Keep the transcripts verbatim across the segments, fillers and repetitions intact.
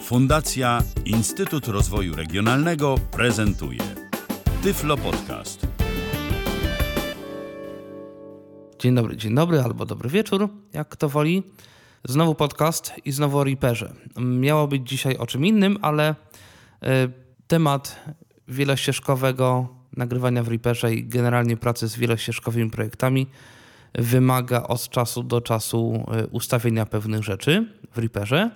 Fundacja Instytut Rozwoju Regionalnego prezentuje Tyflo Podcast. Dzień dobry, dzień dobry albo dobry wieczór, jak kto woli. Znowu podcast i znowu o Reaperze. Miało być dzisiaj o czym innym, ale y, temat wielościeżkowego nagrywania w Reaperze i generalnie pracy z wielościeżkowymi projektami wymaga od czasu do czasu ustawienia pewnych rzeczy w Reaperze.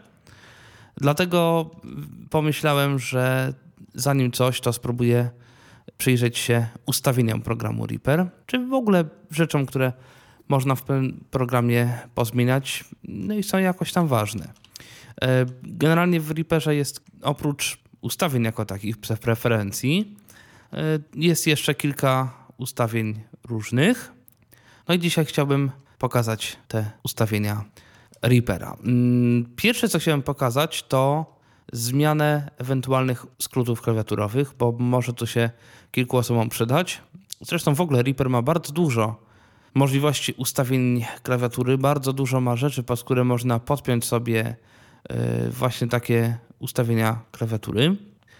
Dlatego pomyślałem, że zanim coś, to spróbuję przyjrzeć się ustawieniom programu Reaper, czy w ogóle rzeczom, które można w tym programie pozmieniać, no i są jakoś tam ważne. Generalnie w Reaperze jest oprócz ustawień jako takich preferencji, jest jeszcze kilka ustawień różnych. No i dzisiaj chciałbym pokazać te ustawienia Reapera. Pierwsze, co chciałem pokazać, to zmianę ewentualnych skrótów klawiaturowych, bo może to się kilku osobom przydać. Zresztą w ogóle Reaper ma bardzo dużo możliwości ustawień klawiatury, bardzo dużo ma rzeczy, pod które można podpiąć sobie właśnie takie ustawienia klawiatury.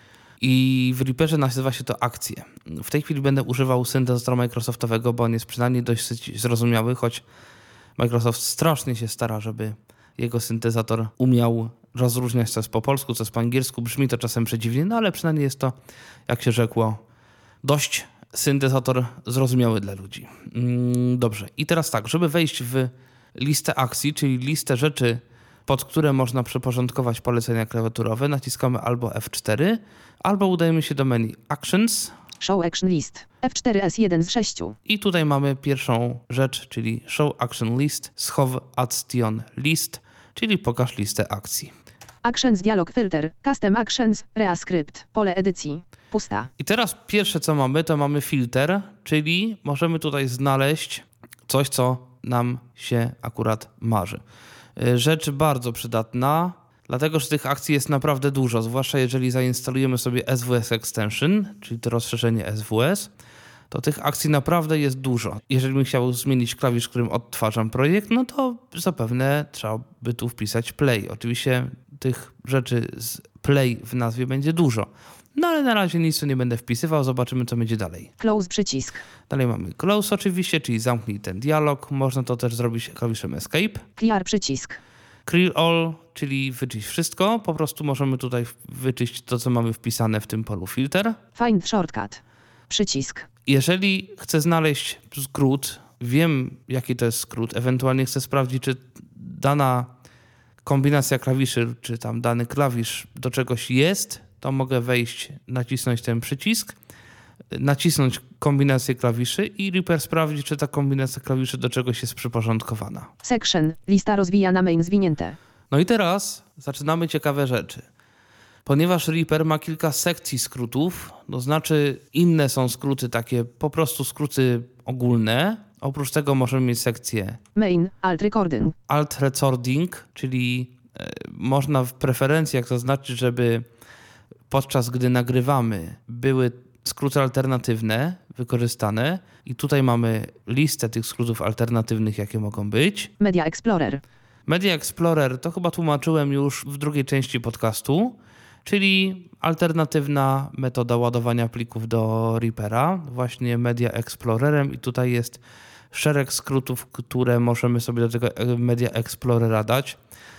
I w Reaperze nazywa się to akcje. W tej chwili będę używał syntezatora Microsoftowego, bo on jest przynajmniej dość zrozumiały, choć Microsoft strasznie się stara, żeby jego syntezator umiał rozróżniać, co jest po polsku, co jest po angielsku. Brzmi to czasem przedziwnie, no ale przynajmniej jest to, jak się rzekło, dość syntezator zrozumiały dla ludzi. Dobrze. I teraz tak, żeby wejść w listę akcji, czyli listę rzeczy, pod które można przeporządkować polecenia klawiaturowe, naciskamy albo F cztery, albo udajemy się do menu Actions. Show Action List. F cztery S jeden z sześciu. I tutaj mamy pierwszą rzecz, czyli Show Action List, Schow Action List, czyli pokaż listę akcji. Actions Dialog Filter, Custom Actions, Reascript, pole edycji, pusta. I teraz pierwsze co mamy, to mamy filter, czyli możemy tutaj znaleźć coś, co nam się akurat marzy. Rzecz bardzo przydatna, dlatego że tych akcji jest naprawdę dużo, zwłaszcza jeżeli zainstalujemy sobie S W S Extension, czyli to rozszerzenie S W S, to tych akcji naprawdę jest dużo. Jeżeli bym chciał zmienić klawisz, którym odtwarzam projekt, no to zapewne trzeba by tu wpisać play. Oczywiście tych rzeczy z play w nazwie będzie dużo. No ale na razie nic tu nie będę wpisywał, zobaczymy co będzie dalej. Close przycisk. Dalej mamy close oczywiście, czyli zamknij ten dialog. Można to też zrobić klawiszem escape. Clear przycisk. Clear all, czyli wyczyść wszystko. Po prostu możemy tutaj wyczyść to, co mamy wpisane w tym polu filter. Find shortcut. Przycisk. Jeżeli chcę znaleźć skrót, wiem jaki to jest skrót, ewentualnie chcę sprawdzić, czy dana kombinacja klawiszy, czy tam dany klawisz do czegoś jest, to mogę wejść, nacisnąć ten przycisk, nacisnąć kombinację klawiszy i Reaper sprawdzi, czy ta kombinacja klawiszy do czegoś jest przyporządkowana. Section. Lista rozwijana main zwinięte. No i teraz zaczynamy ciekawe rzeczy. Ponieważ Reaper ma kilka sekcji skrótów, to znaczy inne są skróty takie, po prostu skróty ogólne. Oprócz tego możemy mieć sekcję Main, Alt Recording. Alt Recording, czyli e, można w preferencjach zaznaczyć, żeby podczas gdy nagrywamy były skróty alternatywne wykorzystane i tutaj mamy listę tych skrótów alternatywnych, jakie mogą być. Media Explorer. Media Explorer to chyba tłumaczyłem już w drugiej części podcastu, czyli alternatywna metoda ładowania plików do Reapera, właśnie Media Explorerem i tutaj jest szereg skrótów, które możemy sobie do tego Media Explorera dać.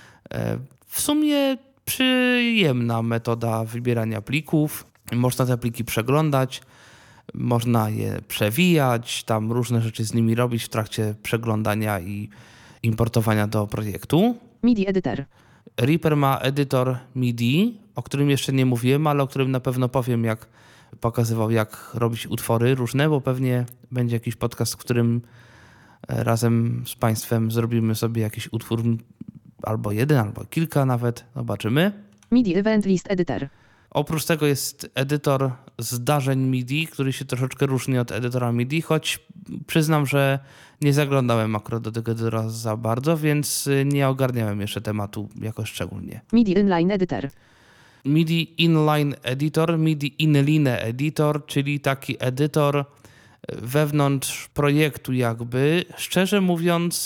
W sumie przyjemna metoda wybierania plików. Można te pliki przeglądać, można je przewijać, tam różne rzeczy z nimi robić w trakcie przeglądania i importowania do projektu. MIDI Editor. Reaper ma edytor MIDI, o którym jeszcze nie mówiłem, ale o którym na pewno powiem, jak pokazywał, jak robić utwory różne, bo pewnie będzie jakiś podcast, w którym razem z Państwem zrobimy sobie jakiś utwór, albo jeden, albo kilka nawet, zobaczymy. MIDI Event List Editor. Oprócz tego jest edytor zdarzeń MIDI, który się troszeczkę różni od edytora MIDI, choć przyznam, że nie zaglądałem akurat do tego edytora za bardzo, więc nie ogarniałem jeszcze tematu jakoś szczególnie. MIDI Inline Editor. MIDI Inline Editor, MIDI Inline Editor, czyli taki edytor wewnątrz projektu jakby. Szczerze mówiąc,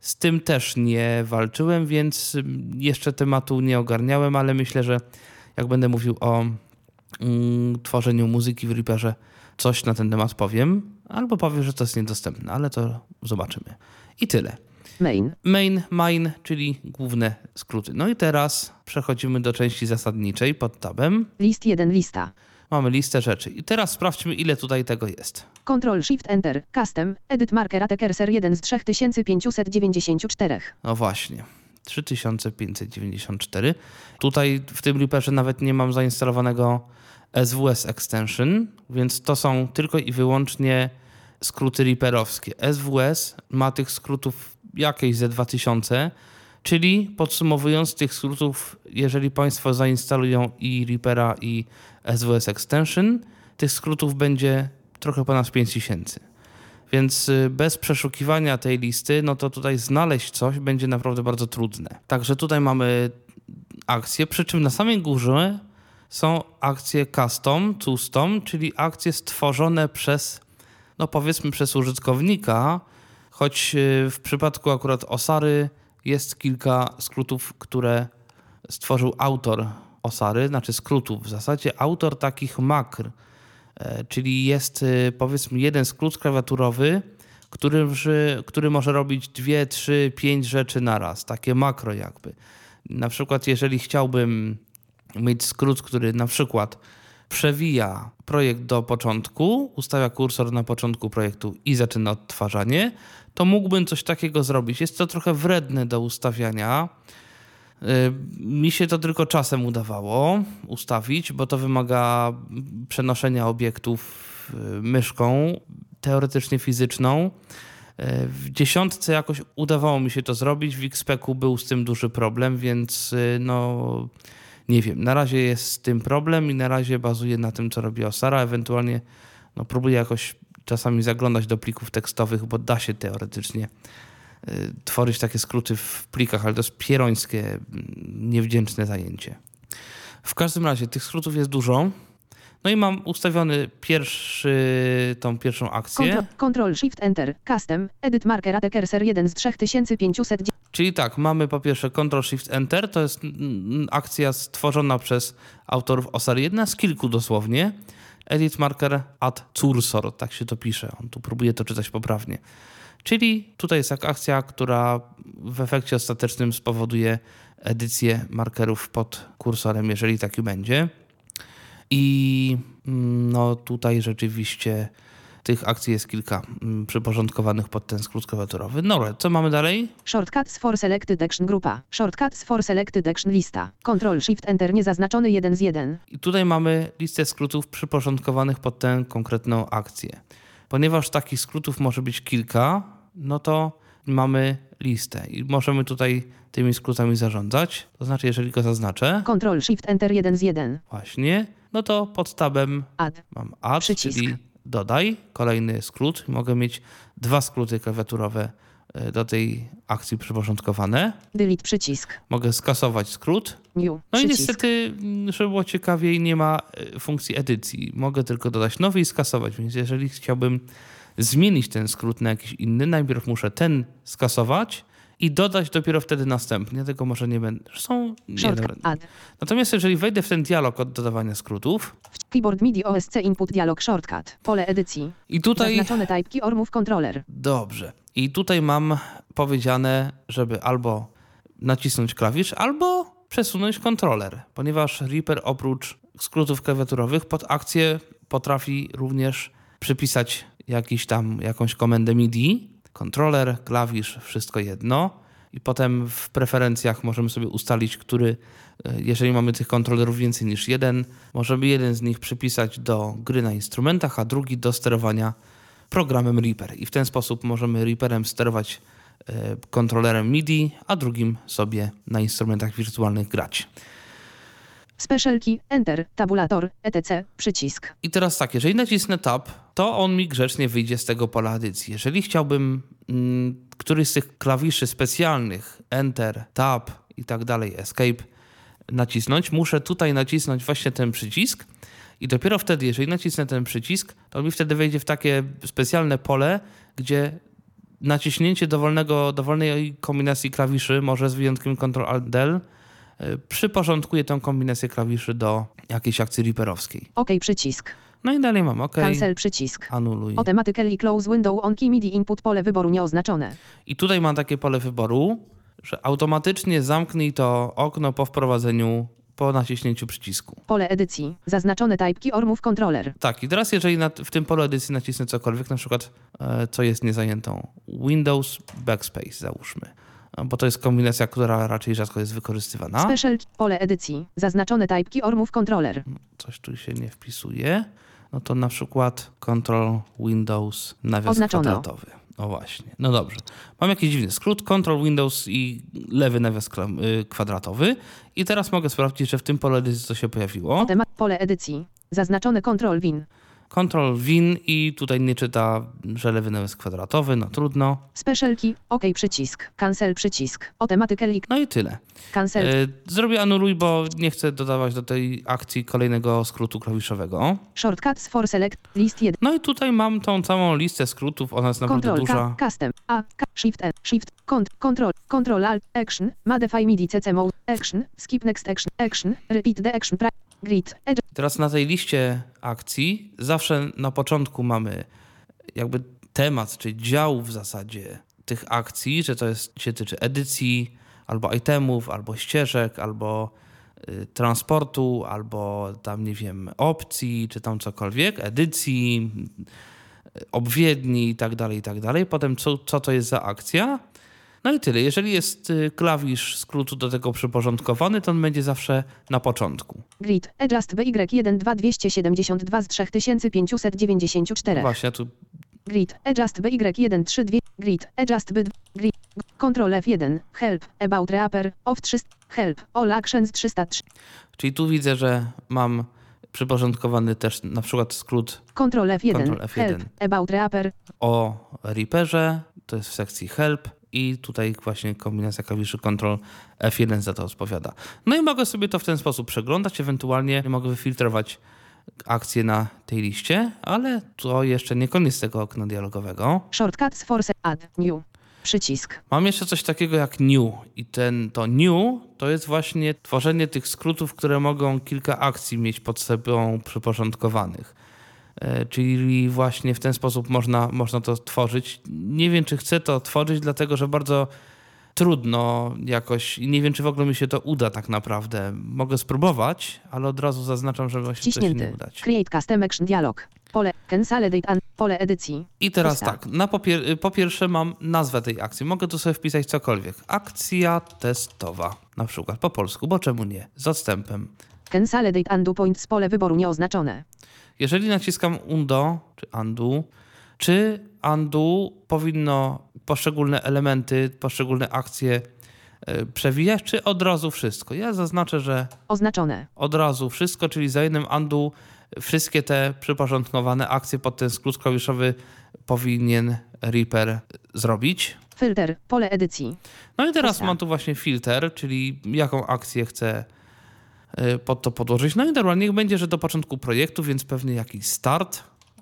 Z tym też nie walczyłem, więc jeszcze tematu nie ogarniałem, ale myślę, że jak będę mówił o mm, tworzeniu muzyki w Reaperze, coś na ten temat powiem, albo powiem, że to jest niedostępne, ale to zobaczymy. I tyle. Main. Main, main, czyli główne skróty. No i teraz przechodzimy do części zasadniczej pod tabem. List jeden lista. Mamy listę rzeczy. I teraz sprawdźmy, ile tutaj tego jest. Control Shift Enter. Custom. Edit Marker At Cursor jeden z trzy tysiące pięćset dziewięćdziesiąt cztery. No właśnie. trzy tysiące pięćset dziewięćdziesiąt cztery. Tutaj w tym Reaperze nawet nie mam zainstalowanego S W S Extension, więc to są tylko i wyłącznie skróty Reaperowskie. S W S ma tych skrótów jakieś ze dwa tysiące, czyli podsumowując tych skrótów, jeżeli Państwo zainstalują i Reapera i S W S Extension, tych skrótów będzie trochę ponad pięć tysięcy. Więc bez przeszukiwania tej listy, no to tutaj znaleźć coś będzie naprawdę bardzo trudne. Także tutaj mamy akcje, przy czym na samej górze są akcje custom, custom, czyli akcje stworzone przez, no powiedzmy przez użytkownika, choć w przypadku akurat Osary jest kilka skrótów, które stworzył autor Osary, znaczy skrótów w zasadzie, autor takich makr, czyli jest powiedzmy jeden skrót klawiaturowy, który, który może robić dwie, trzy, pięć rzeczy naraz, takie makro jakby. Na przykład jeżeli chciałbym mieć skrót, który na przykład przewija projekt do początku, ustawia kursor na początku projektu i zaczyna odtwarzanie, to mógłbym coś takiego zrobić. Jest to trochę wredne do ustawiania. Mi się to tylko czasem udawało ustawić, bo to wymaga przenoszenia obiektów myszką, teoretycznie fizyczną. W dziesiątce jakoś udawało mi się to zrobić, w X P ku był z tym duży problem, więc no nie wiem, na razie jest z tym problem i na razie bazuję na tym, co robi Osara, ewentualnie no, próbuję jakoś czasami zaglądać do plików tekstowych, bo da się teoretycznie y, tworzyć takie skróty w plikach, ale to jest pierońskie, niewdzięczne zajęcie. W każdym razie tych skrótów jest dużo. No i mam ustawiony pierwszy, tą pierwszą akcję. Control, Control Shift Enter. Custom. Edit Marker At Cursor jeden z trzy tysiące pięćset. Czyli tak, mamy po pierwsze Control Shift Enter, to jest akcja stworzona przez autorów Osary, jedna z kilku dosłownie. Edit Marker At Cursor, tak się to pisze, on tu próbuje to czytać poprawnie. Czyli tutaj jest akcja, która w efekcie ostatecznym spowoduje edycję markerów pod kursorem, jeżeli taki będzie. I no tutaj rzeczywiście tych akcji jest kilka m, przyporządkowanych pod ten skrót klawiaturowy. No ale co mamy dalej? Shortcuts for Selected Action Grupa. Shortcuts for Selected Action Lista. Control Shift Enter niezaznaczony jeden z jeden. I tutaj mamy listę skrótów przyporządkowanych pod tę konkretną akcję. Ponieważ takich skrótów może być kilka, no to mamy listę i możemy tutaj tymi skrótami zarządzać. To znaczy, jeżeli go zaznaczę, Control Shift Enter jeden z jeden. właśnie, no to pod tabem Add. mam add, Przycisk. czyli dodaj, kolejny skrót. Mogę mieć dwa skróty klawiaturowe do tej akcji przyporządkowane. Delete przycisk. Mogę skasować skrót. New. No przycisk. i niestety, żeby było ciekawiej, nie ma funkcji edycji. Mogę tylko dodać nowy i skasować, więc jeżeli chciałbym zmienić ten skrót na jakiś inny, najpierw muszę ten skasować i dodać dopiero wtedy następnie. Tego może nie będę. Są Shortcut. Add. Natomiast jeżeli wejdę w ten dialog od dodawania skrótów Keyboard M I D I O S C Input Dialog Shortcut. Pole edycji. i tutaj... Zaznaczone Type Key or Move Controller. Dobrze. I tutaj mam powiedziane, żeby albo nacisnąć klawisz, albo przesunąć kontroler, ponieważ Reaper oprócz skrótów klawiaturowych pod akcję potrafi również przypisać jakiś tam, jakąś komendę M I D I, kontroler, klawisz, wszystko jedno. I potem w preferencjach możemy sobie ustalić, który, jeżeli mamy tych kontrolerów więcej niż jeden, możemy jeden z nich przypisać do gry na instrumentach, a drugi do sterowania programem Reaper. I w ten sposób możemy Reaperem sterować kontrolerem M I D I, a drugim sobie na instrumentach wirtualnych grać. Special Key, Enter, Tabulator, et cetera. Przycisk. I teraz tak, jeżeli nacisnę Tab, to on mi grzecznie wyjdzie z tego pola edycji. Jeżeli chciałbym mm, któryś z tych klawiszy specjalnych, Enter, Tab i tak dalej, Escape, nacisnąć, muszę tutaj nacisnąć właśnie ten przycisk i dopiero wtedy, jeżeli nacisnę ten przycisk, to on mi wtedy wejdzie w takie specjalne pole, gdzie naciśnięcie dowolnego, dowolnej kombinacji klawiszy, może z wyjątkiem kontrol alt del, przyporządkuje tę kombinację klawiszy do jakiejś akcji reaperowskiej. OK przycisk. No i dalej mam OK. Cancel przycisk. Anuluj. Automatically close window on key MIDI input pole wyboru nieoznaczone. I tutaj mam takie pole wyboru, że automatycznie zamknij to okno po wprowadzeniu, po naciśnięciu przycisku. Pole edycji. Zaznaczone type key or move controller. Tak, i teraz jeżeli na, w tym polu edycji nacisnę cokolwiek, na przykład e, co jest niezajętą, Windows Backspace załóżmy, bo to jest kombinacja, która raczej rzadko jest wykorzystywana. Special pole edycji. Zaznaczone type key or move controller. Coś tu się nie wpisuje. No to na przykład Control Windows nawias Oznaczono. kwadratowy. O właśnie. No dobrze. Mam jakiś dziwny skrót. Control Windows i lewy nawias kwadratowy. I teraz mogę sprawdzić, że w tym polu edycji co się pojawiło. Temat pole edycji. Zaznaczone Control Win. Control Win i tutaj nie czyta, że lewy nawias kwadratowy. No trudno. Special key. OK przycisk. Cancel przycisk. Automatically. No i tyle. Cancel. E, zrobię anuluj, bo nie chcę dodawać do tej akcji kolejnego skrótu klawiszowego. Shortcuts for select. List jeden. No i tutaj mam tą całą listę skrótów, ona jest naprawdę Control duża. K. Custom. A. K. Shift N. Shift. Cont. Control. Control Alt. Action. Modify MIDI C C mode. Action. Skip next action. Action. Repeat the action. Pri- Grid. Edge. Teraz na tej liście akcji zawsze na początku mamy jakby temat, czyli dział w zasadzie tych akcji, że to jest, się tyczy edycji, albo itemów, albo ścieżek, albo y, transportu, albo tam nie wiem, opcji, czy tam cokolwiek, edycji, y, obwiedni i tak dalej, i tak dalej. Potem co, co to jest za akcja. No i tyle. Jeżeli jest y, klawisz skrótu do tego przyporządkowany, to on będzie zawsze na początku. Grid. Adjust B Y jeden dwa dwieście siedemdziesiąt dwa z trzy tysiące pięćset dziewięćdziesiąt cztery. Właśnie tu Grid. Adjust B Y jeden trzy dwa. Grid. Adjust B dwa. Grid. Control F jeden. Help. About Reaper. Off trzysta. Help. All actions trzysta trzy. Czyli tu widzę, że mam przyporządkowany też na przykład skrót Control F jeden. Control F jeden. Help. About Reaper. o Reaperze, to jest w sekcji Help i tutaj właśnie kombinacja klawiszy Control F jeden za to odpowiada. No i mogę sobie to w ten sposób przeglądać, ewentualnie mogę wyfiltrować akcje na tej liście, ale to jeszcze nie koniec tego okna dialogowego. Shortcuts for se- Add. New. Przycisk. Mam jeszcze coś takiego jak new i ten, to new to jest właśnie tworzenie tych skrótów, które mogą kilka akcji mieć pod sobą przyporządkowanych. E, czyli właśnie w ten sposób można, można to tworzyć. Nie wiem, czy chcę to tworzyć, dlatego że bardzo trudno jakoś i nie wiem, czy w ogóle mi się to uda tak naprawdę. Mogę spróbować, ale od razu zaznaczam, że właśnie to się nie Wciśnięty. udać. Create custom action dialog. Pole. Consolidate and. Pole edycji. I teraz Postaw. tak, na popier- po pierwsze mam nazwę tej akcji. Mogę tu sobie wpisać cokolwiek. Akcja testowa, na przykład po polsku, bo czemu nie? Z odstępem. Consolidate undo points. Pole wyboru nieoznaczone. Jeżeli naciskam undo, czy undo, czy undo powinno poszczególne elementy, poszczególne akcje y, przewijać, czy od razu wszystko? Ja zaznaczę, że Oznaczone. od razu wszystko, czyli za jednym undo wszystkie te przyporządkowane akcje pod ten skrót klawiszowy powinien Reaper zrobić. Filter. Pole edycji. No i teraz Postaw. mam tu właśnie filtr, czyli jaką akcję chcę y, pod to podłożyć. No i dobra, niech będzie, że do początku projektu, więc pewnie jakiś start.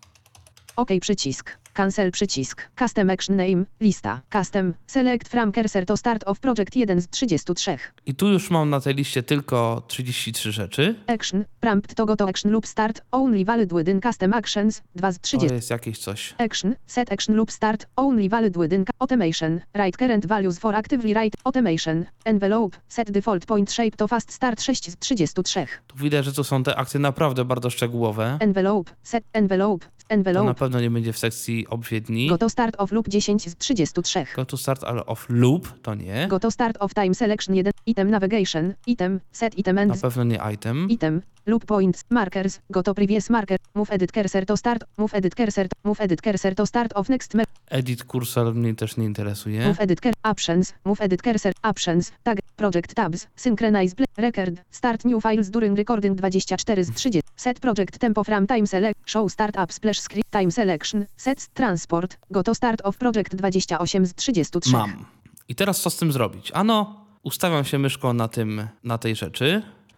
OK przycisk. Cancel przycisk. Custom action name. Lista. Custom. Select from cursor to start of project jeden z trzydziestu trzech. I tu już mam na tej liście tylko trzydzieści trzy rzeczy. Action. Prompt to go to action lub start. Only valid within custom actions. dwa z To trzydziestu. jest jakieś coś. Action. Set action lub start. Only valid within ca- automation. Write current values for actively write automation. Envelope. Set default point shape to fast start sześć z trzydziestu trzech. Tu widać, że tu są te akcje naprawdę bardzo szczegółowe. Envelope. Set envelope. To na Envelope. pewno nie będzie w sekcji obwiedni. Go to start of lub dziesięć z trzydziestu trzech. Go to start, ale off loop to nie. Go to start of time selection jeden. Item navigation. Item. Set item Na and. pewno nie item. Item. Loop points. Markers. Go to previous marker. Move edit cursor to start. Move edit cursor. Move edit cursor to start of next. Me- Edit cursor mnie też nie interesuje. Move edit cursor. Options. Move edit cursor. Options. Tag. Project tabs. Synchronize. Play. Record. Start new files during recording dwadzieścia cztery z trzydziestu. Set project tempo from time select. Show start up splash screen. Time selection. Set transport. Go to start of project dwadzieścia osiem z trzydziestu trzech. Mam. I teraz co z tym zrobić? Ano, ustawiam się myszką na tym, na tej rzeczy.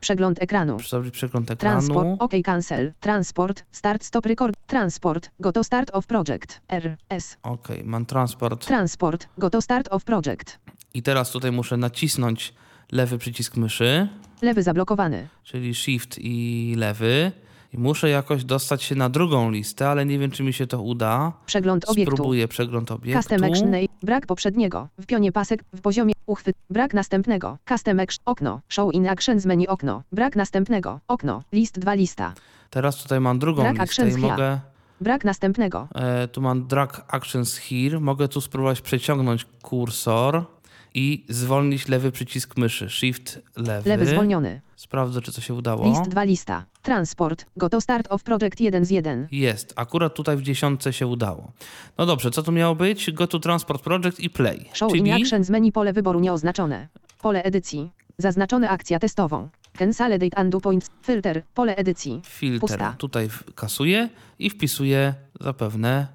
Przegląd ekranu. Muszę zrobić przegląd ekranu. Transport. OK cancel. Transport. Start stop record. Transport. Go to start of project. R. S. Ok, mam transport. Transport. Go to start of project. I teraz tutaj muszę nacisnąć lewy przycisk myszy, Lewy zablokowany. czyli shift i lewy. I muszę jakoś dostać się na drugą listę, ale nie wiem, czy mi się to uda. Przegląd obiektu. Spróbuję przegląd obiektu. Custom action name. Brak poprzedniego. W pionie pasek. W poziomie. Uchwyt. Brak następnego. Custom action. Okno. Show in actions menu okno. Brak następnego. Okno. List dwa lista. Teraz tutaj mam drugą Brak listę actions i here. mogę... Brak następnego. E, tu mam drag actions here. Mogę tu spróbować przeciągnąć kursor i zwolnić lewy przycisk myszy. Shift lewy. Lewy zwolniony. Sprawdzę, czy to się udało. List dwa lista. Transport. Go to start of project jeden z jeden. Jest. Akurat tutaj w dziesiątce się udało. No dobrze, co to miało być? Go to transport project i play. Show Czyli in actions menu pole wyboru nieoznaczone. Pole edycji. Zaznaczone akcja testową. Consolidate undo points. Filter. Pole edycji. filtr Pusta. tutaj kasuję i wpisuję zapewne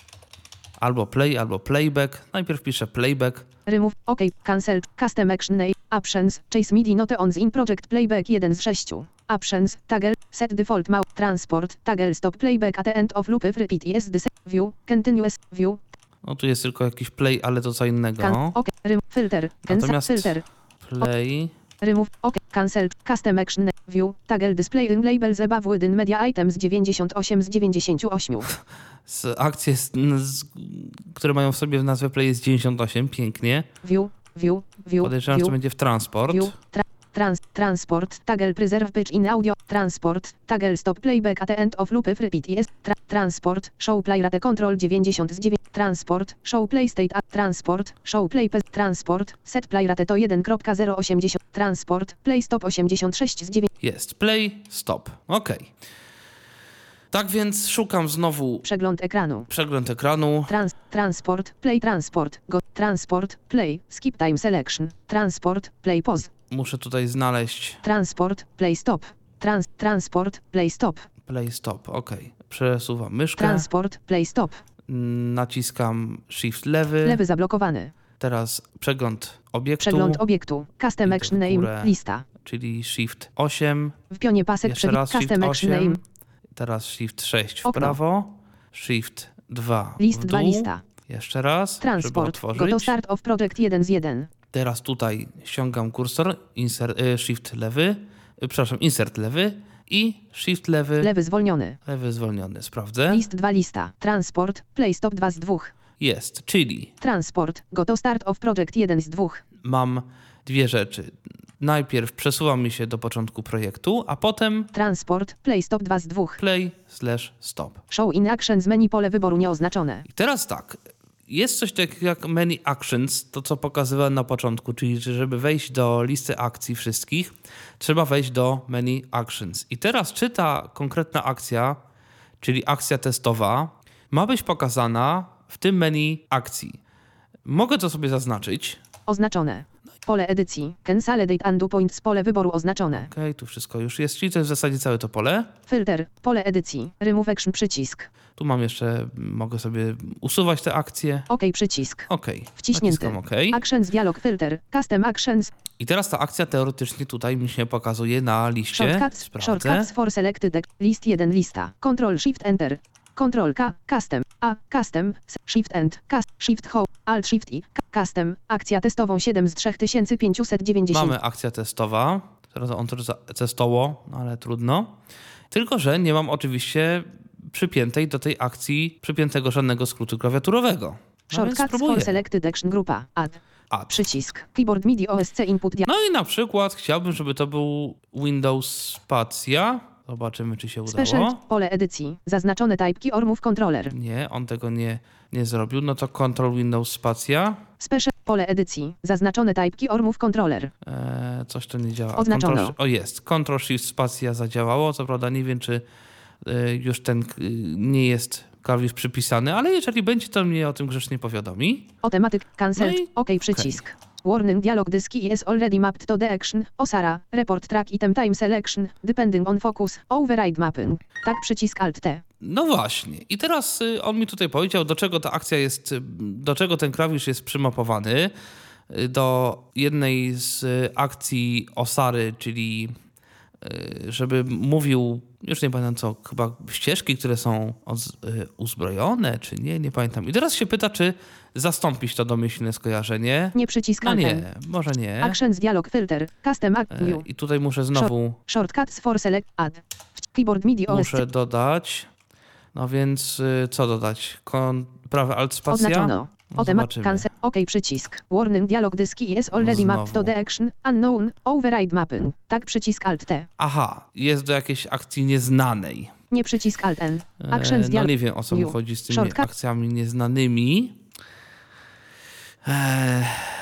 albo play, albo playback. Najpierw piszę playback. Remove. OK. Cancel. Custom action name. Options. Chase midi note on in project playback jeden z sześciu. Options. Toggle. Set default mount. Transport. Toggle stop playback at the end of loop if repeat is the view. Continuous view. No tu jest tylko jakiś play, ale to co innego. Can, OK. Rem, filter. Cancel. Natomiast Filter. play. Remove. OK. Cancel. Custom action name. View. Toggle display in labels above within media items dziewięćdziesiąt osiem z dziewięćdziesięciu ośmiu. Z akcje, z, z, które mają w sobie w nazwę play jest dziewięćdziesiąt osiem. Pięknie. View. View. View. Podejrzewam, że to będzie w transport. View. Tra trans transport. Toggle preserve pitch in audio. Transport. Toggle stop playback at the end of loop if repeat is. Tra transport. Show play rate control dziewięćdziesiąt z dziewięć. Transport. Show play state at. Transport. Show play pes. Transport. Set play rate to jeden kropka zero osiemdziesiąt. Transport. Play stop osiemdziesiąt sześć z dziewięć. Jest. Play, stop. Ok. Tak więc szukam znowu Przegląd ekranu. przegląd ekranu. Trans transport. Play transport. Go. Transport. Play. Skip time selection. Transport. Play pause. Muszę tutaj znaleźć Transport. Play stop. Trans transport. Play stop. play, stop. Ok. Przesuwam myszkę. Transport. Play stop. Naciskam shift lewy. Lewy zablokowany. Teraz przegląd obiektu. Przegląd obiektu. Custom Idę action w name. górę. Lista. Czyli shift osiem. W pionie pasek Jeszcze przewid- raz shift Custom action osiem. name. Teraz shift sześć w Okno. prawo. Shift dwa List w dwa dół. lista. Jeszcze raz, żeby Transport. otworzyć. Go to start of project jeden z jeden. Teraz tutaj ściągam kursor, insert, y, shift lewy, y, przepraszam, insert lewy i shift lewy, Lewy zwolniony. lewy zwolniony. Sprawdzę. List dwa lista. Transport. Play stop dwa z dwóch. Jest, czyli Transport. Go to start of project jeden z dwóch. mam dwie rzeczy. Najpierw przesuwam mi się do początku projektu, a potem Transport. Play stop dwa z dwóch. play slash stop. Show in actions menu pole wyboru nieoznaczone. I teraz tak, jest coś takiego jak many actions, to co pokazywałem na początku, czyli że żeby wejść do listy akcji wszystkich, trzeba wejść do many actions. I teraz czy ta konkretna akcja, czyli akcja testowa, ma być pokazana w tym menu akcji. Mogę to sobie zaznaczyć. Oznaczone. Pole edycji. Consolidate undo points. Pole wyboru oznaczone. Okej, tu wszystko już jest, czyli to jest w zasadzie całe to pole. Filter. Pole edycji. Remove action przycisk. Tu mam jeszcze, mogę sobie usuwać te akcje. OK przycisk. OK. Wciśnięty. Naciskam OK. Actions dialog filter. Custom actions. I teraz ta akcja teoretycznie tutaj mi się pokazuje na liście. Shortcuts. Sprawdzę. Shortcuts for selected. List jeden lista. Control Shift Enter. Control K. Custom. A. Custom. Shift End. Cast. Shift Home. Alt Shift I. Custom. Akcja testową siedem z trzy tysiące pięćset dziewięćdziesiąt. Mamy akcja testowa. Teraz on to testowo, no ale trudno. Tylko że nie mam oczywiście przypiętej do tej akcji przypiętego żadnego skrótu klawiaturowego. No więc Shortcuts for spróbuję. selected action grupa. Add. Add. Przycisk. Keyboard MIDI O S C input. Dia- No i na przykład chciałbym, żeby to był Windows Spacja. Zobaczymy, czy się Special. udało. Pole edycji. Zaznaczone type key or move controller. Nie, on tego nie, nie zrobił. No to Control Windows Spacja. Special. Pole edycji. Zaznaczone type key or move controller. Eee, coś to nie działa. Oznaczono. Control, o jest, Control Shift Spacja zadziałało. Co prawda nie wiem, czy y, już ten y, nie jest klawisz przypisany, ale jeżeli będzie, to mnie o tym grzecznie powiadomi. Automatic. Cancel. No i- OK przycisk. Warning dialog disk is already mapped to the action. Osara. Report track item time selection. Depending on focus. Override mapping. Tak przycisk Alt T. No właśnie. I teraz y, on mi tutaj powiedział, do czego ta akcja jest, y, do czego ten klawisz jest przymapowany. Y, do jednej z y, akcji Osary, czyli żeby mówił, już nie pamiętam co, chyba ścieżki, które są uzbrojone, czy nie, nie pamiętam. I teraz się pyta, czy zastąpić to domyślne skojarzenie. Nie przycisk No Alt N. nie, może nie. Actions dialog filter. Custom act new. I tutaj muszę znowu... Shortcuts for select add. Keyboard M I D I O S. Muszę dodać. No więc co dodać? Kon... Prawe Alt Spacja? Oznaczono. No, Otemat cancel. OK przycisk. Warning dialog disk is already Znowu. mapped to the action. Unknown. Override mapping. Tak przycisk Alt T. Aha, jest do jakiejś akcji nieznanej. Nie przycisk Alt N. E, Actions no dialog. nie wiem, o co mu New. chodzi z tymi Shortcut. akcjami nieznanymi. E,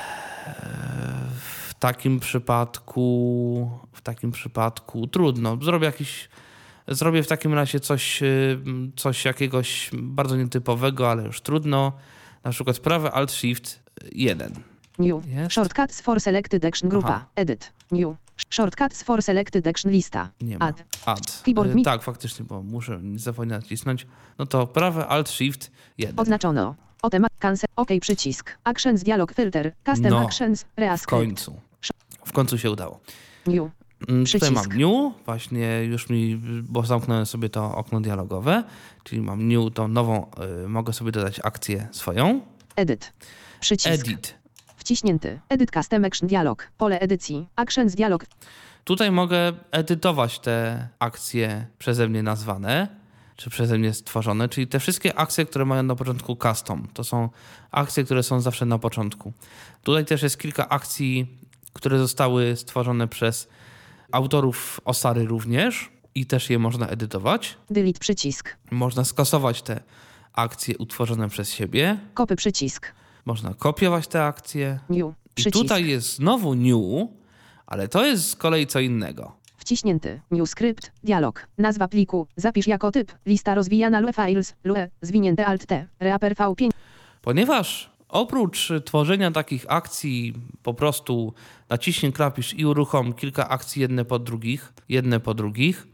w takim przypadku w takim przypadku trudno. Zrobię jakiś Zrobię w takim razie coś, coś jakiegoś bardzo nietypowego, ale już trudno. Na przykład prawy Alt Shift jeden. New. Jest? Shortcuts for selected action grupa. Aha. Edit. New. Shortcuts for selected action lista. Nie ma. Add. Add. Keyboard E, mi- tak, faktycznie, bo muszę nie zapomnieć nacisnąć. No to prawy Alt Shift jeden. Oznaczono. Otemat cancel. OK przycisk. Actions dialog filter. Custom No, actions. W Reascript. końcu. W końcu się udało. New. Mm, Przycisk. Tutaj mam new, właśnie już mi, bo zamknąłem sobie to okno dialogowe, czyli mam new, tą nową, y, mogę sobie dodać akcję swoją. Edit. Przycisk. Edit. Wciśnięty. Edit custom action dialog. Pole edycji. Actions dialog. Tutaj mogę edytować te akcje przeze mnie nazwane, czy przeze mnie stworzone, czyli te wszystkie akcje, które mają na początku custom. To są akcje, które są zawsze na początku. Tutaj też jest kilka akcji, które zostały stworzone przez autorów Osary również i też je można edytować. Delete przycisk. Można skasować te akcje utworzone przez siebie. Kopy przycisk. Można kopiować te akcje. New. I Przycisk. tutaj jest znowu new, ale to jest z kolei co innego. Wciśnięty. New script. Dialog. Nazwa pliku. Zapisz jako typ. Lista rozwijana lue files. Lue. Zwinięte Alt T. Reaper V pięć. Ponieważ oprócz tworzenia takich akcji po prostu naciśnij klawisz i uruchom kilka akcji jedne po drugich, jedne po drugich,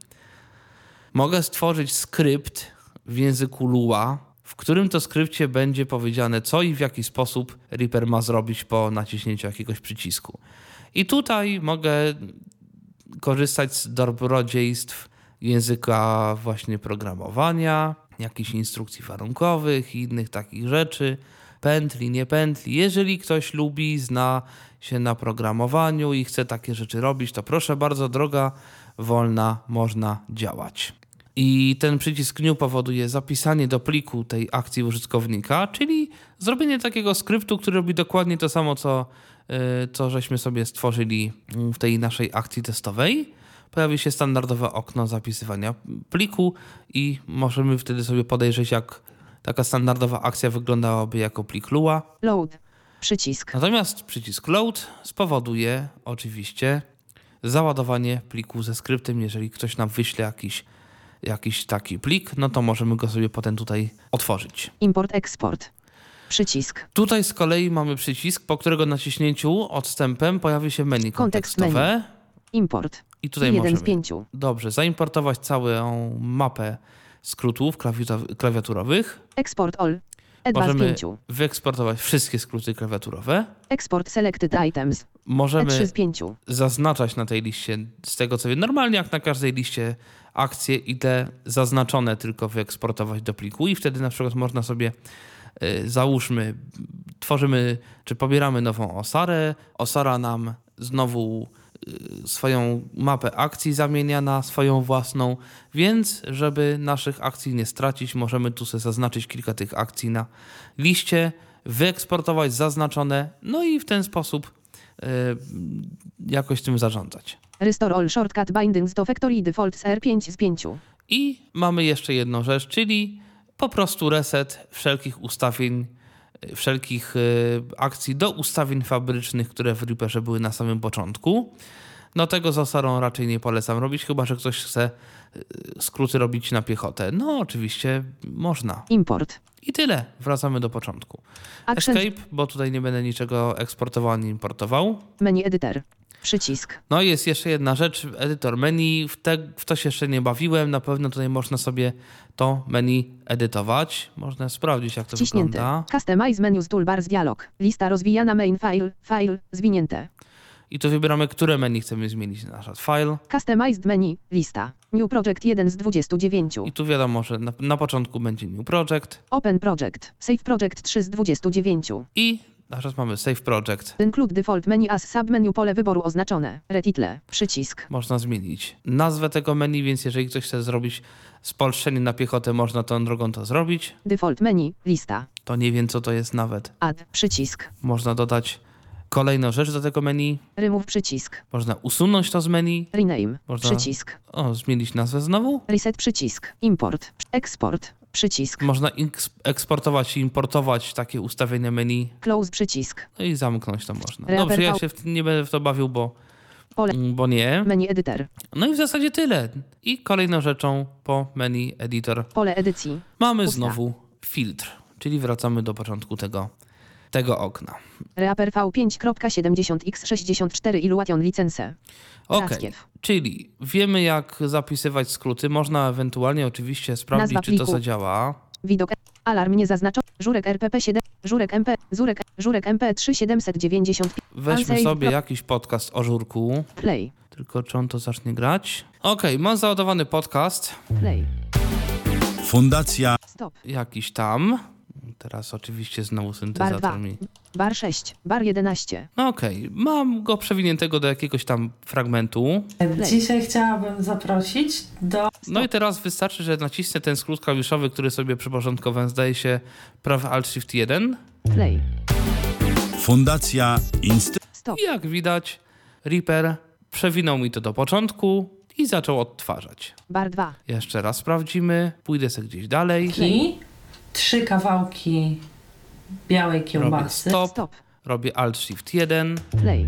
mogę stworzyć skrypt w języku Lua, w którym to skrypcie będzie powiedziane, co i w jaki sposób Reaper ma zrobić po naciśnięciu jakiegoś przycisku. I tutaj mogę korzystać z dobrodziejstw języka właśnie programowania, jakichś instrukcji warunkowych i innych takich rzeczy, pętli, nie pętli. Jeżeli ktoś lubi, zna się na programowaniu i chce takie rzeczy robić, to proszę bardzo, droga wolna, można działać. I ten przycisk new powoduje zapisanie do pliku tej akcji użytkownika, czyli zrobienie takiego skryptu, który robi dokładnie to samo, co, yy, co żeśmy sobie stworzyli w tej naszej akcji testowej. Pojawi się standardowe okno zapisywania pliku i możemy wtedy sobie podejrzeć, jak taka standardowa akcja wyglądałaby jako plik Lua. Load. Przycisk. Natomiast przycisk load spowoduje oczywiście załadowanie pliku ze skryptem. Jeżeli ktoś nam wyśle jakiś, jakiś taki plik, no to możemy go sobie potem tutaj otworzyć. Import export. Przycisk. Tutaj z kolei mamy przycisk, po którego naciśnięciu odstępem pojawi się menu Kontekst kontekstowe. Import. I tutaj Jeden możemy z pięciu. dobrze zaimportować całą mapę skrótów klawi- klawiaturowych. Export all. E dwa z Możemy pięciu. wyeksportować wszystkie skróty klawiaturowe. Export selected items. E Możemy trzy z pięciu. zaznaczać na tej liście, z tego co wiem, normalnie jak na każdej liście akcje i te zaznaczone tylko wyeksportować do pliku i wtedy na przykład można sobie, y, załóżmy, tworzymy czy pobieramy nową osarę, osara nam znowu y, swoją mapę akcji zamienia na swoją własną, więc żeby naszych akcji nie stracić, możemy tu sobie zaznaczyć kilka tych akcji na liście, wyeksportować zaznaczone, no i w ten sposób y, jakoś tym zarządzać. Restore all shortcut bindings to factory defaults R pięć z pięciu. I mamy jeszcze jedną rzecz, czyli po prostu reset wszelkich ustawień, wszelkich y, akcji do ustawień fabrycznych, które w Reaperze były na samym początku. No tego z osarą raczej nie polecam robić, chyba że ktoś chce y, skróty robić na piechotę. No oczywiście można. Import. I tyle. Wracamy do początku. Actions. Escape, bo tutaj nie będę niczego eksportował ani importował. Menu editor. Przycisk. No i jest jeszcze jedna rzecz, edytor menu, w, te, w to się jeszcze nie bawiłem, na pewno tutaj można sobie to menu edytować, można sprawdzić jak to Wciśnięte. wygląda. Customize menus toolbars dialog. Lista rozwijana main file. File. Zwinięte. I tu wybieramy, które menu chcemy zmienić. Na przykład file. Customized menu, lista. New project jeden z dwudziestu dziewięciu. I tu wiadomo, że na, na początku będzie new project. Open project. Save project trzy z dwudziestu dziewięciu. I teraz mamy save project. Include default menu as submenu, pole wyboru oznaczone. Retitle. Przycisk. Można zmienić nazwę tego menu, więc jeżeli ktoś chce zrobić spolszczenie na piechotę, można tą drogą to zrobić. Default menu, lista. To nie wiem, co to jest nawet. Add. Przycisk. Można dodać kolejną rzecz do tego menu. Remove. Przycisk. Można usunąć to z menu. Rename. Można Przycisk. o, zmienić nazwę znowu. Reset. Przycisk. Import. Export. Przycisk. Można ins- eksportować i importować takie ustawienia menu. Close. Przycisk. No i zamknąć to można. Reaper Dobrze, ja V. się w, nie będę w to bawił, bo, Pole. bo nie. Menu editor. No i w zasadzie tyle. I kolejną rzeczą po menu editor Pole edycji. mamy Pusta. znowu filtr, czyli wracamy do początku tego, tego okna. Reaper V pięć siedemdziesiąt x sześćdziesiąt cztery Illuation license. Ok, Raskiew. czyli wiemy, jak zapisywać skróty. Można ewentualnie oczywiście sprawdzić, Nazwa czy to pliku. zadziała. Widok. Alarm nie zaznaczony. Żurek R P P siedem. Żurek M P. Żurek. Żurek M P trzy siedemset dziewięćdziesiąt. Weźmy Unsaved. sobie jakiś podcast o żurku. Play. Tylko czy on to zacznie grać? Ok, mam załadowany podcast. Play. Fundacja Stop. Jakiś tam. Teraz oczywiście znowu Bar syntezator dwa. mi... Bar sześć. Bar jedenaście. No okej, mam go przewiniętego do jakiegoś tam fragmentu. Dzisiaj chciałabym zaprosić do... No i teraz wystarczy, że nacisnę ten skrót klawiszowy, który sobie przyporządkowałem, zdaje się prawy Alt Shift jeden. Play. Fundacja Instytut Stop. I jak widać, Reaper przewinął mi to do początku i zaczął odtwarzać. Bar dwa. Jeszcze raz sprawdzimy, pójdę sobie gdzieś dalej. I trzy kawałki białej Robię kiełbasy. stop, Stop. robię Alt Shift jeden. Play.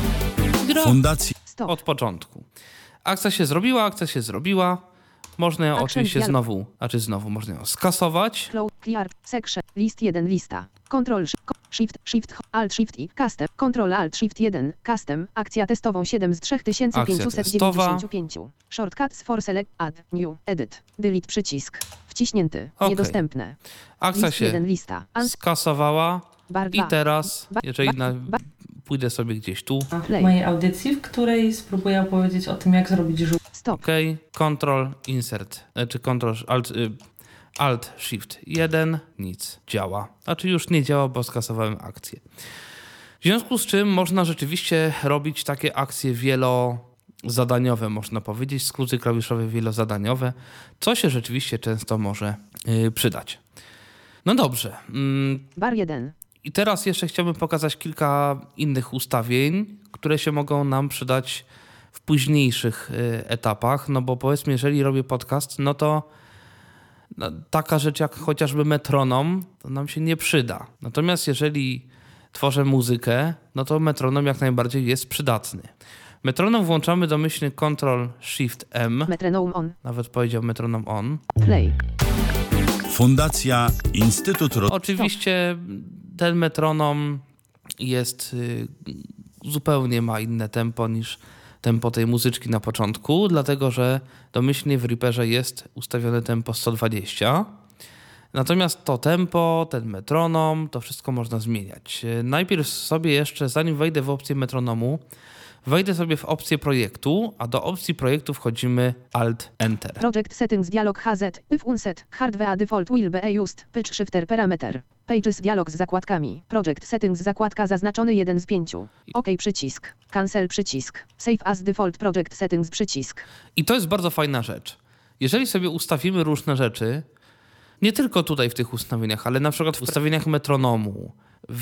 Gra Fundacja Stop. od początku. Akcja się zrobiła, akcja się zrobiła. Można ją Action oczywiście dialog. znowu, znaczy znowu, można ją skasować. Close. Clear. Section. List jeden. Lista. Control. sh- ko- Shift. Shift. Alt. Shift i. Custom. Control. Alt. Shift jeden. Custom. Akcja testową siedem z trzy tysiące pięćset dziewięćdziesiąt pięć. Shortcuts for select. Add. New. Edit. Delete. Przycisk. Wciśnięty. Okej. Niedostępne. Akcja List się jeden. Lista. Uns- skasowała Bar i dwa. teraz, Ba- jeżeli ba- na, ba- pójdę sobie gdzieś tu, W mojej audycji, w której spróbuję opowiedzieć o tym, jak zrobić żółw. Stop. OK, Ctrl, Insert, e, czy Ctrl, Alt, y, Alt, Shift jeden, nic, działa. Znaczy już nie działa, bo skasowałem akcję. W związku z czym można rzeczywiście robić takie akcje wielozadaniowe, można powiedzieć, skróty klawiszowe wielozadaniowe, co się rzeczywiście często może y, przydać. No dobrze. Mm, Bar jeden. I teraz jeszcze chciałbym pokazać kilka innych ustawień, które się mogą nam przydać w późniejszych y, etapach, no bo powiedzmy, jeżeli robię podcast, no to no, taka rzecz jak chociażby metronom, to nam się nie przyda. Natomiast jeżeli tworzę muzykę, no to metronom jak najbardziej jest przydatny. Metronom włączamy domyślnie Ctrl Shift M, Metronome on. nawet powiedział metronom on. Play. Fundacja Instytut Roz... Oczywiście ten metronom jest y, zupełnie ma inne tempo niż tempo tej muzyczki na początku, dlatego że domyślnie w Reaperze jest ustawione tempo sto dwadzieścia. Natomiast to tempo, ten metronom, to wszystko można zmieniać. Y, Najpierw sobie jeszcze, zanim wejdę w opcję metronomu, wejdę sobie w opcję projektu, a do opcji projektu wchodzimy Alt Enter. Project settings dialog H Z. If unset. Hardware default will be used. Pitch shifter parameter. Pages dialog z zakładkami. Project settings zakładka zaznaczony jeden z pięciu. OK przycisk. Cancel przycisk. Save as default project settings przycisk. I to jest bardzo fajna rzecz. Jeżeli sobie ustawimy różne rzeczy, nie tylko tutaj w tych ustawieniach, ale na przykład w ustawieniach metronomu,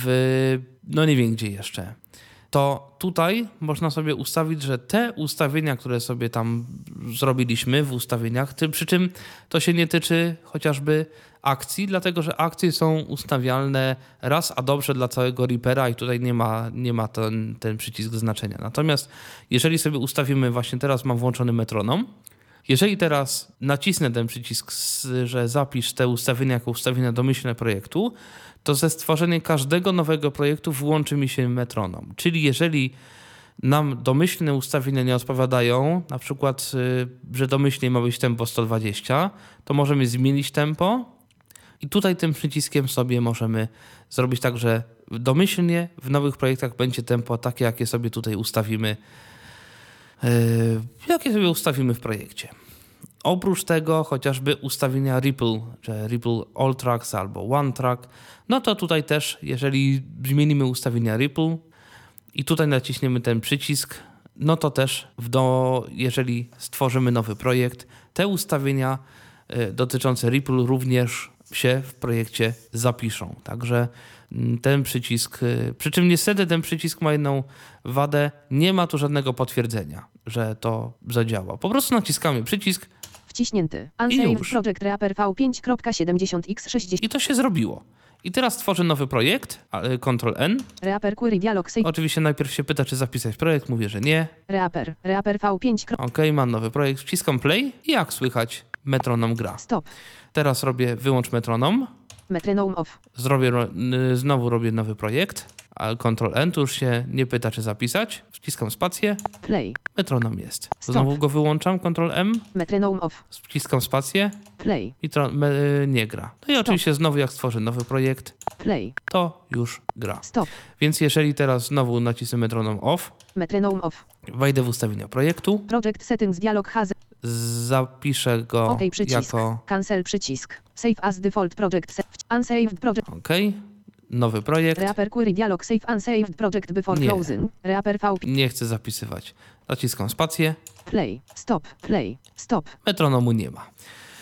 w no nie wiem gdzie jeszcze, to tutaj można sobie ustawić, że te ustawienia, które sobie tam zrobiliśmy w ustawieniach, tym, przy czym to się nie tyczy chociażby akcji, dlatego że akcje są ustawialne raz a dobrze dla całego Reapera i tutaj nie ma, nie ma ten, ten przycisk znaczenia. Natomiast jeżeli sobie ustawimy, właśnie teraz mam włączony metronom, jeżeli teraz nacisnę ten przycisk, że zapisz te ustawienia jako ustawienia domyślne projektu, to ze stworzenia każdego nowego projektu włączy mi się metronom. Czyli jeżeli nam domyślne ustawienia nie odpowiadają, na przykład, że domyślnie ma być tempo sto dwadzieścia, to możemy zmienić tempo i tutaj tym przyciskiem sobie możemy zrobić tak, że domyślnie w nowych projektach będzie tempo takie, jakie sobie tutaj ustawimy, yy, jakie sobie ustawimy w projekcie. Oprócz tego chociażby ustawienia Ripple, że Ripple All Tracks albo One Track, no to tutaj też, jeżeli zmienimy ustawienia Ripple i tutaj naciśniemy ten przycisk, no to też w do, jeżeli stworzymy nowy projekt, te ustawienia y, dotyczące Ripple również się w projekcie zapiszą. Także ten przycisk, y, przy czym niestety ten przycisk ma jedną wadę, nie ma tu żadnego potwierdzenia, że to zadziała. Po prostu naciskamy przycisk Wciśnięty. I Unsaved już. Project Reaper V pięć siedemdziesiąt x sześćdziesiąt. i to się zrobiło. I teraz tworzę nowy projekt, Ctrl N. Reaper Query Dialog Save. Oczywiście najpierw się pyta, czy zapisać projekt, mówię, że nie. Reaper. Reaper V pięć. Ok, mam nowy projekt, wciskam play i jak słychać, metronom gra. Stop. Teraz robię wyłącz metronom, Metronome off. zrobię, ro- y, znowu robię nowy projekt, a Ctrl N, tu już się nie pyta, czy zapisać, wciskam spację, Play. metronom jest. Stop. Znowu go wyłączam, Ctrl M, Metronome off. wciskam spację Play. i tro- me- y, nie gra. No i oczywiście znowu jak stworzę nowy projekt, Play. to już gra. Stop. Więc jeżeli teraz znowu nacisnę metronom off, Metronome off. wejdę w ustawienia projektu, Project Settings Dialog H. zapiszę go OK przycisk. jako Cancel przycisk. Save as default project. Set. Unsaved project. OK, nowy projekt. Reaper Query Dialog Save Unsaved project before Nie. closing. Reaper V. Nie chcę zapisywać. Naciskam spację, Play. Stop. Play. Stop. metronomu nie ma.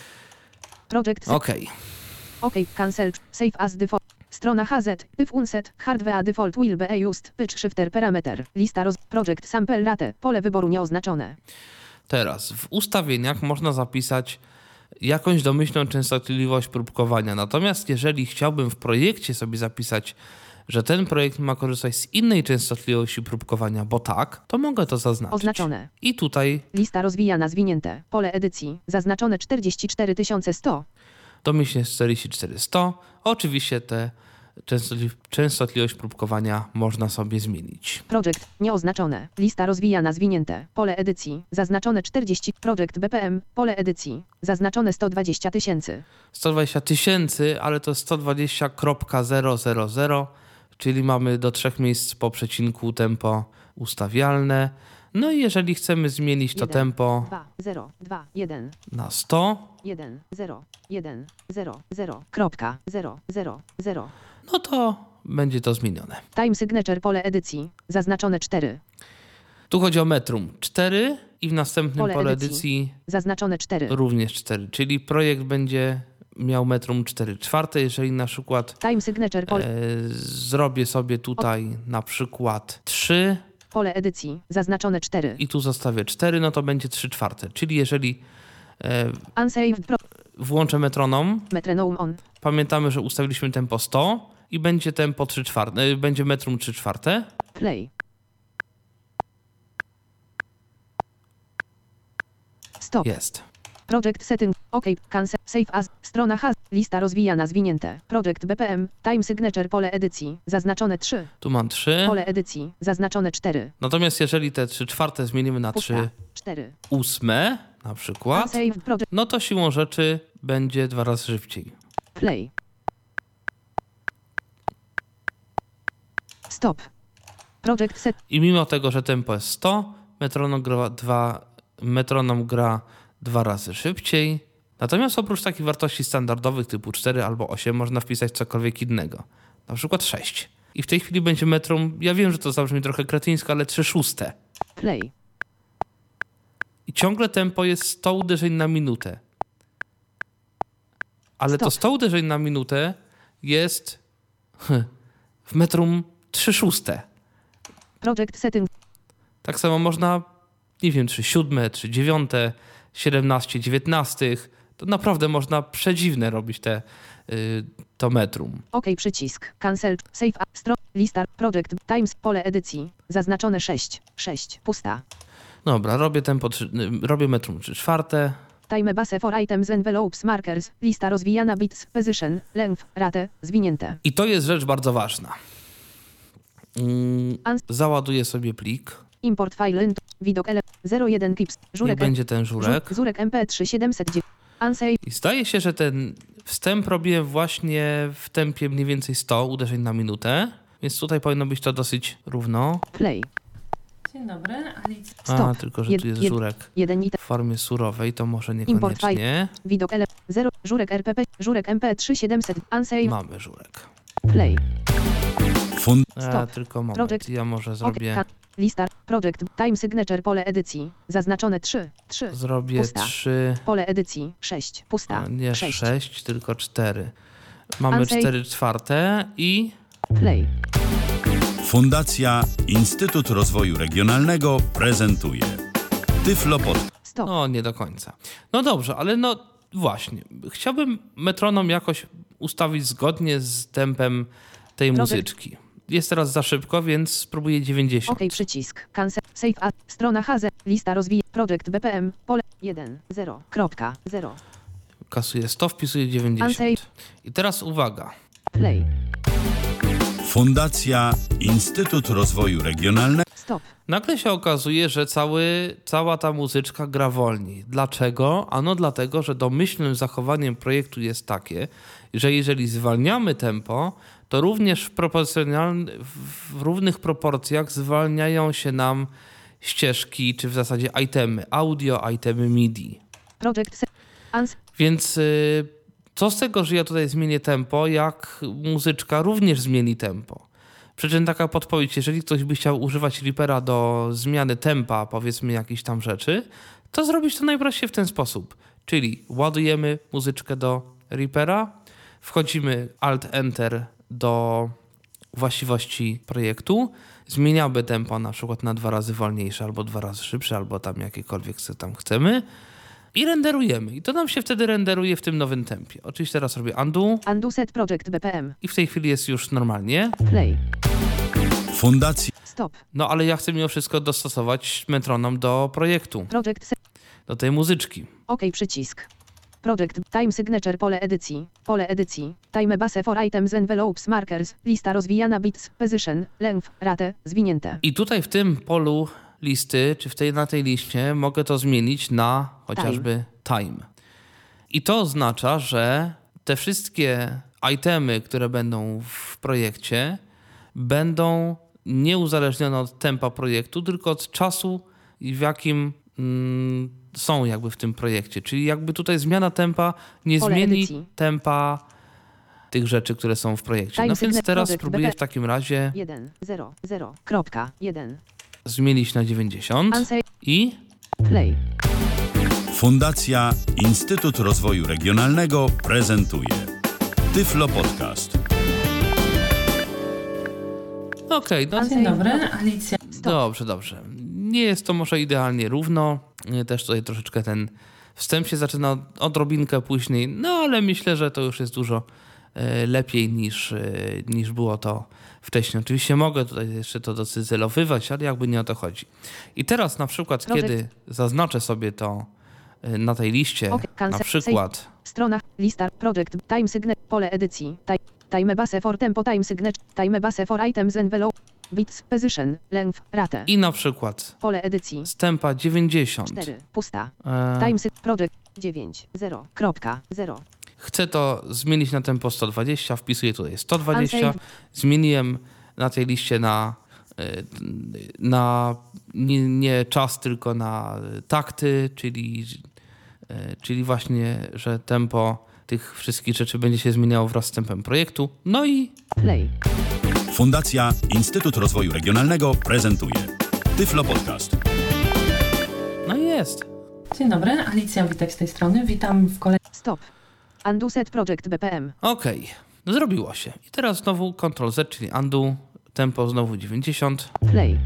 Project. Set. OK, OK. Cancel. Save as default. Strona H Z. If unset. Hardware default will be used. Pitch shifter parameter. Lista roz. Project sample rate. Pole wyboru nieoznaczone. teraz w ustawieniach można zapisać jakąś domyślną częstotliwość próbkowania. Natomiast jeżeli chciałbym w projekcie sobie zapisać, że ten projekt ma korzystać z innej częstotliwości próbkowania, bo tak, to mogę to zaznaczyć. Oznaczone. I tutaj Lista rozwijana zwinięte. Pole edycji. Zaznaczone czterdzieści cztery tysiące sto. domyślnie czterdzieści cztery sto. Oczywiście tę częstotli- częstotliwość próbkowania można sobie zmienić. Project. Nieoznaczone. Lista rozwijana zwinięte. Pole edycji. Zaznaczone czterdzieści. Project B P M. Pole edycji. Zaznaczone sto dwadzieścia tysięcy. sto dwadzieścia tysięcy, ale to sto dwadzieścia tysięcy, czyli mamy do trzech miejsc po przecinku tempo ustawialne. No i jeżeli chcemy zmienić to Jeden, tempo dwa, zero, dwa, jeden, na sto, jeden, zero, jeden, zero, zero, kropka, zero, zero, zero. no to będzie to zmienione. Time signature pole edycji. Zaznaczone cztery. Tu chodzi o metrum cztery i w następnym Pole pole edycji. edycji Zaznaczone cztery. również cztery, czyli projekt będzie miał metrum cztery czwarte. Jeżeli na przykład Time signature pole, e, zrobię sobie tutaj na przykład trzy pole edycji. Zaznaczone cztery. i tu zostawię cztery, no to będzie trzy czwarte. Czyli jeżeli e, Unsaved pro, włączę metronom, metronome on. pamiętamy, że ustawiliśmy tempo sto i będzie tempo trzy czwarte, e, będzie metrum trzy czwarte. Play. Stop. Jest. Project setting. OK. Cancel. Save as. Strona H. Lista rozwijana zwinięte. Project B P M. Time signature pole edycji. Zaznaczone trzy. Tu mam trzy. Pole edycji. Zaznaczone cztery. Natomiast jeżeli te trzy czwarte zmienimy na trzy Pusta. cztery. ósme na przykład, Unsaved project. no to siłą rzeczy będzie dwa razy szybciej. Play. Stop. Project set. I mimo tego, że tempo jest sto, metronom gra dwa, metronom gra dwa razy szybciej. Natomiast oprócz takich wartości standardowych typu cztery albo osiem można wpisać cokolwiek innego. Na przykład sześć. I w tej chwili będzie metrum, ja wiem, że to zabrzmi trochę kretyńsko, ale trzy szóste. Play. I ciągle tempo jest sto uderzeń na minutę. Ale Stop. to sto uderzeń na minutę jest w metrum trzy szóste. Project setting. Tak samo można, nie wiem, trzy siódme, trzy dziewiąte, siedemnaście dziewiętnastych. To naprawdę można przedziwne robić te, y, to metrum. OK przycisk. Cancel. Save. Stro. Lista. Project. Times. Pole edycji. Zaznaczone sześć. sześć. Pusta. Dobra, robię tempo, trzy, y, robię metrum trzy czwarte. Time base for items envelopes markers. Lista rozwijana bits. Position. Length. Rate. Zwinięte. I to jest rzecz bardzo ważna. Mm, załaduję sobie plik Import file into. Widok ele. zero jeden kips. i Żurek. będzie ten żurek. Żurek M P trzy siedemset dziewięć. Unsave. I zdaje się, że ten wstęp robiłem właśnie w tempie mniej więcej sto uderzeń na minutę. Więc tutaj powinno być to dosyć równo. Play. Dzień dobry, Alicja. A, Stop. tylko że Jed- tu jest jed- żurek jeden item. w formie surowej, to może Import file. niekoniecznie. Widok ele. zero. Żurek R P P. Żurek M P trzy siedemset. Unsave. Mamy żurek. Play. Fund... A, Stop. tylko moment, Project. ja może Ok. zrobię, Ka- Lista. Project. Time signature. Pole edycji. Zaznaczone trzy. trzy. zrobię Pusta. trzy, Pole edycji. sześć. Pusta. a nie sześć. sześć, tylko cztery. Mamy Unsave. cztery czwarte i Play. Fundacja Instytut Rozwoju Regionalnego prezentuje Tyflopod. Stop. no nie do końca. No dobrze, ale no właśnie, chciałbym metronom jakoś ustawić zgodnie z tempem tej Project. muzyczki. Jest teraz za szybko, więc spróbuję dziewięćdziesiąt. OK, przycisk. Cancel. Save as. Strona H Z. Lista rozwija. Project B P M. Pole jeden. zero. Kropka. zero. Kasuję sto, wpisuję dziewięćdziesiąt. I teraz uwaga. Play. Fundacja Instytut Rozwoju Regionalnego. Stop. Nagle się okazuje, że cały, cała ta muzyczka gra wolniej. Dlaczego? Ano dlatego, że domyślnym zachowaniem projektu jest takie, że jeżeli zwalniamy tempo, to również w, proporcjonalny, w równych proporcjach zwalniają się nam ścieżki, czy w zasadzie itemy audio, itemy MIDI. Project se- Ans. Więc y, co z tego, że ja tutaj zmienię tempo, jak muzyczka również zmieni tempo? Przy czym taka podpowiedź, jeżeli ktoś by chciał używać Reapera do zmiany tempa, powiedzmy jakichś tam rzeczy, to zrobić to najprościej w ten sposób. Czyli ładujemy muzyczkę do Reapera, wchodzimy Alt-Enter do właściwości projektu, zmieniamy tempo na przykład na dwa razy wolniejsze, albo dwa razy szybsze, albo tam jakiekolwiek co tam chcemy i renderujemy. I to nam się wtedy renderuje w tym nowym tempie. Oczywiście teraz robię undo Undo set project B P M. i w tej chwili jest już normalnie. Play. Fundacja Stop. No ale ja chcę mimo wszystko dostosować metronom do projektu, Project se- do tej muzyczki. OK, przycisk. Project. Time signature. Pole edycji. Pole edycji. Time base for items envelopes markers. Lista rozwijana bits. Position. Length. Rate. Zwinięte. I tutaj w tym polu listy, czy w tej, na tej liście mogę to zmienić na chociażby time. I to oznacza, że te wszystkie itemy, które będą w projekcie, będą nieuzależnione od tempa projektu, tylko od czasu, w jakim mm, są jakby w tym projekcie. Czyli jakby tutaj zmiana tempa nie Pole zmieni edycji. tempa tych rzeczy, które są w projekcie. Time No więc signature teraz project spróbuję B P. w takim razie jeden. zero. zero. Kropka. jeden. zmienić na dziewięćdziesiąt Unsave. i Play. Fundacja Instytut Rozwoju Regionalnego prezentuje Tyflo Podcast. okej, no Dzień dobry, Alicja. dobrze, dobrze. Nie jest to może idealnie równo. Też tutaj troszeczkę ten wstęp się zaczyna odrobinkę później, no ale myślę, że to już jest dużo e, lepiej niż, e, niż było to wcześniej. Oczywiście mogę tutaj jeszcze to docyzelowywać, ale jakby nie o to chodzi. I teraz na przykład, Project. kiedy zaznaczę sobie to e, na tej liście, Ok, cancel. na przykład Strona. Lista. Project. Time signature. Pole edycji. Time. Time base for tempo. Time signature. Time base for items envelope. Bits. Position. Length. Rate. i na przykład Pole edycji. z tempa dziewięćdziesiąt cztery. Pusta. e, Time sig- project. dziewięć. zero. Kropka. zero. chcę to zmienić na tempo sto dwadzieścia, wpisuję tutaj sto dwadzieścia, Unsave. zmieniłem na tej liście na, y, na nie, nie czas, tylko na takty, czyli, y, czyli właśnie, że tempo tych wszystkich rzeczy będzie się zmieniało wraz z tempem projektu. No i Play. Fundacja Instytut Rozwoju Regionalnego prezentuje Tyflo Podcast. no i jest. Dzień dobry, Alicja Witek z tej strony. Witam w kolejnym. Stop. Undo set project B P M. Okej, no zrobiło się. I teraz znowu control Z, czyli undo, tempo znowu dziewięćdziesiąt. Play.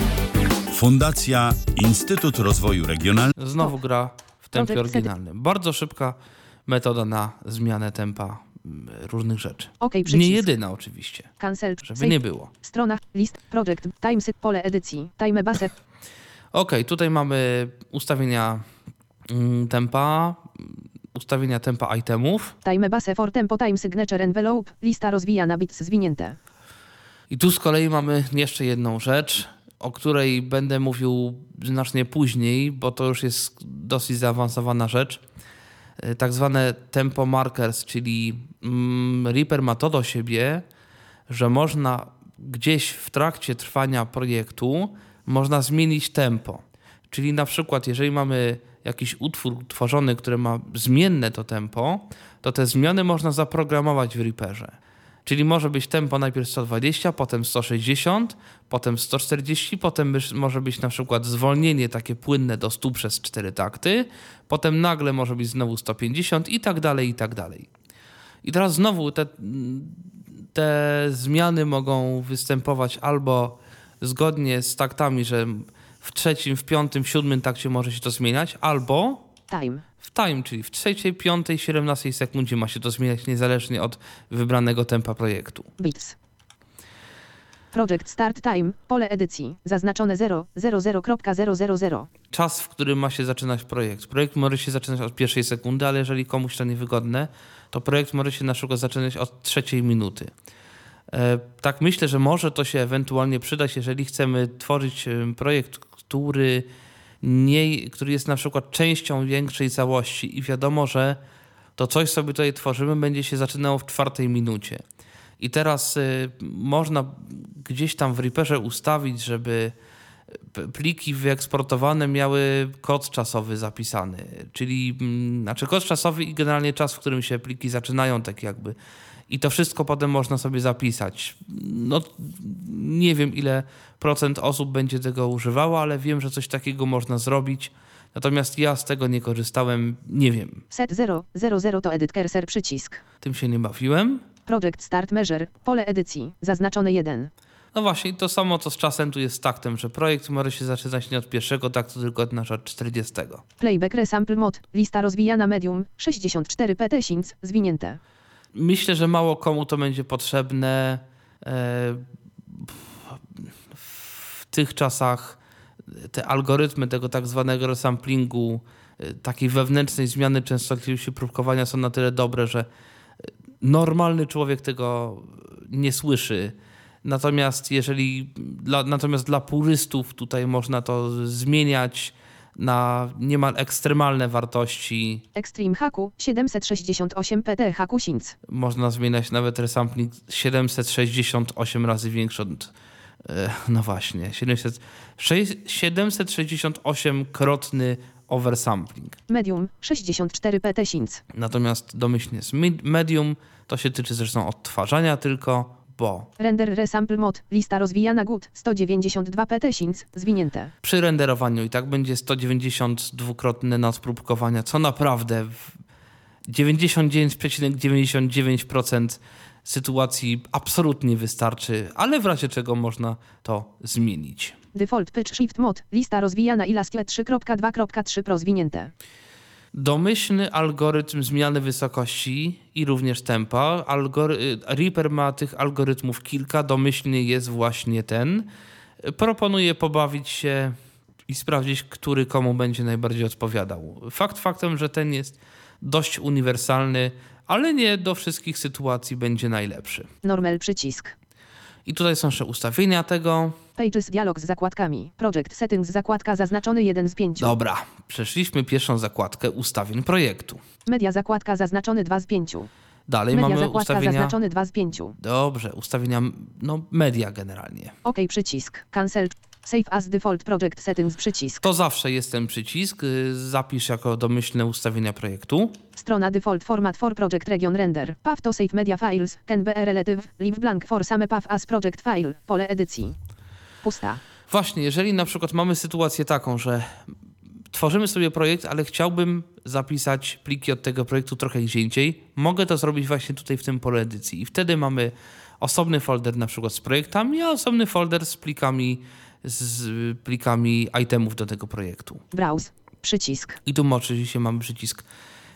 Fundacja Instytut Rozwoju Regionalnego. Znowu gra w tempie Project set. oryginalnym. Bardzo szybka metoda na zmianę tempa mm, różnych rzeczy. OK, przycisk. Nie jedyna oczywiście, Cancel. żeby Save. nie było. Strona. List. Project. Time sig- Pole edycji. Time base. Ok, tutaj mamy ustawienia mm, tempa, mm, ustawienia tempa itemów Time base for tempo. Time signature envelope. Lista rozwijana bits. Zwinięte. i tu z kolei mamy jeszcze jedną rzecz, o której będę mówił znacznie później, bo to już jest dosyć zaawansowana rzecz. Y, Tak zwane tempo markers, czyli mm, Reaper ma to do siebie, że można gdzieś w trakcie trwania projektu można zmienić tempo. Czyli na przykład, jeżeli mamy jakiś utwór tworzony, który ma zmienne to tempo, to te zmiany można zaprogramować w Reaperze. Czyli może być tempo najpierw sto dwadzieścia, potem sto sześćdziesiąt, potem sto czterdzieści, potem może być na przykład zwolnienie takie płynne do stu przez cztery takty, potem nagle może być znowu sto pięćdziesiąt i tak dalej, i tak dalej. I teraz znowu te, te zmiany mogą występować albo zgodnie z taktami, że w trzecim, w piątym, w siódmym takcie może się to zmieniać, albo Time. w time, czyli w trzeciej, piątej, siedemnastej sekundzie ma się to zmieniać niezależnie od wybranego tempa projektu. Bits. Project Start Time, pole edycji, zaznaczone zero zero zero zero zero zero. Czas, w którym ma się zaczynać projekt. Projekt może się zaczynać od pierwszej sekundy, ale jeżeli komuś to niewygodne, to projekt może się na przykład zaczynać od trzeciej minuty. E, tak myślę, że może to się ewentualnie przydać, jeżeli chcemy tworzyć projekt, który, nie, który jest na przykład częścią większej całości i wiadomo, że to coś sobie tutaj tworzymy będzie się zaczynało w czwartej minucie. I teraz y, można gdzieś tam w Reaperze ustawić, żeby pliki wyeksportowane miały kod czasowy zapisany, czyli mm, znaczy kod czasowy i generalnie czas, w którym się pliki zaczynają, tak jakby. I to wszystko potem można sobie zapisać. No nie wiem, ile procent osób będzie tego używało, ale wiem, że coś takiego można zrobić. Natomiast ja z tego nie korzystałem, nie wiem. Set zero zero zero to edit cursor przycisk. Tym się nie bawiłem. Project Start Measure, pole edycji, zaznaczone jeden. No właśnie, to samo co z czasem tu jest z taktem, że projekt może się zaczynać nie od pierwszego taktu, tylko od na przykład czterdziestego. Playback Resample Mod, lista rozwijana medium, sześćdziesiąt cztery p tysiąc, zwinięte. Myślę, że mało komu to będzie potrzebne. W tych czasach te algorytmy tego tak zwanego resamplingu, takiej wewnętrznej zmiany częstotliwości próbkowania są na tyle dobre, że normalny człowiek tego nie słyszy. Natomiast jeżeli dla, natomiast dla purystów tutaj można to zmieniać na niemal ekstremalne wartości. Extreme Haku siedemset sześćdziesiąt osiem p t Hakusins. Można zmieniać nawet resampling siedemset sześćdziesiąt osiem razy większy od... No właśnie, siedemset sześćdziesiąt osiem krotny oversampling. Medium sześćdziesiąt cztery p tysiąc. Natomiast domyślnie jest medium, to się tyczy zresztą odtwarzania tylko, bo... Render Resample Mod, lista rozwijana good, sto dziewięćdziesiąt dwa p tysiąc, zwinięte. Przy renderowaniu i tak będzie sto dziewięćdziesiąt dwukrotny nadpróbkowania, co naprawdę w dziewięćdziesiąt dziewięć przecinek dziewięćdziesiąt dziewięć procent sytuacji absolutnie wystarczy, ale w razie czego można to zmienić. Default Pitch Shift Mod, lista rozwijana Illustrator trzy kropka dwa kropka trzy pro zwinięte. Domyślny algorytm zmiany wysokości i również tempa. Algory- Reaper ma tych algorytmów kilka, domyślny jest właśnie ten. Proponuję pobawić się i sprawdzić, który komu będzie najbardziej odpowiadał. Fakt faktem, że ten jest dość uniwersalny, ale nie do wszystkich sytuacji będzie najlepszy. Normal przycisk. I tutaj są jeszcze ustawienia tego. Pages dialog z zakładkami. Project Settings zakładka zaznaczony jeden z pięciu. Dobra, przeszliśmy pierwszą zakładkę ustawień projektu. Media zakładka zaznaczony dwa z pięciu. Dalej media mamy zakładka ustawienia... zaznaczony dwa z pięciu. Dobrze, ustawienia, no media generalnie. OK przycisk. Cancel. Save as default project settings przycisk. To zawsze jest ten przycisk. Zapisz jako domyślne ustawienia projektu. Strona default format for project region render. Path to save media files. Can be relative. Leave blank for same path as project file. Pole edycji. Pusta. Właśnie, jeżeli na przykład mamy sytuację taką, że tworzymy sobie projekt, ale chciałbym zapisać pliki od tego projektu trochę gdzie indziej, mogę to zrobić właśnie tutaj w tym polu edycji. I wtedy mamy osobny folder na przykład z projektami, a osobny folder z plikami z plikami itemów do tego projektu. Browse. Przycisk. I tu oczywiście mamy przycisk,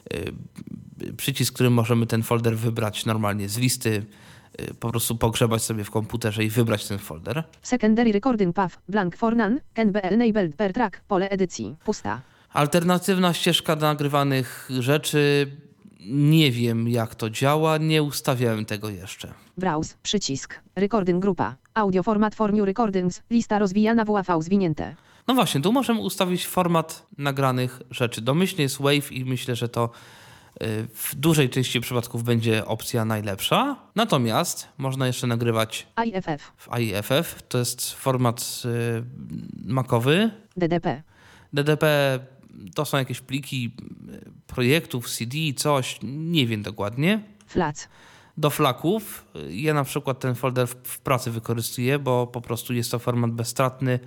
yy, przycisk, którym możemy ten folder wybrać normalnie z listy, yy, po prostu pogrzebać sobie w komputerze i wybrać ten folder. Secondary recording path. Blank for none. Can be enabled per track. Pole edycji. Pusta. Alternatywna ścieżka do nagrywanych rzeczy. Nie wiem, jak to działa, nie ustawiałem tego jeszcze. Browse. Przycisk. Recording grupa. Audio format for new recordings. Lista rozwijana W A V zwinięte. No właśnie, tu możemy ustawić format nagranych rzeczy. Domyślnie jest WAV i myślę, że to w dużej części przypadków będzie opcja najlepsza. Natomiast można jeszcze nagrywać I F F, w I F F. To jest format macowy. D D P, D D P to są jakieś pliki projektów, C D, coś, nie wiem dokładnie. Flac, Do flaków. Ja na przykład ten folder w, w pracy wykorzystuję, bo po prostu jest to format bezstratny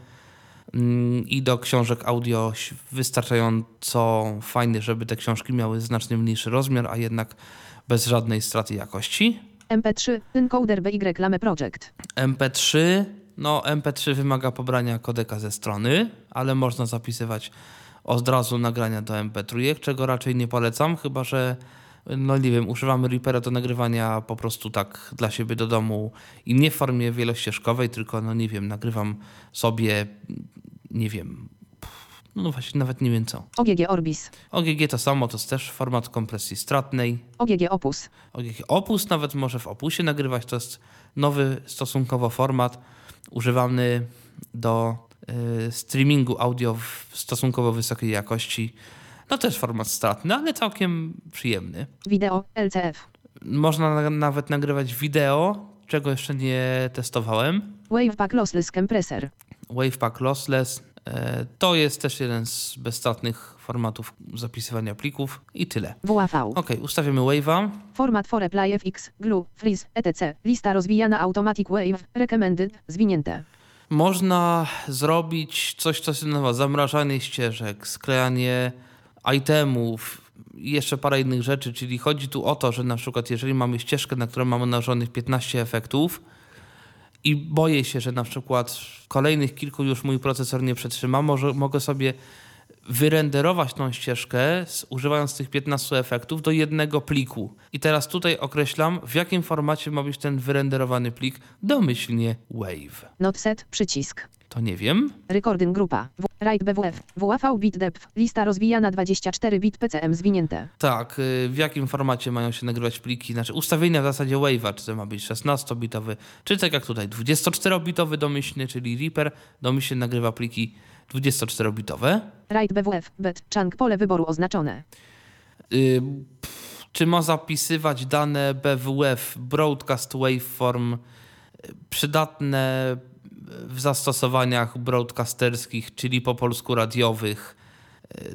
mm, i do książek audio wystarczająco fajny, żeby te książki miały znacznie mniejszy rozmiar, a jednak bez żadnej straty jakości. M P trzy, encoder B Y Lame Project, M P trzy, no M P trzy wymaga pobrania kodeka ze strony, ale można zapisywać od razu nagrania do M P trzy, czego raczej nie polecam, chyba że no nie wiem, używamy Reapera do nagrywania po prostu tak dla siebie do domu i nie w formie wielościeżkowej, tylko no nie wiem, nagrywam sobie, nie wiem, no właśnie nawet nie wiem co. O G G Orbis, O G G to samo, to jest też format kompresji stratnej. O G G Opus, O G G Opus nawet może w Opusie nagrywać, to jest nowy stosunkowo format używany do y, streamingu audio w stosunkowo wysokiej jakości. No też format stratny, ale całkiem przyjemny. Wideo, L C F, Można na, nawet nagrywać wideo, czego jeszcze nie testowałem. Wavepack Lossless Compressor, Wavepack Lossless e, to jest też jeden z bezstratnych formatów zapisywania plików i tyle. W A V, Ok, ustawimy Wave'a. Format for Apply F X, Glue, Freeze, et cetera. Lista rozwijana Automatic Wave, Recommended, zwinięte. Można zrobić coś, co się nazywa zamrażanie ścieżek, sklejanie itemów i jeszcze parę innych rzeczy, czyli chodzi tu o to, że na przykład jeżeli mamy ścieżkę, na którą mamy nałożonych piętnaście efektów i boję się, że na przykład kolejnych kilku już mój procesor nie przetrzyma, może, mogę sobie wyrenderować tą ścieżkę z, używając tych piętnastu efektów do jednego pliku. I teraz tutaj określam, w jakim formacie ma być ten wyrenderowany plik, domyślnie WAV. Not set, przycisk. To nie wiem. Recording grupa. W, write B W F. W A V bit depth. Lista rozwijana dwadzieścia cztery bit P C M zwinięte. Tak, y, w jakim formacie mają się nagrywać pliki, znaczy ustawienia w zasadzie Wave'a, czy to ma być szesnastobitowy, czy tak jak tutaj dwudziestoczterobitowy domyślny, czyli Reaper domyślnie nagrywa pliki dwudziestoczterobitowe. Write B W F. Bet. Chunk pole wyboru oznaczone. Y, pff, czy ma zapisywać dane B W F, broadcast waveform, y, przydatne w zastosowaniach broadcasterskich, czyli po polsku radiowych y,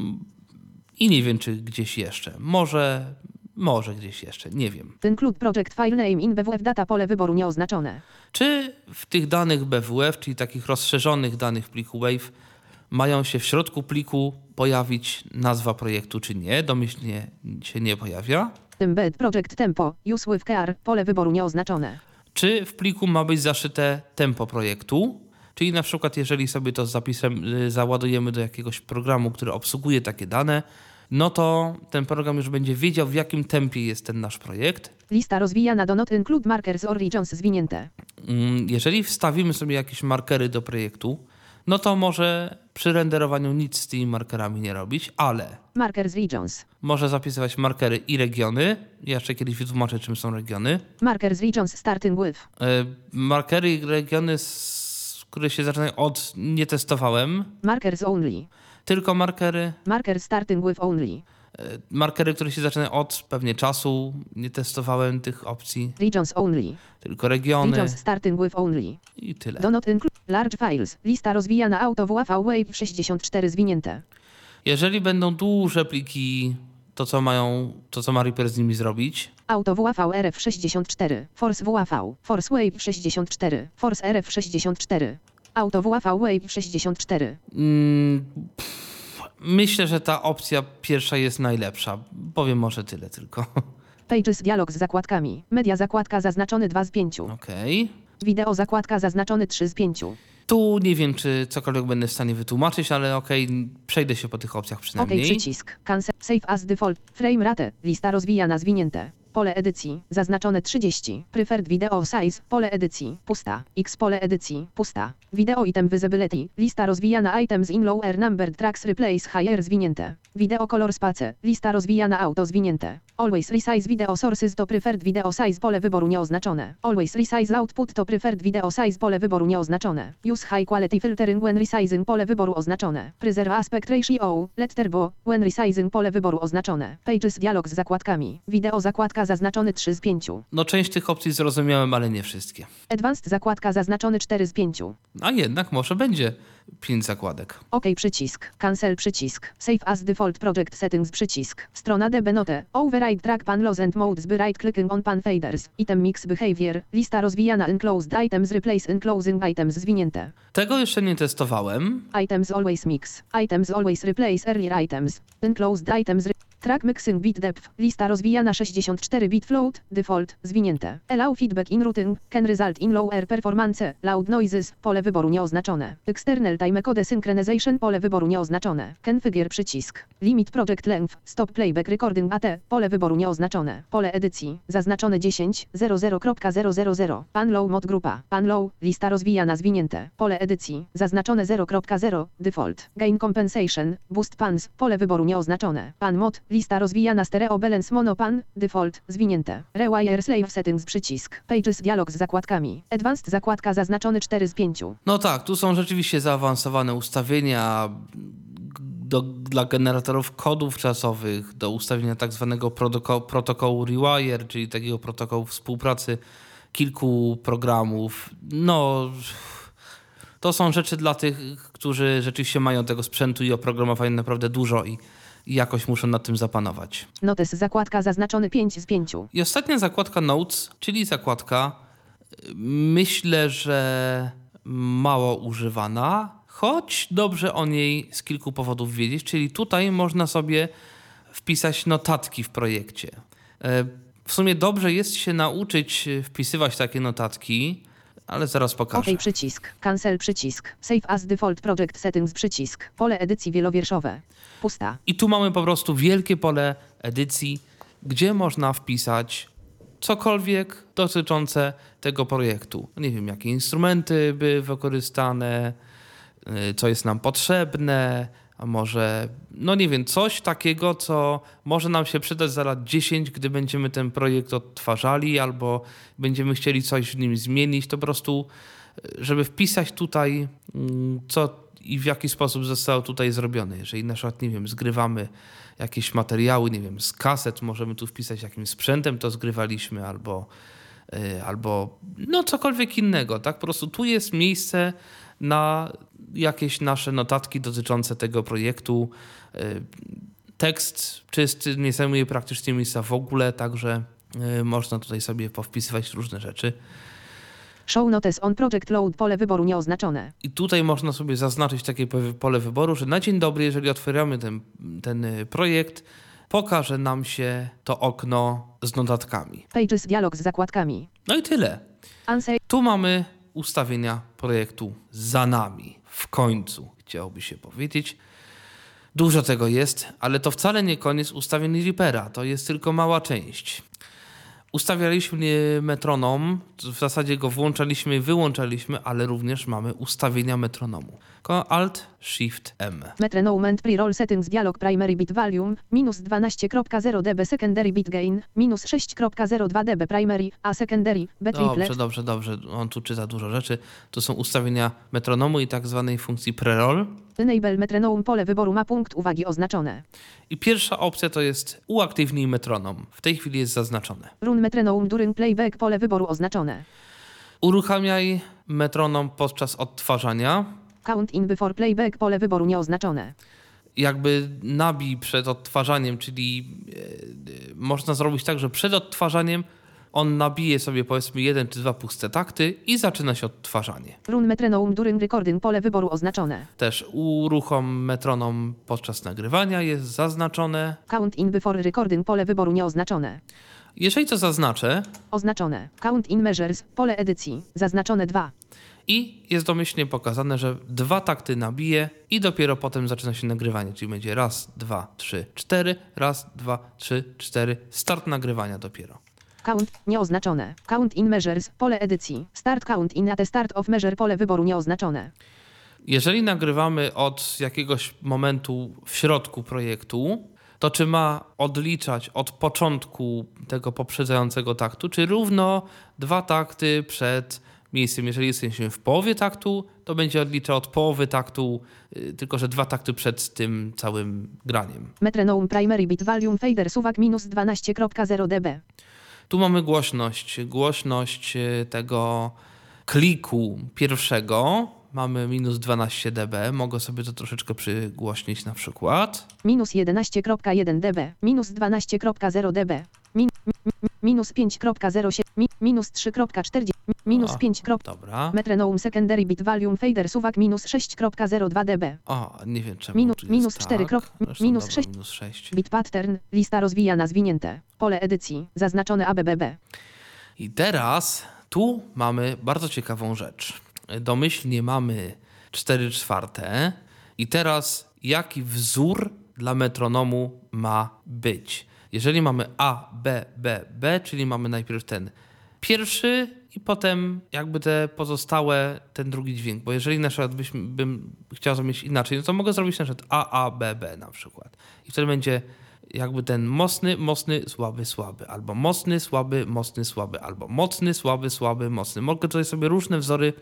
i nie wiem, czy gdzieś jeszcze. Może, może gdzieś jeszcze, nie wiem. Include project file name in B W F data pole wyboru nieoznaczone. Czy w tych danych B W F, czyli takich rozszerzonych danych pliku Wave, mają się w środku pliku pojawić nazwa projektu, czy nie? Domyślnie się nie pojawia. Embed project tempo. Use with care. Pole wyboru nieoznaczone. Czy w pliku ma być zaszyte tempo projektu? Czyli na przykład jeżeli sobie to z zapisem y, załadujemy do jakiegoś programu, który obsługuje takie dane, no to ten program już będzie wiedział, w jakim tempie jest ten nasz projekt. Lista rozwijana do not include markers or regions zwinięte. Mm, Jeżeli wstawimy sobie jakieś markery do projektu, no to może przy renderowaniu nic z tymi markerami nie robić, ale Markers regions. może zapisywać markery i regiony. Ja jeszcze kiedyś wytłumaczę, czym są regiony. Markers regions starting with. E, markery i regiony, z, które się zaczynają od, nie testowałem, Markers only. tylko markery. Marker starting with only. E, markery, które się zaczynają od pewnie czasu, nie testowałem tych opcji, Regions only. tylko regiony Regions starting with only. i tyle. Do not include large files. Lista rozwijana auto W A V Wave sześćdziesiąt cztery zwinięte. Jeżeli będą duże pliki, to co mają, to co ma Reaper z nimi zrobić? Auto W A V R F sześćdziesiąt cztery. Force W A V. Force Wave sześćdziesiąt cztery. Force R F sześćdziesiąt cztery. Auto W A V Wave sześćdziesiąt cztery. Mm, pff, myślę, że ta opcja pierwsza jest najlepsza. Powiem może tyle tylko. Pages dialog z zakładkami. Media zakładka zaznaczony dwa z pięciu. Okej. Wideo zakładka zaznaczony trzy z pięciu. Tu nie wiem, czy cokolwiek będę w stanie wytłumaczyć, ale okej, przejdę się po tych opcjach OK przynajmniej. przycisk. Cancel. Save as default. Frame rate. Lista rozwijana zwinięte. Pole edycji. Zaznaczone trzydzieści. Preferred video size. Pole edycji. Pusta. X pole edycji. Pusta. Video item visibility. Lista rozwijana items in lower numbered tracks replace higher zwinięte. Video color space. Lista rozwijana auto zwinięte. Always resize video sources to preferred video size pole wyboru nieoznaczone. Always resize output to preferred video size pole wyboru nieoznaczone. Use high quality filtering when resizing pole wyboru oznaczone. Preserve aspect ratio, letter bo, when resizing pole wyboru oznaczone. Pages dialog z zakładkami. Wideo zakładka zaznaczony trzy z pięciu. No część tych opcji zrozumiałem, ale nie wszystkie. Advanced zakładka zaznaczony cztery z pięciu. A jednak może będzie pięć zakładek. OK przycisk. Cancel przycisk. Save as default project settings przycisk. Strona D B note. Override track pan loss and modes by right clicking on pan faders. Item mix behavior. Lista rozwijana enclosed items replace enclosing items zwinięte. Tego jeszcze nie testowałem. Items always mix. Items always replace earlier items. Enclosed items re- Track mixing bit depth. Lista rozwijana sześćdziesiąt cztery bit float. Default. Zwinięte. Allow feedback in routing. Can result in lower performance. Loud noises. Pole wyboru nieoznaczone. External time code synchronization. Pole wyboru nieoznaczone. Configure przycisk. Limit project length. Stop playback recording A T. Pole wyboru nieoznaczone. Pole edycji. Zaznaczone dziesięć zero zero zero zero zero. Pan low mod grupa. Pan low. Lista rozwijana zwinięte. Pole edycji. Zaznaczone zero zero. Default. Gain compensation. Boost pans. Pole wyboru nieoznaczone. Pan mod. Lista rozwijana stereo balance mono pan. Default. Zwinięte. Rewire slave settings przycisk. Pages dialog z zakładkami. Advanced zakładka zaznaczony cztery z pięciu. No tak, tu są rzeczywiście zaawansowane ustawienia do, dla generatorów kodów czasowych, do ustawienia tak zwanego protoko- protokołu Rewire, czyli takiego protokołu współpracy kilku programów. No, to są rzeczy dla tych, którzy rzeczywiście mają tego sprzętu i oprogramowania naprawdę dużo i i jakoś muszą nad tym zapanować. Notes zakładka zaznaczony pięć z pięciu. I ostatnia zakładka Notes, czyli zakładka, myślę, że mało używana, choć dobrze o niej z kilku powodów wiedzieć, czyli tutaj można sobie wpisać notatki w projekcie. W sumie dobrze jest się nauczyć wpisywać takie notatki, ale zaraz pokażę. OK przycisk. Cancel przycisk. Save as default project settings przycisk. Pole edycji wielowierszowe. Pusta. I tu mamy po prostu wielkie pole edycji, gdzie można wpisać cokolwiek dotyczące tego projektu. Nie wiem, jakie instrumenty były wykorzystane, co jest nam potrzebne, a może, no nie wiem, coś takiego, co może nam się przydać za lat dziesięć, gdy będziemy ten projekt odtwarzali albo będziemy chcieli coś w nim zmienić, to po prostu, żeby wpisać tutaj, co i w jaki sposób zostało tutaj zrobione. Jeżeli na przykład, nie wiem, zgrywamy jakieś materiały, nie wiem, z kaset, możemy tu wpisać, jakim sprzętem to zgrywaliśmy, albo, yy, albo no cokolwiek innego, tak? Po prostu tu jest miejsce na jakieś nasze notatki dotyczące tego projektu. Yy, tekst czysty nie zajmuje praktycznie miejsca w ogóle, także yy, można tutaj sobie powpisywać różne rzeczy. Show notes on project load, pole wyboru nieoznaczone. I tutaj można sobie zaznaczyć takie pole wyboru, że na dzień dobry, jeżeli otwieramy ten, ten projekt, pokaże nam się to okno z notatkami. Pages dialog z zakładkami. No i tyle. Answer. Tu mamy ustawienia projektu za nami. W końcu, chciałoby się powiedzieć. Dużo tego jest, ale to wcale nie koniec ustawień Reapera. To jest tylko mała część. Ustawialiśmy metronom, w zasadzie go włączaliśmy i wyłączaliśmy, ale również mamy ustawienia metronomu. Alt Shift M. Metronome and pre-roll settings dialog primary bit volume, minus dwanaście zero dB secondary bit gain, minus sześć zero dwa dB primary, a secondary, B triplet. Dobrze, dobrze, dobrze. On tu czyta dużo rzeczy. To są ustawienia metronomu i tak zwanej funkcji pre-roll. Enable metronome, pole wyboru ma punkt uwagi oznaczone. I pierwsza opcja to jest uaktywnij metronom. W tej chwili jest zaznaczone. Run metronome during playback, pole wyboru oznaczone. Uruchamiaj metronom podczas odtwarzania. Count in before playback, pole wyboru nieoznaczone. Jakby nabij przed odtwarzaniem, czyli yy, można zrobić tak, że przed odtwarzaniem on nabije sobie powiedzmy jeden czy dwa puste takty i zaczyna się odtwarzanie. Run metronome during recording, pole wyboru oznaczone. Też uruchom metronom podczas nagrywania jest zaznaczone. Count in before recording, pole wyboru nieoznaczone. Jeżeli to zaznaczę. Oznaczone. Count in measures, pole edycji. Zaznaczone dwa. I jest domyślnie pokazane, że dwa takty nabije i dopiero potem zaczyna się nagrywanie. Czyli będzie raz, dwa, trzy, cztery, raz, dwa, trzy, cztery. Start nagrywania dopiero. Count nieoznaczone. Count in measures, pole edycji. Start count in at the start of measure, pole wyboru nieoznaczone. Jeżeli nagrywamy od jakiegoś momentu w środku projektu, to czy ma odliczać od początku tego poprzedzającego taktu, czy równo dwa takty przed miejscem. Jeżeli jesteśmy w połowie taktu, to będzie odliczał od połowy taktu, yy, tylko że dwa takty przed tym całym graniem. Metronome primary bit volume fader suwak minus dwanaście przecinek zero decibeli. Tu mamy głośność, głośność tego kliku pierwszego. Mamy minus dwanaście decybeli. Mogę sobie to troszeczkę przygłośnić na przykład. Minus jedenaście przecinek jeden decybeli. Minus dwanaście przecinek zero decibeli. Min, mi, minus pięć przecinek zero siedem. Mi, minus trzy przecinek czterdzieści. Minus O, pięć. Dobra. Metronome secondary bit volume fader suwak minus sześć przecinek zero dwa decibeli. O, nie wiem czemu Minu, tu jest minus tak. cztery. Zresztą Minus dobra, sześć. minus sześć. Bit pattern. Lista rozwijana zwinięte. Pole edycji. Zaznaczone A B B B. I teraz tu mamy bardzo ciekawą rzecz. Domyślnie mamy cztery czwarte i teraz jaki wzór dla metronomu ma być? Jeżeli mamy A, B, B, B, czyli mamy najpierw ten pierwszy i potem jakby te pozostałe, ten drugi dźwięk. Bo jeżeli na przykład byśmy, bym chciał zrobić inaczej, no to mogę zrobić na przykład A, A, B, B na przykład. I wtedy będzie jakby ten mocny, mocny, słaby, słaby, albo mocny, słaby, mocny, słaby, albo mocny, słaby, słaby, mocny. Mogę tutaj sobie różne wzory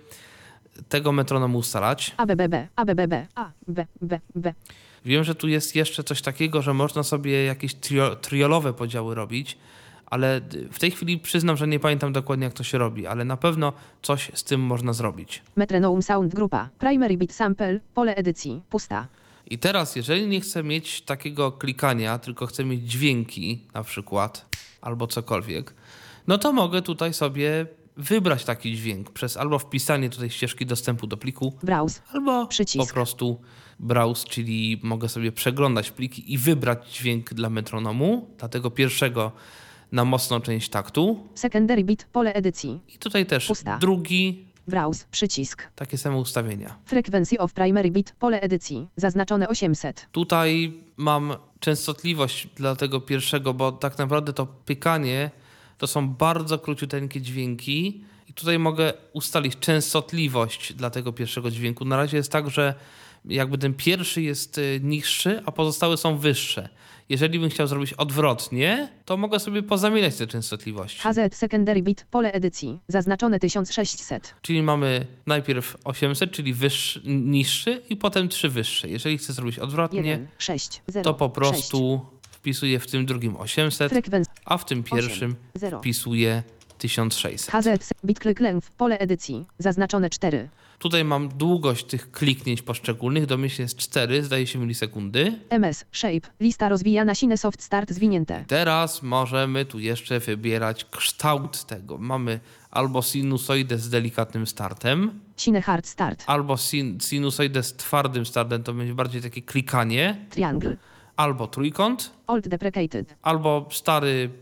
tego metronomu ustalać. A B B B. A B B B. A B B B. Wiem, że tu jest jeszcze coś takiego, że można sobie jakieś trio, triolowe podziały robić, ale w tej chwili przyznam, że nie pamiętam dokładnie, jak to się robi, ale na pewno coś z tym można zrobić. Metronome sound grupa. Primary bit sample. Pole edycji. Pusta. I teraz, jeżeli nie chcę mieć takiego klikania, tylko chcę mieć dźwięki na przykład, albo cokolwiek, no to mogę tutaj sobie wybrać taki dźwięk przez albo wpisanie tutaj ścieżki dostępu do pliku, Browse. albo Przycisk. po prostu browse, czyli mogę sobie przeglądać pliki i wybrać dźwięk dla metronomu, dla tego pierwszego na mocną część taktu. Secondary bit. Pole edycji. I tutaj też Pusta. drugi, Browse. Przycisk. takie same ustawienia. Frequency of primary bit. Pole edycji. Zaznaczone osiemset. Tutaj mam częstotliwość dla tego pierwszego, bo tak naprawdę to pykanie to są bardzo króciuteńkie dźwięki i tutaj mogę ustalić częstotliwość dla tego pierwszego dźwięku. Na razie jest tak, że jakby ten pierwszy jest niższy, a pozostałe są wyższe. Jeżeli bym chciał zrobić odwrotnie, to mogę sobie pozamieniać te częstotliwości. H Z secondary bit. Pole edycji. Zaznaczone tysiąc sześćset. Czyli mamy najpierw osiemset, czyli wyższy, niższy i potem trzy wyższe. Jeżeli chcę zrobić odwrotnie, jeden, sześć, zero, to po prostu sześć. wpisuję w tym drugim osiemset, Frekwencja. a w tym pierwszym zero. wpisuję tysiąc sześćset. H Z bit click length. Pole edycji. Zaznaczone cztery. Tutaj mam długość tych kliknięć poszczególnych, domyślnie jest cztery, zdaje się milisekundy. M S shape. Lista rozwijana. Sine soft start zwinięte. Teraz możemy tu jeszcze wybierać kształt tego. Mamy albo sinusoidę z delikatnym startem, Sine hard start. albo sin- sinusoidę z twardym startem, to będzie bardziej takie klikanie, Triangle. albo trójkąt, Alt deprecated. albo stary,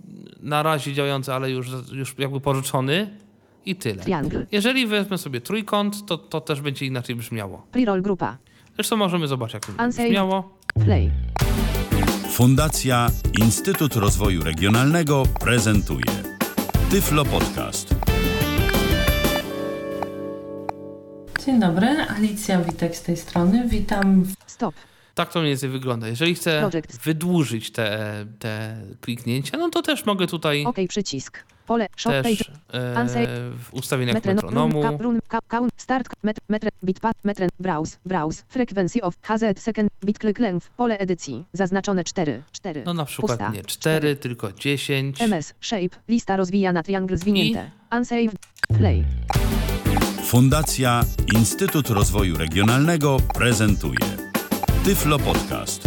na razie działający, ale już, już jakby pożyczony i tyle. Triangle. Jeżeli wezmę sobie trójkąt, to, to też będzie inaczej brzmiało. Preroll grupa. Zresztą możemy zobaczyć, jak to będzie Unsaved. brzmiało. Play. Fundacja Instytut Rozwoju Regionalnego prezentuje Tyflo Podcast. Dzień dobry, Alicja Witek z tej strony. Witam w Stop. Tak to mniej więcej wygląda. Jeżeli chcę Project. wydłużyć te, te kliknięcia, no to też mogę tutaj OK przycisk. Pole. Shop też page. e, Unsaved. w ustawieniach Metron. metronomu Cap, run, cap, count. Start. Met, metr. Bitpad. Metren. Browse. Browse. Frequency of. H Z second. Bit click length. Pole edycji. Zaznaczone cztery. cztery. no na przykład Pusta. nie cztery, tylko dziesięć. M S shape. Lista rozwijana. Triangle zwinięte. Unsaved. Play. Fundacja Instytut Rozwoju Regionalnego prezentuje Tyflo Podcast.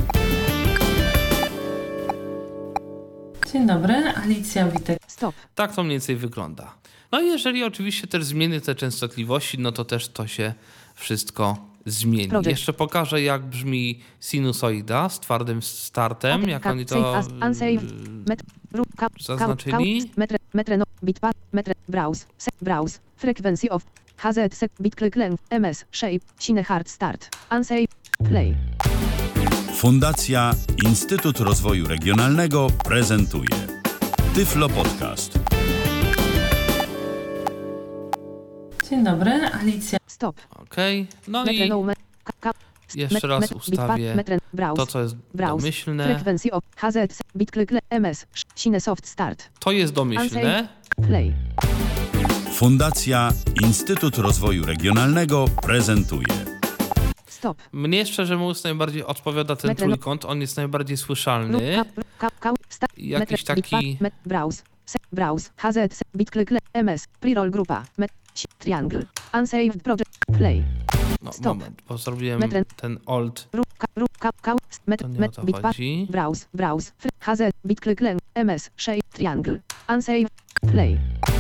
Dzień dobry, Alicja Witek. Stop. Tak to mniej więcej wygląda. No i jeżeli oczywiście też zmienię te częstotliwości, no to też to się wszystko zmieni. Project. Jeszcze pokażę, jak brzmi sinusoida z twardym startem, OK, jak cap, oni save to as, unsaved. Met, ru, cap, zaznaczyli. count, metre, metre, no, bitpad, metre, browse, se, browse, frequency of, H Z, sec, bit click length, M S, shape, sine hard start, unsave, play. Fundacja Instytut Rozwoju Regionalnego prezentuje Tyflo Podcast. Dzień dobry, Alicja. Stop. Okej, no i Metronome, cap, cap, Jeszcze raz ustawię to, co jest domyślne. Frekwencji o H Z bit click M S Cinesoft start. To jest domyślne. Play. Fundacja Instytut Rozwoju Regionalnego prezentuje. Stop. Mnie szczerze mówiąc najbardziej odpowiada ten Metren- trójkąt, on jest najbardziej słyszalny. Jakiś taki... Browse. Browse. H Z bit click M S Preroll grupa. Met, triangle. Unsaved project. Play. No Stop. moment, bo zrobiłem Metren- ten alt. Ruka, ruka, kał, met, To nie o met, to bit, pa, chodzi. browse, browse, fl, H Z, bit, click, len, M S, shape, triangle, unsave, play.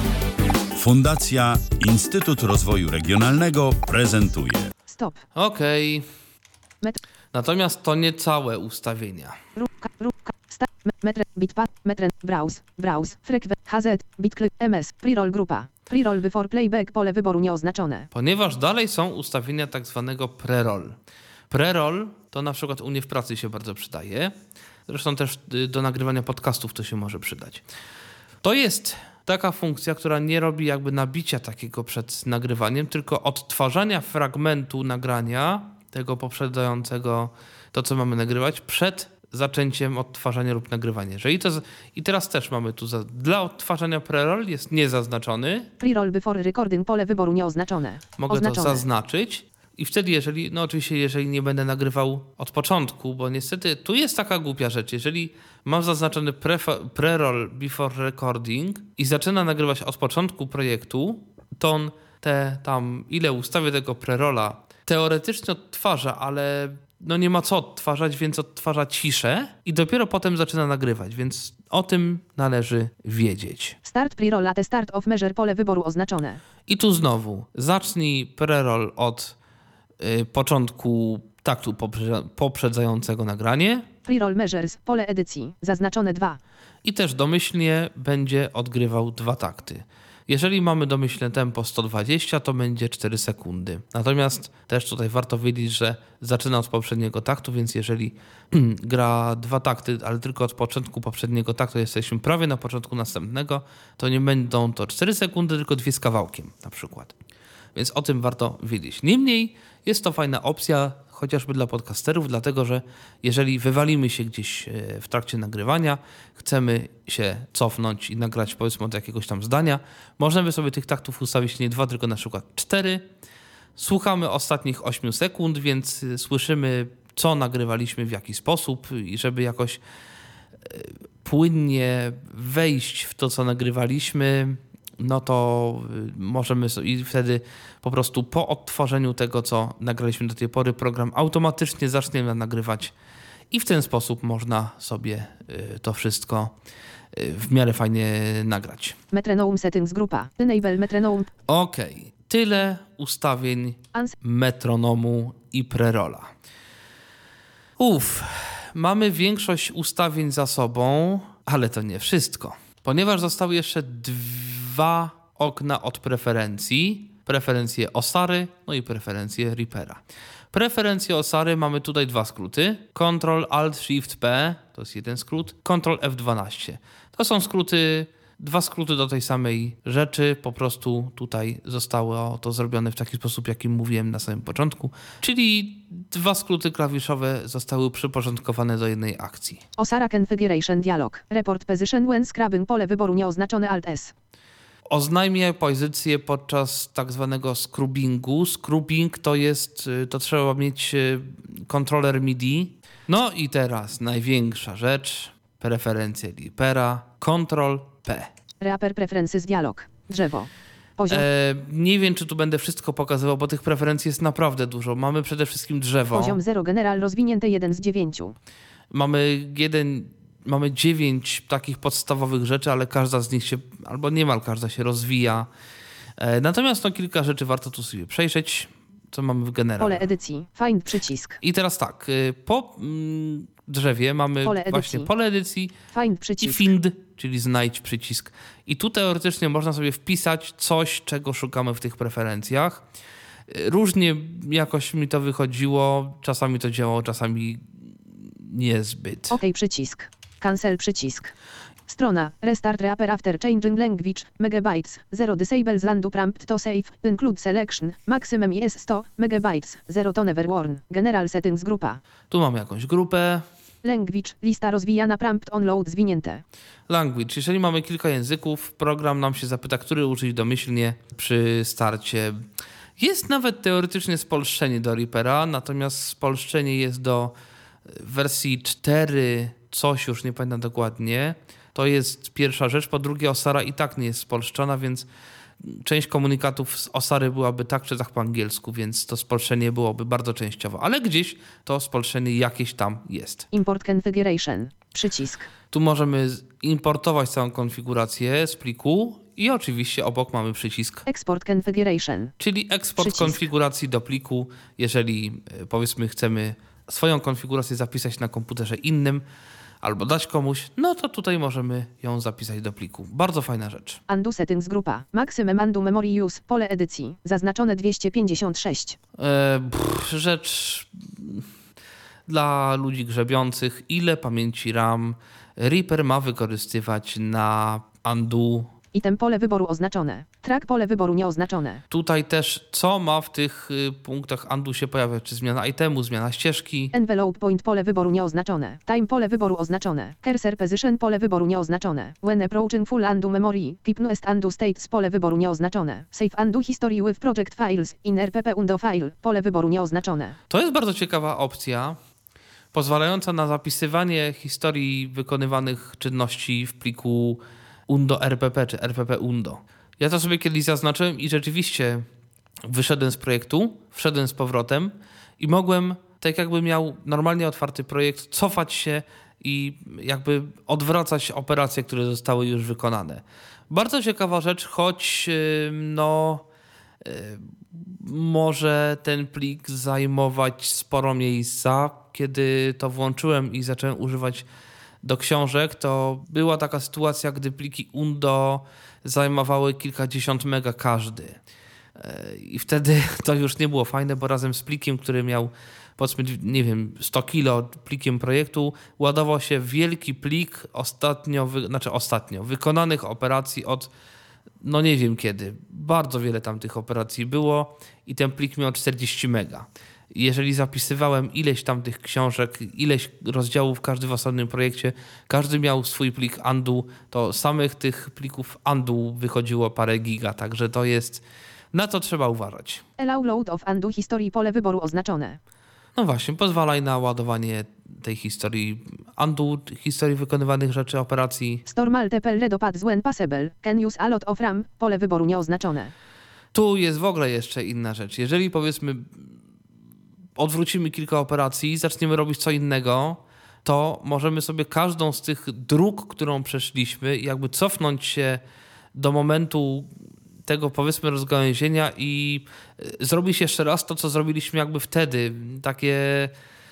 Fundacja Instytut Rozwoju Regionalnego prezentuje. Stop. Okej. Met, Natomiast to nie całe ustawienia. ruka, ruka, sta, me, metren, bit, pa, metren, browse, browse, frekwen, H Z, bit, click, M S, preroll grupa. Preroll before playback, pole wyboru nieoznaczone. Ponieważ dalej są ustawienia tak zwanego preroll. Preroll to na przykład u mnie w pracy się bardzo przydaje. Zresztą też y, do nagrywania podcastów to się może przydać. To jest taka funkcja, która nie robi jakby nabicia takiego przed nagrywaniem, tylko odtwarzania fragmentu nagrania, tego poprzedzającego to, co mamy nagrywać, przed zaczęciem odtwarzania lub nagrywania. Jeżeli to z... I teraz też mamy tu za... dla odtwarzania preroll jest niezaznaczony. Preroll before recording, pole wyboru nieoznaczone. Mogę Oznaczone. to zaznaczyć. I wtedy, jeżeli, no oczywiście, jeżeli nie będę nagrywał od początku, bo niestety tu jest taka głupia rzecz. Jeżeli mam zaznaczony pre- preroll before recording i zaczyna nagrywać od początku projektu, to on te tam, ile ustawię tego prerolla, teoretycznie odtwarza, ale no nie ma co odtwarzać, więc odtwarza ciszę i dopiero potem zaczyna nagrywać, więc o tym należy wiedzieć. Start preroll at start of measure, pole wyboru oznaczone. I tu znowu, zacznij preroll od y, początku taktu poprze- poprzedzającego nagranie Preroll measures, pole edycji, zaznaczone dwa. i też domyślnie będzie odgrywał dwa takty. Jeżeli mamy domyślne tempo sto dwadzieścia, to będzie cztery sekundy. Natomiast też tutaj warto wiedzieć, że zaczyna od poprzedniego taktu, więc jeżeli gra dwa takty, ale tylko od początku poprzedniego taktu, jesteśmy prawie na początku następnego, to nie będą to cztery sekundy, tylko dwie z kawałkiem na przykład. Więc o tym warto wiedzieć. Niemniej jest to fajna opcja, chociażby dla podcasterów, dlatego że jeżeli wywalimy się gdzieś w trakcie nagrywania, chcemy się cofnąć i nagrać powiedzmy od jakiegoś tam zdania, możemy sobie tych taktów ustawić nie dwa, tylko na przykład cztery. Słuchamy ostatnich ośmiu sekund, więc słyszymy, co nagrywaliśmy, w jaki sposób i żeby jakoś płynnie wejść w to, co nagrywaliśmy, no to możemy sobie, i wtedy po prostu po odtworzeniu tego, co nagraliśmy do tej pory, program automatycznie zacznie nagrywać i w ten sposób można sobie to wszystko w miarę fajnie nagrać. Metronome settings grupa. Enable metronome. Okej, okay. Tyle ustawień metronomu i prerolla. Uff, mamy większość ustawień za sobą, ale to nie wszystko. Ponieważ zostały jeszcze dwa okna od preferencji. Preferencje Osary, no i preferencje Reapera. Preferencje Osary mamy tutaj dwa skróty. Control Alt Shift P, to jest jeden skrót. Control F dwanaście. To są skróty, dwa skróty do tej samej rzeczy. Po prostu tutaj zostało to zrobione w taki sposób, jaki mówiłem na samym początku. Czyli dwa skróty klawiszowe zostały przyporządkowane do jednej akcji. Osara Configuration Dialog. Report Position when scrubbing, pole wyboru nieoznaczone Alt S. Oznajmia pozycję podczas tak zwanego scrubbingu. Scrubbing to jest, to trzeba mieć kontroler M I D I. No i teraz największa rzecz, preferencje Reapera, Ctrl P. Reaper Preferences Dialog. Drzewo. Poziom. E, nie wiem, czy tu będę wszystko pokazywał, bo tych preferencji jest naprawdę dużo. Mamy przede wszystkim drzewo. Poziom zero general rozwinięty jeden z dziewięciu. Mamy jeden... Mamy dziewięć takich podstawowych rzeczy, ale każda z nich się, albo niemal każda się rozwija. E, natomiast no, kilka rzeczy warto tu sobie przejrzeć, co mamy w generale. Pole edycji. Find przycisk. I teraz tak, po mm, drzewie mamy pole właśnie pole edycji Find i przycisk. find, czyli znajdź przycisk. I tu teoretycznie można sobie wpisać coś, czego szukamy w tych preferencjach. Różnie jakoś mi to wychodziło, czasami to działało, czasami niezbyt. OK przycisk. Cancel przycisk. Strona. Restart Reaper after changing language. Megabytes. zero disable landu prompt to save. Include selection. Maximum is sto megabytes. zero to never worn. General settings grupa. Tu mamy jakąś grupę. Language. Lista rozwijana prompt on load zwinięte. Language. Jeżeli mamy kilka języków, program nam się zapyta, który użyć domyślnie przy starcie. Jest nawet teoretycznie spolszczenie do Reapera, natomiast spolszczenie jest do wersji cztery, coś już nie pamiętam dokładnie. To jest pierwsza rzecz. Po drugie, Osara i tak nie jest spolszczona, więc część komunikatów z Osary byłaby tak czy tak po angielsku, więc to spolszczenie byłoby bardzo częściowo. Ale gdzieś to spolszczenie jakieś tam jest. Import configuration. Przycisk. Tu możemy importować całą konfigurację z pliku i oczywiście obok mamy przycisk Export configuration. czyli eksport Przycisk. konfiguracji do pliku. Jeżeli powiedzmy chcemy swoją konfigurację zapisać na komputerze innym albo dać komuś, no to tutaj możemy ją zapisać do pliku. Bardzo fajna rzecz. Undo settings grupa. Maximum undo memory use. Pole edycji. Zaznaczone dwieście pięćdziesiąt sześć. E, pff, rzecz dla ludzi grzebiących. Ile pamięci RAM Reaper ma wykorzystywać na undo? Item pole wyboru oznaczone. Track pole wyboru nieoznaczone. Tutaj też co ma w tych y, punktach undo się pojawiać? Czy zmiana itemu, zmiana ścieżki? Envelope point pole wyboru nieoznaczone. Time pole wyboru oznaczone. Cursor position pole wyboru nieoznaczone. When approaching full undo memory. Keep newest undo states pole wyboru nieoznaczone. Save undo history with project files. In R P P undo file pole wyboru nieoznaczone. To jest bardzo ciekawa opcja, pozwalająca na zapisywanie historii wykonywanych czynności w pliku undo R P P czy R P P undo. Ja to sobie kiedyś zaznaczyłem i rzeczywiście wyszedłem z projektu, wszedłem z powrotem i mogłem, tak jakby miał normalnie otwarty projekt, cofać się i jakby odwracać operacje, które zostały już wykonane. Bardzo ciekawa rzecz, choć no może ten plik zajmować sporo miejsca. Kiedy to włączyłem i zacząłem używać do książek, to była taka sytuacja, gdy pliki undo zajmowały kilkadziesiąt mega każdy. I wtedy to już nie było fajne, bo razem z plikiem, który miał powiedzmy, nie wiem, sto kilo plikiem projektu, ładował się wielki plik ostatnio, wy, znaczy ostatnio, wykonanych operacji od no nie wiem kiedy. Bardzo wiele tam tych operacji było i ten plik miał czterdzieści mega. Jeżeli zapisywałem ileś tam tych książek, ileś rozdziałów, każdy w osobnym projekcie, każdy miał swój plik undo, to samych tych plików undo wychodziło parę giga, także to jest, na to trzeba uważać. Allow load of undo history pole wyboru oznaczone. No właśnie, pozwalaj na ładowanie tej historii undo, historii wykonywanych rzeczy, operacji. Store multiple do paths when possible. Can use a lot of RAM pole wyboru nieoznaczone. Tu jest w ogóle jeszcze inna rzecz. Jeżeli powiedzmy odwrócimy kilka operacji, zaczniemy robić co innego, to możemy sobie każdą z tych dróg, którą przeszliśmy, jakby cofnąć się do momentu tego powiedzmy rozgałęzienia i zrobić jeszcze raz to, co zrobiliśmy jakby wtedy. Takie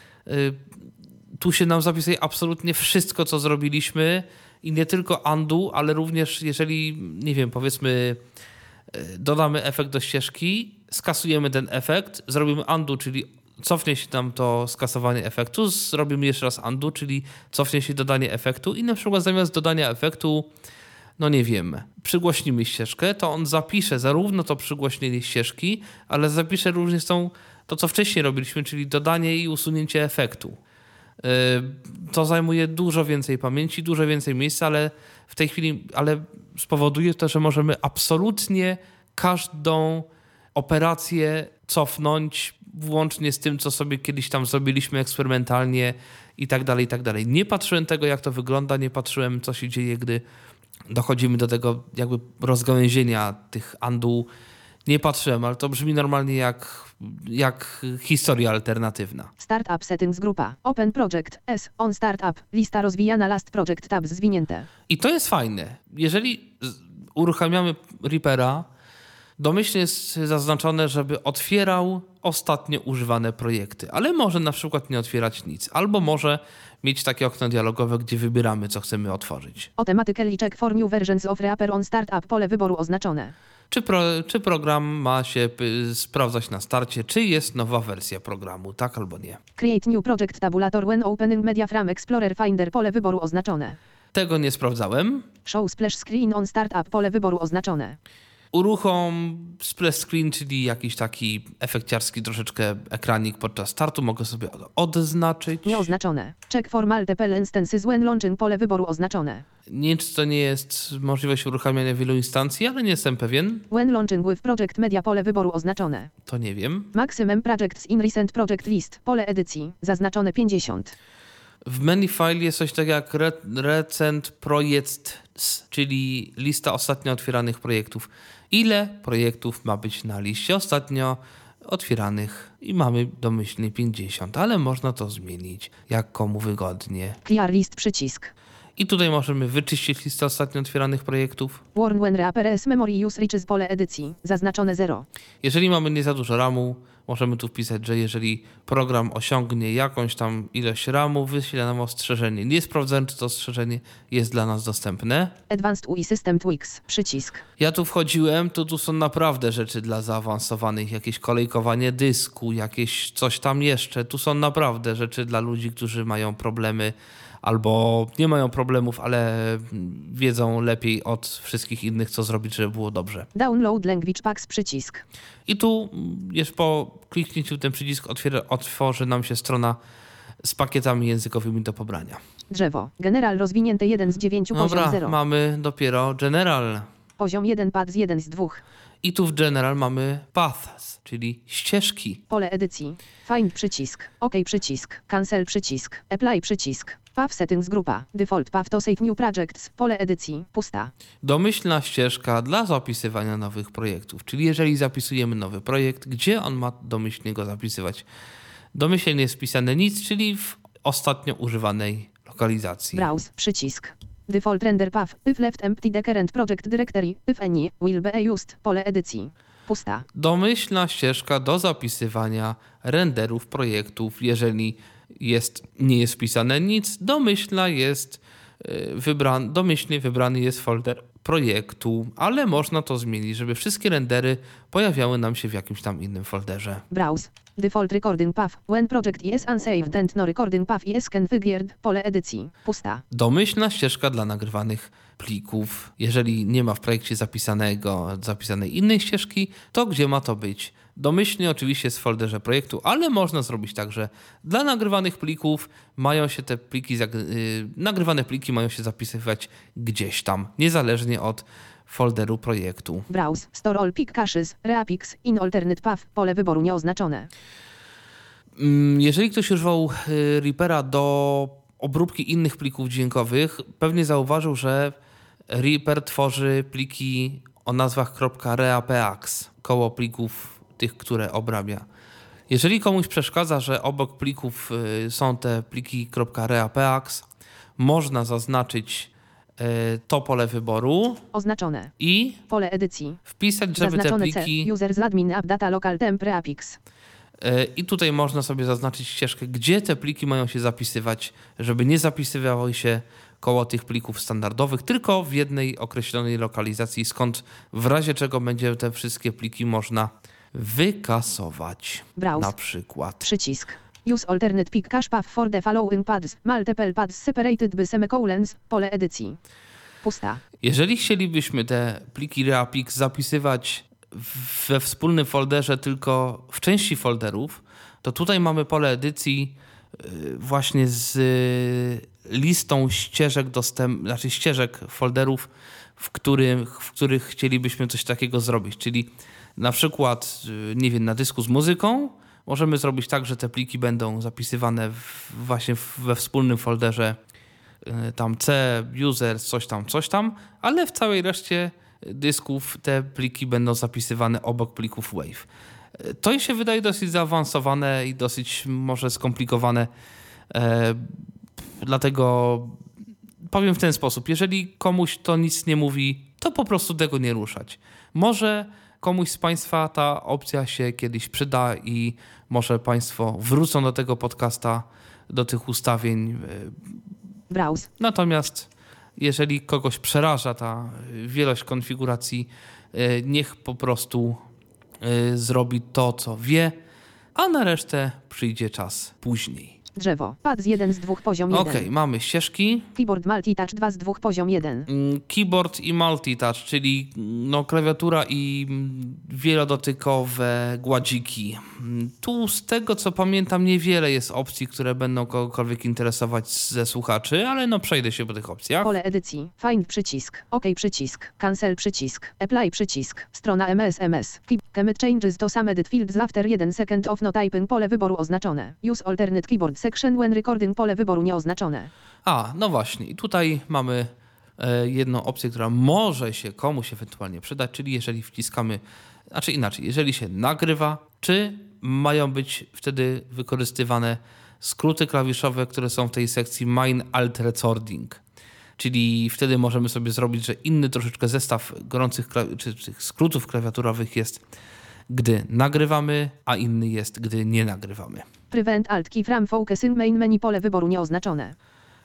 tu się nam zapisuje absolutnie wszystko, co zrobiliśmy i nie tylko undo, ale również jeżeli, nie wiem, powiedzmy dodamy efekt do ścieżki, skasujemy ten efekt, zrobimy undo, czyli cofnie się tam to skasowanie efektu, zrobimy jeszcze raz undo, czyli cofnie się dodanie efektu i na przykład zamiast dodania efektu, no nie wiem, przygłośnimy ścieżkę, to on zapisze zarówno to przygłośnienie ścieżki, ale zapisze również tą, to, co wcześniej robiliśmy, czyli dodanie i usunięcie efektu. Yy, to zajmuje dużo więcej pamięci, dużo więcej miejsca, ale w tej chwili, ale spowoduje to, że możemy absolutnie każdą operację cofnąć, włącznie z tym, co sobie kiedyś tam zrobiliśmy eksperymentalnie i tak dalej, i tak dalej. Nie patrzyłem tego, jak to wygląda, nie patrzyłem, co się dzieje, gdy dochodzimy do tego jakby rozgałęzienia tych undo. Nie patrzyłem, ale to brzmi normalnie jak, jak historia alternatywna. Startup settings grupa. Open project. S. On startup. Lista rozwijana last project tabs zwinięte. I to jest fajne. Jeżeli uruchamiamy Reapera, domyślnie jest zaznaczone, żeby otwierał ostatnio używane projekty, ale może na przykład nie otwierać nic, albo może mieć takie okno dialogowe, gdzie wybieramy, co chcemy otworzyć. Automatically check for new versions of Reaper on startup pole wyboru oznaczone. Czy, pro, czy program ma się y, sprawdzać na starcie, czy jest nowa wersja programu, tak albo nie. Create new project tabulator when opening media from Explorer Finder pole wyboru oznaczone. Tego nie sprawdzałem. Show splash screen on startup, pole wyboru oznaczone. Uruchom splash screen, czyli jakiś taki efekciarski troszeczkę ekranik podczas startu. Mogę sobie odznaczyć. Nieoznaczone. Check for multiple instances when launching, pole wyboru oznaczone. Nie wiem, czy to nie jest możliwość uruchamiania wielu instancji, ale nie jestem pewien. When launching with project media, pole wyboru oznaczone. To nie wiem. Maximum projects in recent project list, pole edycji, zaznaczone pięćdziesiąt. W menu file jest coś takiego jak re- recent projects, czyli lista ostatnio otwieranych projektów. Ile projektów ma być na liście ostatnio otwieranych? I mamy domyślnie pięćdziesiąt, ale można to zmienić jak komu wygodnie. Clear list przycisk. I tutaj możemy wyczyścić listę ostatnio otwieranych projektów. Warn when reappears memory use reaches, pole edycji, zaznaczone zero. Jeżeli mamy nie za dużo ramu, możemy tu wpisać, że jeżeli program osiągnie jakąś tam ilość ramu, wyśle nam ostrzeżenie. Nie sprawdzałem, czy to ostrzeżenie jest dla nas dostępne. Advanced U I System Tweaks, przycisk. Ja tu wchodziłem, to tu są naprawdę rzeczy dla zaawansowanych. Jakieś kolejkowanie dysku, jakieś coś tam jeszcze. Tu są naprawdę rzeczy dla ludzi, którzy mają problemy albo nie mają problemów, ale wiedzą lepiej od wszystkich innych, co zrobić, żeby było dobrze. Download language packs, przycisk. I tu jest po kliknięciu ten przycisk otwiera, otworzy nam się strona z pakietami językowymi do pobrania. Drzewo. General rozwinięte jeden z dziewięciu, poziom Dobra, zero. mamy dopiero General. Poziom jeden, path jeden z dwóch. I tu w General mamy Paths, czyli ścieżki. Pole edycji. Find przycisk. OK przycisk. Cancel przycisk. Apply przycisk. Path settings grupa. Default path to save new projects. Pole edycji. Pusta. Domyślna ścieżka dla zapisywania nowych projektów. Czyli jeżeli zapisujemy nowy projekt, gdzie on ma domyślnie go zapisywać? Domyślnie jest wpisane nic, czyli w ostatnio używanej lokalizacji. Browse przycisk. Default render path. If left empty the current project directory. If any will be used. Pole edycji. Pusta. Domyślna ścieżka do zapisywania renderów projektów. Jeżeli jest, nie jest wpisane nic, domyślna jest wybran, domyślnie wybrany jest folder projektu, ale można to zmienić, żeby wszystkie rendery pojawiały nam się w jakimś tam innym folderze. Browse. Default recording path. When project is unsaved and no recording path is configured. Pole edycji. Pusta. Domyślna ścieżka dla nagrywanych plików. Jeżeli nie ma w projekcie zapisanego, zapisanej innej ścieżki, to gdzie ma to być? Domyślnie oczywiście jest w folderze projektu, ale można zrobić tak, że dla nagrywanych plików mają się te pliki, yy, nagrywane pliki mają się zapisywać gdzieś tam, niezależnie od folderu projektu. Browse. Store all pick caches. Reapix. In alternate path. Pole wyboru nieoznaczone. Jeżeli ktoś używał Reapera do obróbki innych plików dźwiękowych, pewnie zauważył, że Reaper tworzy pliki o nazwach .reapeax koło plików tych, które obrabia. Jeżeli komuś przeszkadza, że obok plików są te pliki .reapeax, można zaznaczyć to pole wyboru Oznaczone. i Pole edycji. wpisać, żeby Zaznaczone te pliki... C. User z admin app data local temp reapix. I tutaj można sobie zaznaczyć ścieżkę, gdzie te pliki mają się zapisywać, żeby nie zapisywały się koło tych plików standardowych, tylko w jednej określonej lokalizacji, skąd w razie czego będzie te wszystkie pliki można wykasować. Browse. Na przykład. Przycisk. Use alternate pick cache path for the following paths. Multiple paths separated by semicolons. Pole edycji. Pusta. Jeżeli chcielibyśmy te pliki Reapix zapisywać we wspólnym folderze, tylko w części folderów, to tutaj mamy pole edycji właśnie z listą ścieżek dostęp, znaczy ścieżek folderów, w których, w których chcielibyśmy coś takiego zrobić. Czyli na przykład, nie wiem, na dysku z muzyką możemy zrobić tak, że te pliki będą zapisywane w, właśnie we wspólnym folderze tam C, user, coś tam, coś tam, ale w całej reszcie dysków te pliki będą zapisywane obok plików WAV. To się wydaje dosyć zaawansowane i dosyć może skomplikowane, e, dlatego powiem w ten sposób, jeżeli komuś to nic nie mówi, to po prostu tego nie ruszać. Może komuś z Państwa ta opcja się kiedyś przyda i może Państwo wrócą do tego podcasta, do tych ustawień. Browse. Natomiast jeżeli kogoś przeraża ta wielość konfiguracji, niech po prostu zrobi to, co wie, a na resztę przyjdzie czas później. Drzewo. Pad z jeden z dwóch poziom jeden. Okej, okay, mamy ścieżki. Keyboard multitouch dwa z dwóch poziom jeden. Keyboard i multitouch, czyli no, klawiatura i wielodotykowe gładziki. Tu z tego co pamiętam niewiele jest opcji, które będą kogokolwiek interesować ze słuchaczy, ale no przejdę się po tych opcjach. Pole edycji. Find przycisk. OK przycisk. Cancel przycisk. Apply przycisk. Strona M S M S. Commit changes to some edit fields after one second of no typing. Pole wyboru oznaczone. Use alternate keyboard section when recording. Pole wyboru nieoznaczone. A, no właśnie. I tutaj mamy e, jedną opcję, która może się komuś ewentualnie przydać, czyli jeżeli wciskamy, znaczy inaczej, jeżeli się nagrywa, czy mają być wtedy wykorzystywane skróty klawiszowe, które są w tej sekcji Main Alt Recording. Czyli wtedy możemy sobie zrobić, że inny troszeczkę zestaw gorących klawi- czy, czy skrótów klawiaturowych jest, gdy nagrywamy, a inny jest, gdy nie nagrywamy. Prevent Alt key from focusing main menu. Pole wyboru nieoznaczone.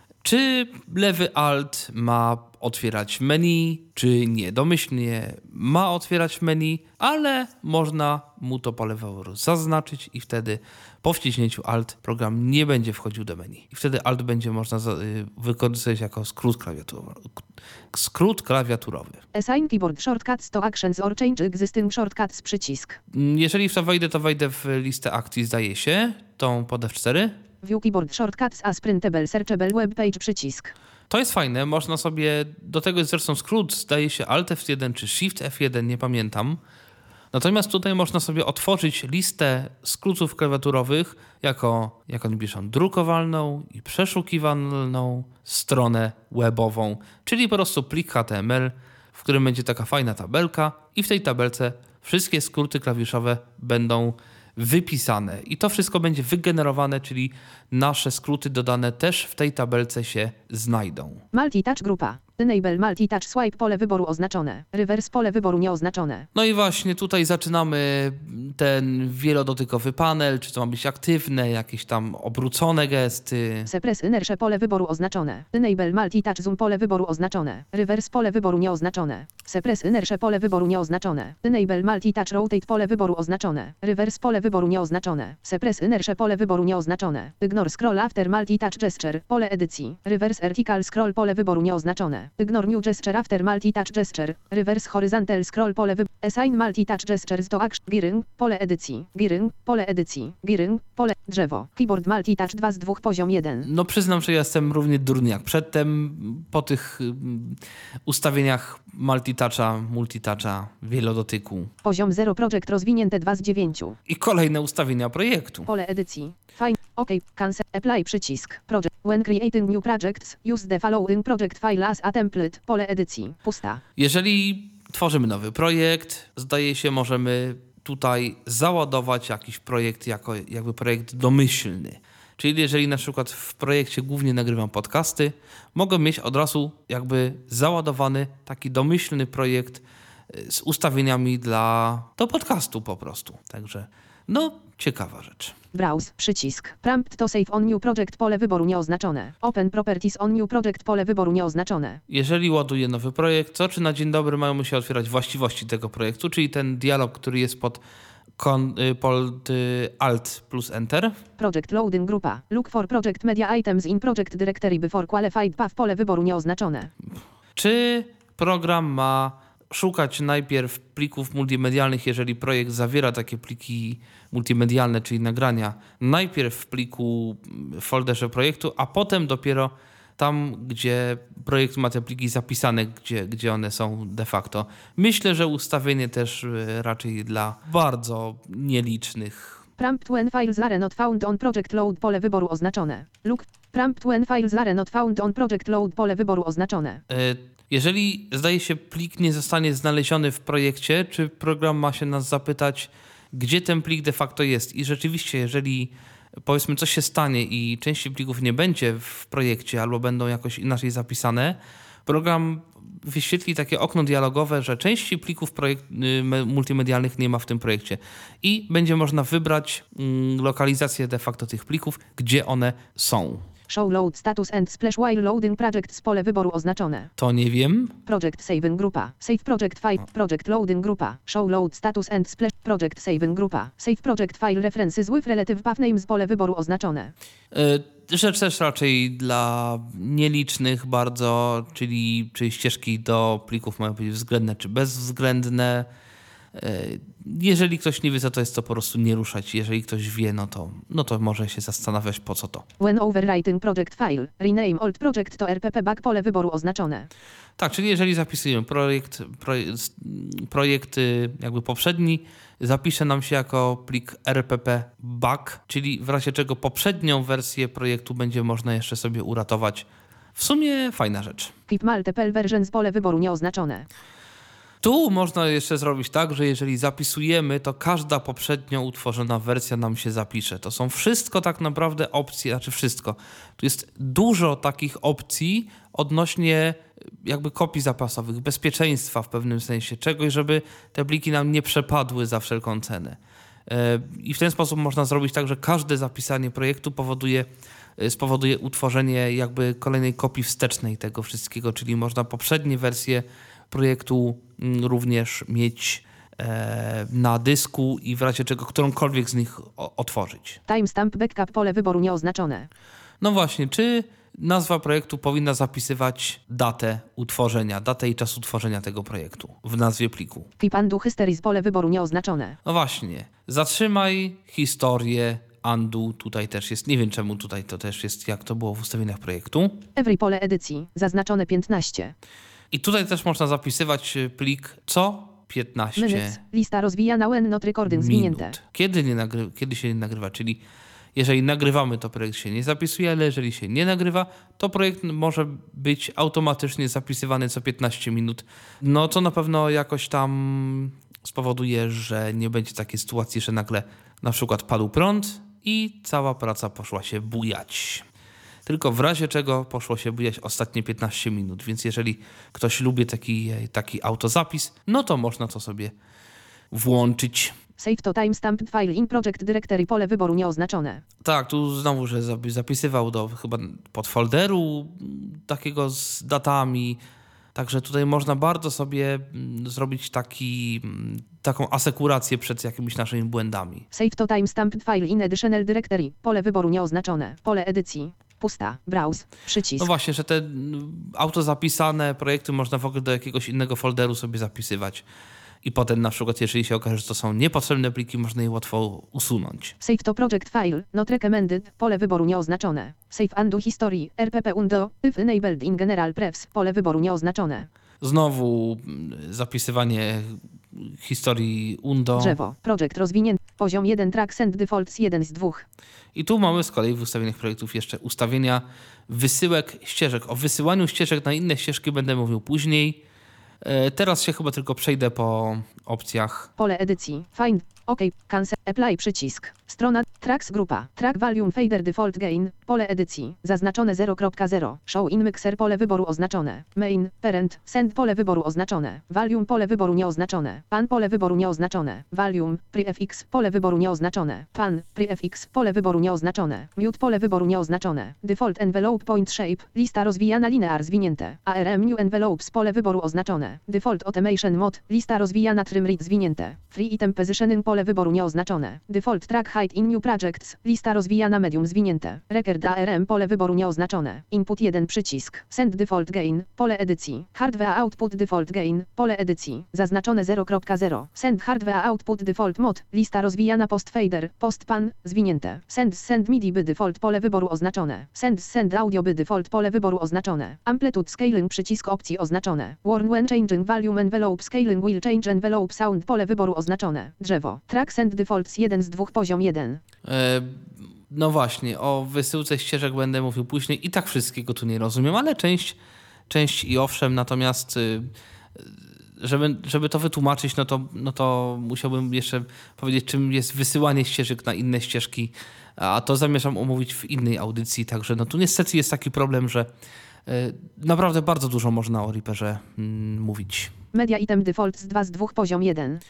Czy lewy Alt ma otwierać menu, czy nie? Domyślnie ma otwierać menu, ale można mu to pole wyboru zaznaczyć i wtedy po wciśnięciu Alt program nie będzie wchodził do menu. I wtedy Alt będzie można za- wykorzystać jako skrót klawiaturowy. Skrót klawiaturowy. Assign keyboard shortcuts to actions or change existing shortcuts przycisk. Jeżeli w to wejdę, to wejdę w listę akcji, zdaje się, tą pod F cztery. View keyboard shortcuts as printable searchable web page przycisk. To jest fajne, można sobie, do tego jest zresztą skrót, zdaje się Alt F jeden czy Shift F jeden, nie pamiętam. Natomiast tutaj można sobie otworzyć listę skrótów klawiaturowych jako, jak oni piszą, drukowalną i przeszukiwalną stronę webową, czyli po prostu plik H T M L, w którym będzie taka fajna tabelka i w tej tabelce wszystkie skróty klawiszowe będą wypisane i to wszystko będzie wygenerowane, czyli nasze skróty dodane też w tej tabelce się znajdą. Multitouch grupa. Enable multitouch swipe. Pole wyboru oznaczone. Reverse. Pole wyboru nieoznaczone. No i właśnie tutaj zaczynamy ten wielodotykowy panel, czy to ma być aktywne, jakieś tam obrócone gesty. Suppress inertia. Pole wyboru oznaczone. Enable multitouch zoom. Pole wyboru oznaczone. Reverse. Pole wyboru nieoznaczone. Suppress inertia. Pole wyboru nieoznaczone. Enable multitouch rotate. Pole wyboru oznaczone. Reverse. Pole wyboru nieoznaczone. Suppress inertia. Pole wyboru nieoznaczone. Ignore scroll after multitouch gesture. Pole edycji. Reverse vertical scroll. Pole wyboru nieoznaczone. Ignore new gesture after multitouch gesture. Reverse horizontal scroll. Pole wyboru. Assign multitouch gestures to action. Gearing. Pole edycji. Gearing. Pole edycji. Gearing. Pole. Drzewo. Keyboard multitouch dwa z dwóch poziom jeden. No przyznam, że ja jestem równie durny jak przedtem. Po tych um, ustawieniach multitoucha, multitoucha, wielodotyku. Poziom zero project rozwinięte dwa z dziewięciu. I kolejne ustawienia projektu. Pole edycji. Fine. OK. Cancel. Apply przycisk. Project. When creating new projects, use the following project file as a template. Pole edycji. Pusta. Jeżeli tworzymy nowy projekt, zdaje się, możemy tutaj załadować jakiś projekt jako jakby projekt domyślny. Czyli jeżeli na przykład w projekcie głównie nagrywam podcasty, mogę mieć od razu jakby załadowany taki domyślny projekt z ustawieniami dla do podcastu po prostu. Także no, ciekawa rzecz. Browse. Przycisk. Prompt to save on new project. Pole wyboru nieoznaczone. Open properties on new project. Pole wyboru nieoznaczone. Jeżeli ładuję nowy projekt, to czy na dzień dobry mają mi się otwierać właściwości tego projektu, czyli ten dialog, który jest pod Kon, pod Alt plus Enter. Project loading grupa. Look for project media items in project directory before qualified path. Pole wyboru nieoznaczone. Czy program ma szukać najpierw plików multimedialnych, jeżeli projekt zawiera takie pliki multimedialne, czyli nagrania, najpierw w pliku, w folderze projektu, a potem dopiero tam, gdzie projekt ma te pliki zapisane, gdzie, gdzie one są de facto. Myślę, że ustawienie też raczej dla bardzo nielicznych. Prompt when files are not found on project load. Pole wyboru oznaczone. Look. Prompt when files are not found on project load. Pole wyboru oznaczone. Jeżeli, zdaje się, plik nie zostanie znaleziony w projekcie, czy program ma się nas zapytać, gdzie ten plik de facto jest? I rzeczywiście, jeżeli powiedzmy coś się stanie i części plików nie będzie w projekcie albo będą jakoś inaczej zapisane, program wyświetli takie okno dialogowe, że części plików projekt, multimedialnych nie ma w tym projekcie i będzie można wybrać mm, lokalizację de facto tych plików, gdzie one są. Show load status and splash while loading projects pole wyboru oznaczone. To nie wiem. Project saving grupa. Save project file. Project loading grupa. Show load status and splash. Project saving grupa. Save project file references with relative path names pole wyboru oznaczone. Yy, rzecz też raczej dla nielicznych bardzo, czyli czy ścieżki do plików mają być względne czy bezwzględne. Jeżeli ktoś nie wie, co to jest, to po prostu nie ruszać. Jeżeli ktoś wie, no to, no to może się zastanawiać, po co to. When overwriting project file, rename old project to R P P back pole wyboru oznaczone. Tak, czyli jeżeli zapisujemy projekt, projekt, projekt jakby poprzedni, zapisze nam się jako plik R P P back, czyli w razie czego poprzednią wersję projektu będzie można jeszcze sobie uratować. W sumie fajna rzecz. Keep multiple versions pole wyboru nieoznaczone. Tu można jeszcze zrobić tak, że jeżeli zapisujemy, to każda poprzednio utworzona wersja nam się zapisze. To są wszystko tak naprawdę opcje, znaczy wszystko. Tu jest dużo takich opcji odnośnie jakby kopii zapasowych, bezpieczeństwa w pewnym sensie, czegoś, żeby te pliki nam nie przepadły za wszelką cenę. I w ten sposób można zrobić tak, że każde zapisanie projektu powoduje, spowoduje utworzenie jakby kolejnej kopii wstecznej tego wszystkiego, czyli można poprzednie wersje projektu również mieć e, na dysku i w razie czego którąkolwiek z nich o, otworzyć. Timestamp backup pole wyboru nieoznaczone. No właśnie, czy nazwa projektu powinna zapisywać datę utworzenia, datę i czas utworzenia tego projektu w nazwie pliku? Keep undo history pole wyboru nieoznaczone. No właśnie, zatrzymaj historię undo, tutaj też jest, nie wiem czemu tutaj to też jest, jak to było w ustawieniach projektu. Every pole edycji, zaznaczone piętnaście. I tutaj też można zapisywać plik co piętnaście Minutes, lista rozwijana when not recording zwinięte. minut. Kiedy, nie nagry- kiedy się nie nagrywa, czyli jeżeli nagrywamy, to projekt się nie zapisuje, ale jeżeli się nie nagrywa, to projekt może być automatycznie zapisywany co piętnaście minut. No co na pewno jakoś tam spowoduje, że nie będzie takiej sytuacji, że nagle na przykład padł prąd i cała praca poszła się bujać. Tylko w razie czego poszło się bujać ostatnie piętnaście minut, więc jeżeli ktoś lubi taki, taki autozapis, no to można to sobie włączyć. Save to timestamp file in project directory pole wyboru nieoznaczone. Tak, tu znowu, że zapisywał do chyba podfolderu takiego z datami, także tutaj można bardzo sobie zrobić taki, taką asekurację przed jakimiś naszymi błędami. Save to timestamp file in additional directory pole wyboru nieoznaczone. Pole edycji. Pusta. Browse. Przycisk. No właśnie, że te autozapisane projekty można w ogóle do jakiegoś innego folderu sobie zapisywać. I potem na przykład, jeżeli się okaże, że to są niepotrzebne pliki, można je łatwo usunąć. Save to project file, not recommended, pole wyboru nieoznaczone. Save undo history, R P P undo, if enabled in general prefs, pole wyboru nieoznaczone. Znowu zapisywanie historii undo. Drzewo, projekt rozwinięty, poziom jeden track send defaults jeden z dwóch. I tu mamy z kolei w ustawieniach projektów jeszcze ustawienia wysyłek ścieżek. O wysyłaniu ścieżek na inne ścieżki będę mówił później. Teraz się chyba tylko przejdę po opcjach. Pole edycji, find, OK, cancel, apply przycisk. Strona, tracks grupa, track volume fader default gain, pole edycji, zaznaczone zero kropka zero, show in mixer pole wyboru oznaczone, main, parent, send pole wyboru oznaczone, volume pole wyboru nieoznaczone, pan pole wyboru nieoznaczone, volume, prefix, pole wyboru nieoznaczone, pan, prefix, pole wyboru nieoznaczone, mute pole wyboru nieoznaczone, default envelope point shape, lista rozwijana linear zwinięte, arm new envelopes pole wyboru oznaczone, default automation mode, lista rozwijana trim read zwinięte, free item positioning pole wyboru nieoznaczone, default track height in new projects, lista rozwijana medium zwinięte, record arm pole wyboru nieoznaczone, input jeden przycisk, send default gain, pole edycji, hardware output default gain, pole edycji, zaznaczone zero kropka zero, send hardware output default mode, lista rozwijana post fader, post pan, zwinięte, send send midi by default pole wyboru oznaczone, send send audio by default pole wyboru oznaczone, amplitude scaling przycisk opcji oznaczone, warn when changing volume envelope scaling will change envelope sound pole wyboru oznaczone, drzewo, track send defaults jeden z dwóch poziom jeden. E, no właśnie, o wysyłce ścieżek będę mówił później i tak wszystkiego tu nie rozumiem, ale część, część i owszem, natomiast y, żeby, żeby to wytłumaczyć, no to, no to musiałbym jeszcze powiedzieć, czym jest wysyłanie ścieżek na inne ścieżki, a to zamierzam omówić w innej audycji, także no tu niestety jest taki problem, że y, naprawdę bardzo dużo można o Reaperze y, mówić. Media item default z dwa z dwóch poziom jeden.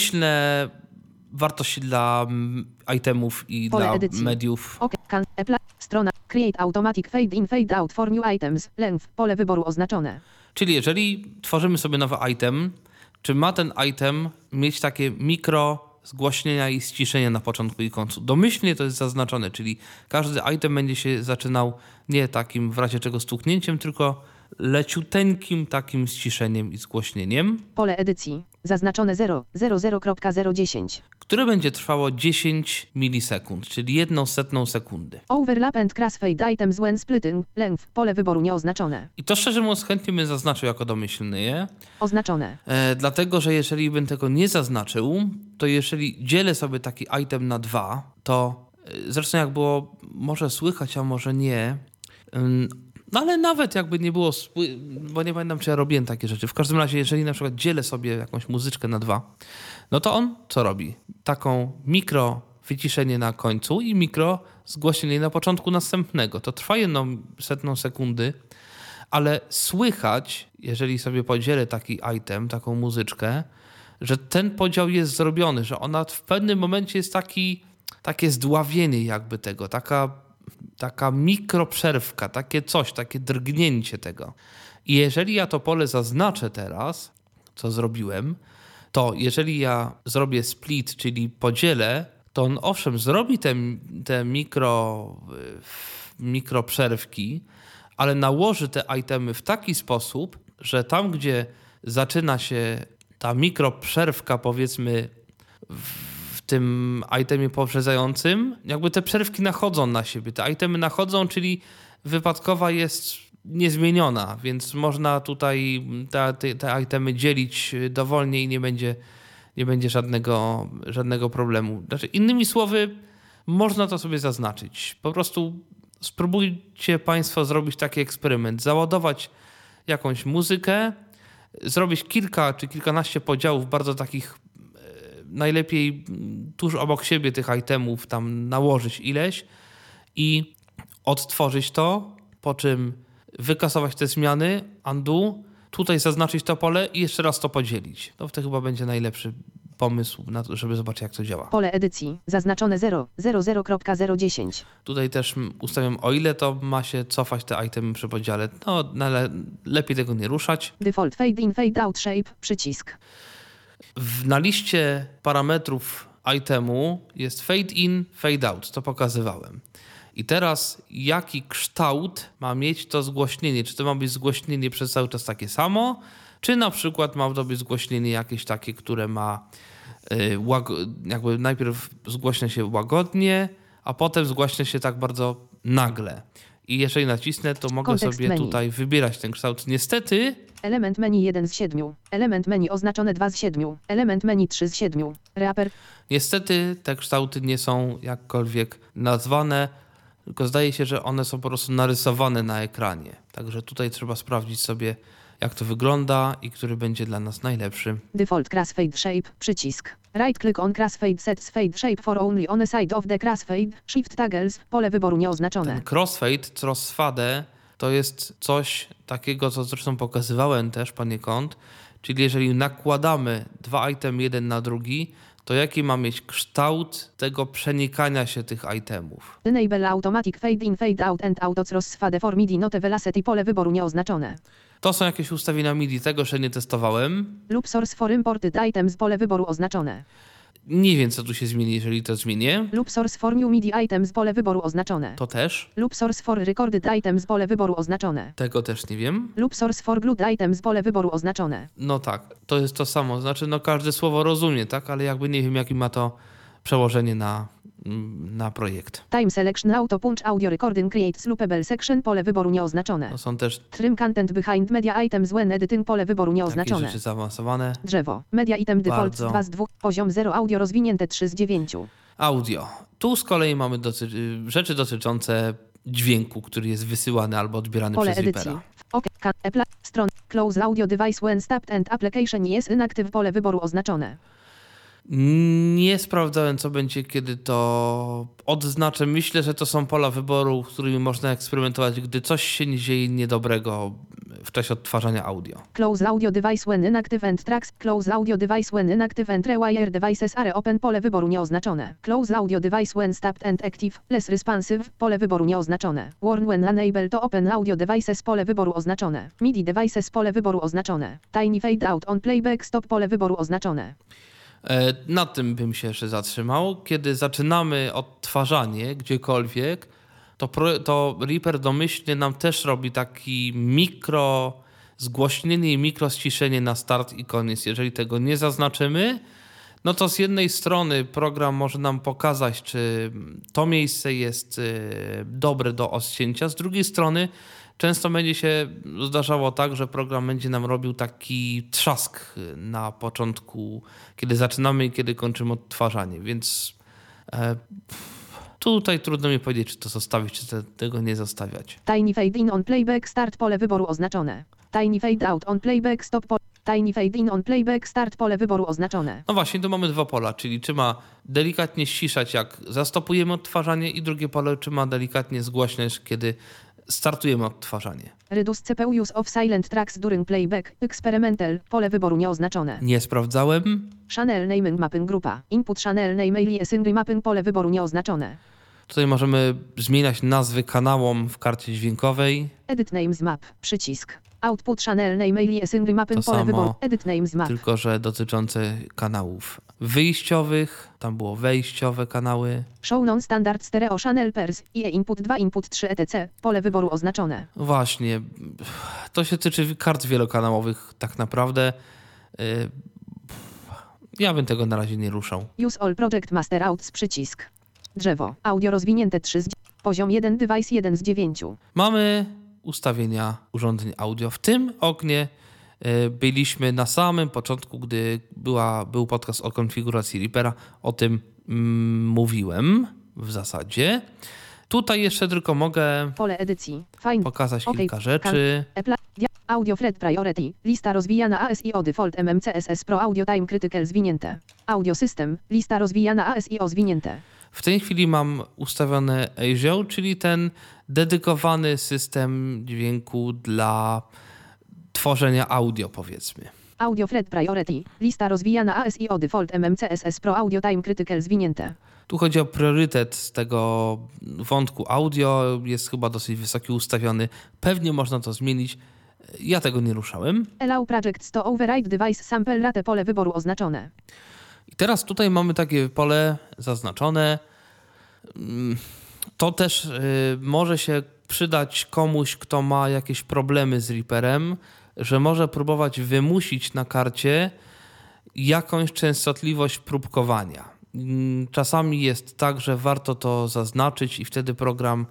Domyślne wartości dla itemów i Pole dla edycji. mediów. OK, can, apply, Strona. Create automatic fade in fade out for new items. Length. Pole wyboru oznaczone. Czyli jeżeli tworzymy sobie nowy item, czy ma ten item mieć takie mikro zgłośnienia i ściszenia na początku i końcu? Domyślnie to jest zaznaczone, czyli każdy item będzie się zaczynał nie takim w razie czego stuknięciem, tylko leciuteńkim takim ściszeniem i zgłośnieniem. Pole edycji. Zaznaczone zero zero zero zero dziesięć. Które będzie trwało dziesięć milisekund, czyli jedną setną sekundy. Overlap and crossfade items when splitting. Length. Pole wyboru nieoznaczone. I to szczerze mówiąc chętnie bym zaznaczył jako domyślny, je? Oznaczone. E, dlatego, że jeżeli bym tego nie zaznaczył, to jeżeli dzielę sobie taki item na dwa, to e, zresztą jak było może słychać, a może nie, ym, no ale nawet jakby nie było, bo nie pamiętam, czy ja robiłem takie rzeczy. W każdym razie, jeżeli na przykład dzielę sobie jakąś muzyczkę na dwa, no to on co robi? Taką mikro wyciszenie na końcu i mikro zgłośnienie na początku następnego. To trwa jedną setną sekundy, ale słychać, jeżeli sobie podzielę taki item, taką muzyczkę, że ten podział jest zrobiony, że ona w pewnym momencie jest taki, takie zdławienie jakby tego, taka, taka mikroprzerwka, takie coś, takie drgnięcie tego. I jeżeli ja to pole zaznaczę teraz, co zrobiłem, to jeżeli ja zrobię split, czyli podzielę, to on owszem zrobi te, te mikro, mikro przerwki, ale nałoży te itemy w taki sposób, że tam, gdzie zaczyna się ta mikroprzerwka, powiedzmy w tym itemie poprzedzającym, jakby te przerwki nachodzą na siebie. Te itemy nachodzą, czyli wypadkowa jest niezmieniona, więc można tutaj te, te, te itemy dzielić dowolnie i nie będzie, nie będzie żadnego, żadnego problemu. Znaczy, innymi słowy, można to sobie zaznaczyć. Po prostu spróbujcie Państwo zrobić taki eksperyment. Załadować jakąś muzykę, zrobić kilka czy kilkanaście podziałów bardzo takich, najlepiej tuż obok siebie tych itemów, tam nałożyć ileś i odtworzyć to, po czym wykasować te zmiany, undo, tutaj zaznaczyć to pole i jeszcze raz to podzielić. To wtedy chyba będzie najlepszy pomysł na to, żeby zobaczyć, jak to działa. Pole edycji. Zaznaczone zero zero zero zero dziesięć. Tutaj też ustawiam, o ile to ma się cofać te itemy przy podziale. No, ale lepiej tego nie ruszać. Default fade in fade out shape. Przycisk. W, na liście parametrów itemu jest fade in, fade out. To pokazywałem. I teraz jaki kształt ma mieć to zgłośnienie? Czy to ma być zgłośnienie przez cały czas takie samo? Czy na przykład ma to być zgłośnienie jakieś takie, które ma yy, jakby najpierw zgłośnia się łagodnie, a potem zgłośnia się tak bardzo nagle. I jeżeli nacisnę, to mogę Kontekst sobie menu. tutaj wybierać ten kształt. Niestety Element menu jeden z siedmiu. Element menu oznaczone dwa z siedmiu. Element menu trzy z siedmiu. Reaper. Niestety te kształty nie są jakkolwiek nazwane, tylko zdaje się, że one są po prostu narysowane na ekranie. Także tutaj trzeba sprawdzić sobie, jak to wygląda i który będzie dla nas najlepszy. Default crossfade shape. Przycisk. Right click on crossfade sets fade shape for only on a side of the crossfade. Shift toggles. Pole wyboru nieoznaczone. Ten crossfade, crossfade to jest coś takiego, co zresztą pokazywałem też poniekąd. Czyli jeżeli nakładamy dwa item jeden na drugi, to jaki ma mieć kształt tego przenikania się tych itemów. Enable automatic fade in fade out and auto crossfade for midi not velocity. Pole wyboru nieoznaczone. To są jakieś ustawienia MIDI, tego jeszcze nie testowałem. Loop source for imported items. Pole wyboru oznaczone. Nie wiem, co tu się zmieni, jeżeli to zmienię. Loop source for new midi items. Pole wyboru oznaczone. To też. Loop source for recorded items. Pole wyboru oznaczone. Tego też nie wiem. Loop source for glued items. Pole wyboru oznaczone. No tak, to jest to samo. Znaczy, no każde słowo rozumie, tak? Ale jakby nie wiem, jakie ma to przełożenie na, na projekt. Time selection auto punch audio recording creates loopable section. Pole wyboru nieoznaczone. To są też Trim content behind media items when editing. Pole wyboru takie nieoznaczone. rzeczy zaawansowane. Drzewo. Media item default Bardzo. dwa z dwóch. Poziom zero audio rozwinięte trzy z dziewięciu. Audio. Tu z kolei mamy docy- rzeczy dotyczące dźwięku, który jest wysyłany albo odbierany Pole przez edycji. Reapera. OK. Can, Apple. Stron. Close audio device when stopped and application is inactive. Pole wyboru oznaczone. Nie sprawdzałem, co będzie, kiedy to odznaczę. Myślę, że to są pola wyboru, z którymi można eksperymentować, gdy coś się dzieje niedobrego w w czasie odtwarzania audio. Close audio device when inactive and tracks. Close audio device when inactive and rewire devices are open. Pole wyboru nieoznaczone. Close audio device when stopped and active. Less responsive. Pole wyboru nieoznaczone. Warn when unable to open audio devices. Pole wyboru oznaczone. M I D I devices. Pole wyboru oznaczone. Tiny fade out on playback stop. Pole wyboru oznaczone. E, na tym bym się jeszcze zatrzymał. Kiedy zaczynamy odtwarzanie gdziekolwiek, to, pro, to Reaper domyślnie nam też robi taki mikro zgłośnienie i mikro ściszenie na start i koniec. Jeżeli tego nie zaznaczymy, no to z jednej strony program może nam pokazać, czy to miejsce jest dobre do odcięcia, z drugiej strony często będzie się zdarzało tak, że program będzie nam robił taki trzask na początku, kiedy zaczynamy i kiedy kończymy odtwarzanie, więc e, tutaj trudno mi powiedzieć, czy to zostawić, czy te, tego nie zostawiać. Tiny fade in on playback start. Pole wyboru oznaczone. Tiny fade out on playback stop. Pole. Tiny fade in on playback start. Pole wyboru oznaczone. No właśnie, tu mamy dwa pola, czyli czy ma delikatnie ściszać, jak zastopujemy odtwarzanie, i drugie pole, czy ma delikatnie zgłaśniać, kiedy startujemy odtwarzanie. Reduce C P U use of silent tracks during playback. Experimental. Pole wyboru nieoznaczone. Nie sprawdzałem. Channel naming mapping grupa. Input channel name aliasing mapping. Pole wyboru nieoznaczone. Tutaj możemy zmieniać nazwy kanałom w karcie dźwiękowej. Edit names map. Przycisk. Output channel name aliasing mapping. To Pole samo, wyboru. Edit names map. tylko że dotyczące kanałów wyjściowych. Tam było wejściowe kanały. Show non-standard stereo channel pairs. I E input dwa, input trzy et cetera. Pole wyboru oznaczone. Właśnie, to się tyczy kart wielokanałowych tak naprawdę. Ja bym tego na razie nie ruszał. Use all project master outs. Przycisk. Drzewo. Audio rozwinięte trzy z poziom jeden device jeden z dziewięciu. Mamy ustawienia urządzeń audio. W tym oknie byliśmy na samym początku, gdy była, był podcast o konfiguracji Reapera. O tym mm, mówiłem w zasadzie. Tutaj jeszcze tylko mogę Pole edycji. Find. pokazać OK. kilka rzeczy. Apply. Audio Thread Priority. Lista rozwijana A S I O Default M M C S S Pro Audio Time Critical zwinięte. Audio System. Lista rozwijana A S I O zwinięte. W tej chwili mam ustawione A S I O, czyli ten dedykowany system dźwięku dla tworzenia audio, powiedzmy. Audio Thread Priority. Lista rozwijana A S I O Default M M C S S Pro Audio Time Critical zwinięte. Tu chodzi o priorytet z tego wątku audio. Jest chyba dosyć wysoki ustawiony. Pewnie można to zmienić. Ja tego nie ruszałem. Allow Projects to Override Device Sample Rate. Pole wyboru oznaczone. I teraz tutaj mamy takie pole zaznaczone. To też y, może się przydać komuś, kto ma jakieś problemy z Reaperem, że może próbować wymusić na karcie jakąś częstotliwość próbkowania. Czasami jest tak, że warto to zaznaczyć i wtedy program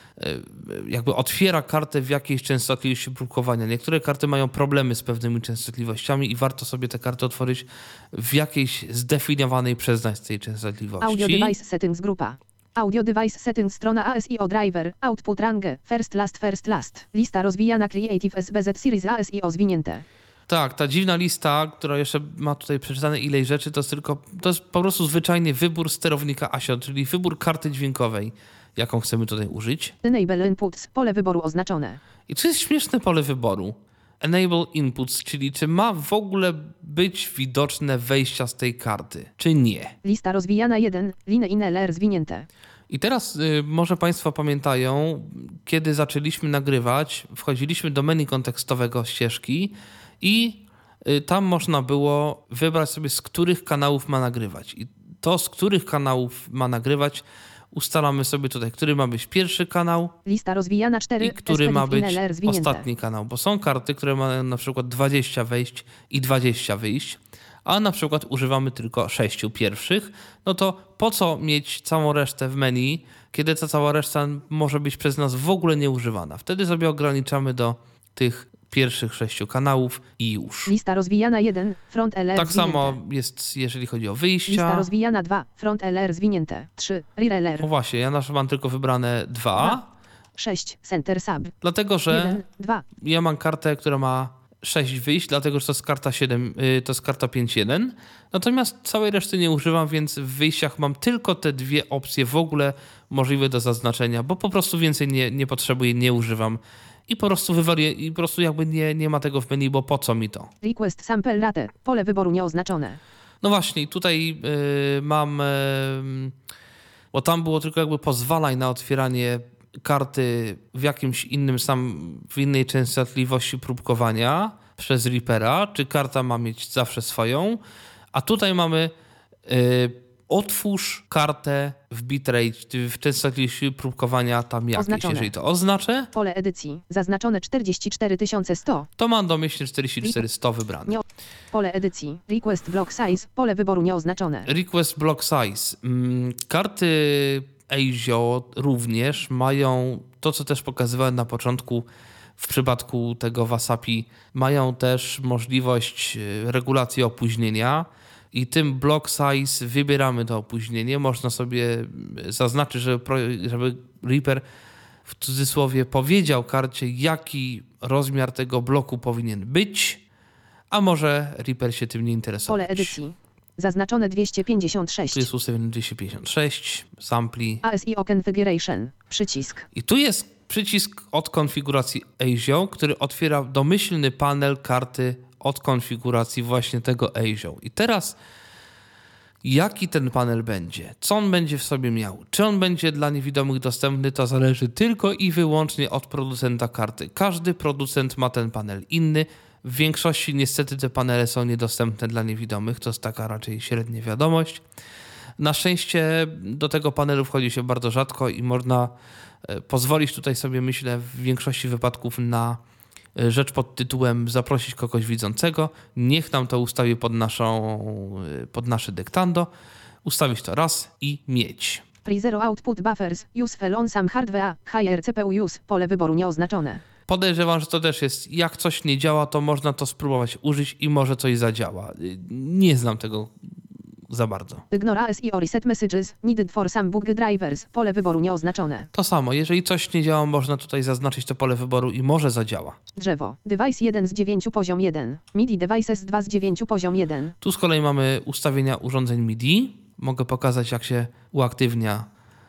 jakby otwiera kartę w jakiejś częstotliwości próbkowania. Niektóre karty mają problemy z pewnymi częstotliwościami i warto sobie te karty otworzyć w jakiejś zdefiniowanej przez nas tej częstotliwości. Audio Device Settings grupa. Audio Device Settings strona A S I O Driver. Output range. First last first last. Lista rozwijana Creative S B Z Series A S I O zwinięte. Tak, ta dziwna lista, która jeszcze ma tutaj przeczytane ileś rzeczy, to jest tylko, to jest po prostu zwyczajnie wybór sterownika A S I O, czyli wybór karty dźwiękowej, jaką chcemy tutaj użyć. Enable Inputs. Pole wyboru oznaczone. I to jest śmieszne pole wyboru. Enable Inputs, czyli czy ma w ogóle być widoczne wejścia z tej karty, czy nie. Lista rozwijana jeden. Line in L R zwinięte. I teraz y, może Państwo pamiętają, kiedy zaczęliśmy nagrywać, wchodziliśmy do menu kontekstowego ścieżki i y, tam można było wybrać sobie, z których kanałów ma nagrywać. I to, z których kanałów ma nagrywać, ustalamy sobie tutaj, który ma być pierwszy kanał Lista rozwijana cztery. i który ma być L R zwinięte. ostatni kanał. Bo są karty, które mają na przykład dwadzieścia wejść i dwadzieścia wyjść, a na przykład używamy tylko sześciu pierwszych, no to po co mieć całą resztę w menu, kiedy ta cała reszta może być przez nas w ogóle nieużywana. Wtedy sobie ograniczamy do tych pierwszych sześciu kanałów i już. Lista rozwijana jeden. Front L R Tak zwinięte. samo jest, jeżeli chodzi o Lista wyjścia. rozwijana dwa. Front L R zwinięte. trzy. Rear L R. No właśnie, ja nasz mam tylko wybrane dwa, sześć. Center Sub. dlatego że jeden. dwa. ja mam kartę, która ma sześć wyjść, dlatego że to jest karta siedem, to jest karta pięć jeden. Natomiast całej reszty nie używam, więc w wyjściach mam tylko te dwie opcje w ogóle możliwe do zaznaczenia, bo po prostu więcej nie, nie potrzebuję, nie używam i po prostu wywalię, i po prostu jakby nie, nie ma tego w menu, bo po co mi to? Request sample rate. Pole wyboru nieoznaczone. No właśnie, tutaj yy, mam, yy, bo tam było tylko jakby pozwalaj na otwieranie karty w jakimś innym sam, w innej częstotliwości próbkowania przez Reapera, czy karta ma mieć zawsze swoją, a tutaj mamy yy, otwórz kartę w bitrate, w częstotliwości próbkowania tam jakieś. Oznaczone. Jeżeli to oznaczę, Pole edycji. Zaznaczone czterdzieści cztery tysiące sto. to mam domyślnie czterdzieści cztery sto wybrane. Nie... Pole edycji. Request block size. Pole wyboru nieoznaczone. Request block size. Mm, Karty Eizio również mają to, co też pokazywałem na początku w przypadku tego Wasapi, mają też możliwość regulacji opóźnienia i tym block size wybieramy to opóźnienie. Można sobie zaznaczyć, żeby, żeby Reaper w cudzysłowie powiedział karcie, jaki rozmiar tego bloku powinien być, a może Reaper się tym nie interesować. Pole edycji. Zaznaczone dwieście pięćdziesiąt sześć. Tu jest ustawiony dwieście pięćdziesiąt sześć, sampli. A S I O Configuration. Przycisk. I tu jest przycisk od konfiguracji Eizio, który otwiera domyślny panel karty od konfiguracji właśnie tego Eizio. I teraz jaki ten panel będzie? Co on będzie w sobie miał? Czy on będzie dla niewidomych dostępny? To zależy tylko i wyłącznie od producenta karty. Każdy producent ma ten panel inny. W większości niestety te panele są niedostępne dla niewidomych. To jest taka raczej średnia wiadomość. Na szczęście do tego panelu wchodzi się bardzo rzadko i można pozwolić tutaj sobie, myślę, w większości wypadków na rzecz pod tytułem zaprosić kogoś widzącego. Niech nam to ustawi pod, naszą, pod nasze dyktando. Ustawić to raz i mieć. Pre-zero output buffers. Useful on some hardware. Higher C P U use. Pole wyboru nieoznaczone. Podejrzewam, że to też jest, jak coś nie działa, to można to spróbować użyć i może coś zadziała. Nie znam tego za bardzo. Ignore A S I O reset messages. Needed for some bug drivers. Pole wyboru nieoznaczone. To samo, jeżeli coś nie działa, można tutaj zaznaczyć to pole wyboru i może zadziała. Drzewo. Device jeden z dziewięciu poziom jeden. MIDI devices dwa z dziewięciu poziom jeden. Tu z kolei mamy ustawienia urządzeń MIDI. Mogę pokazać, jak się uaktywnia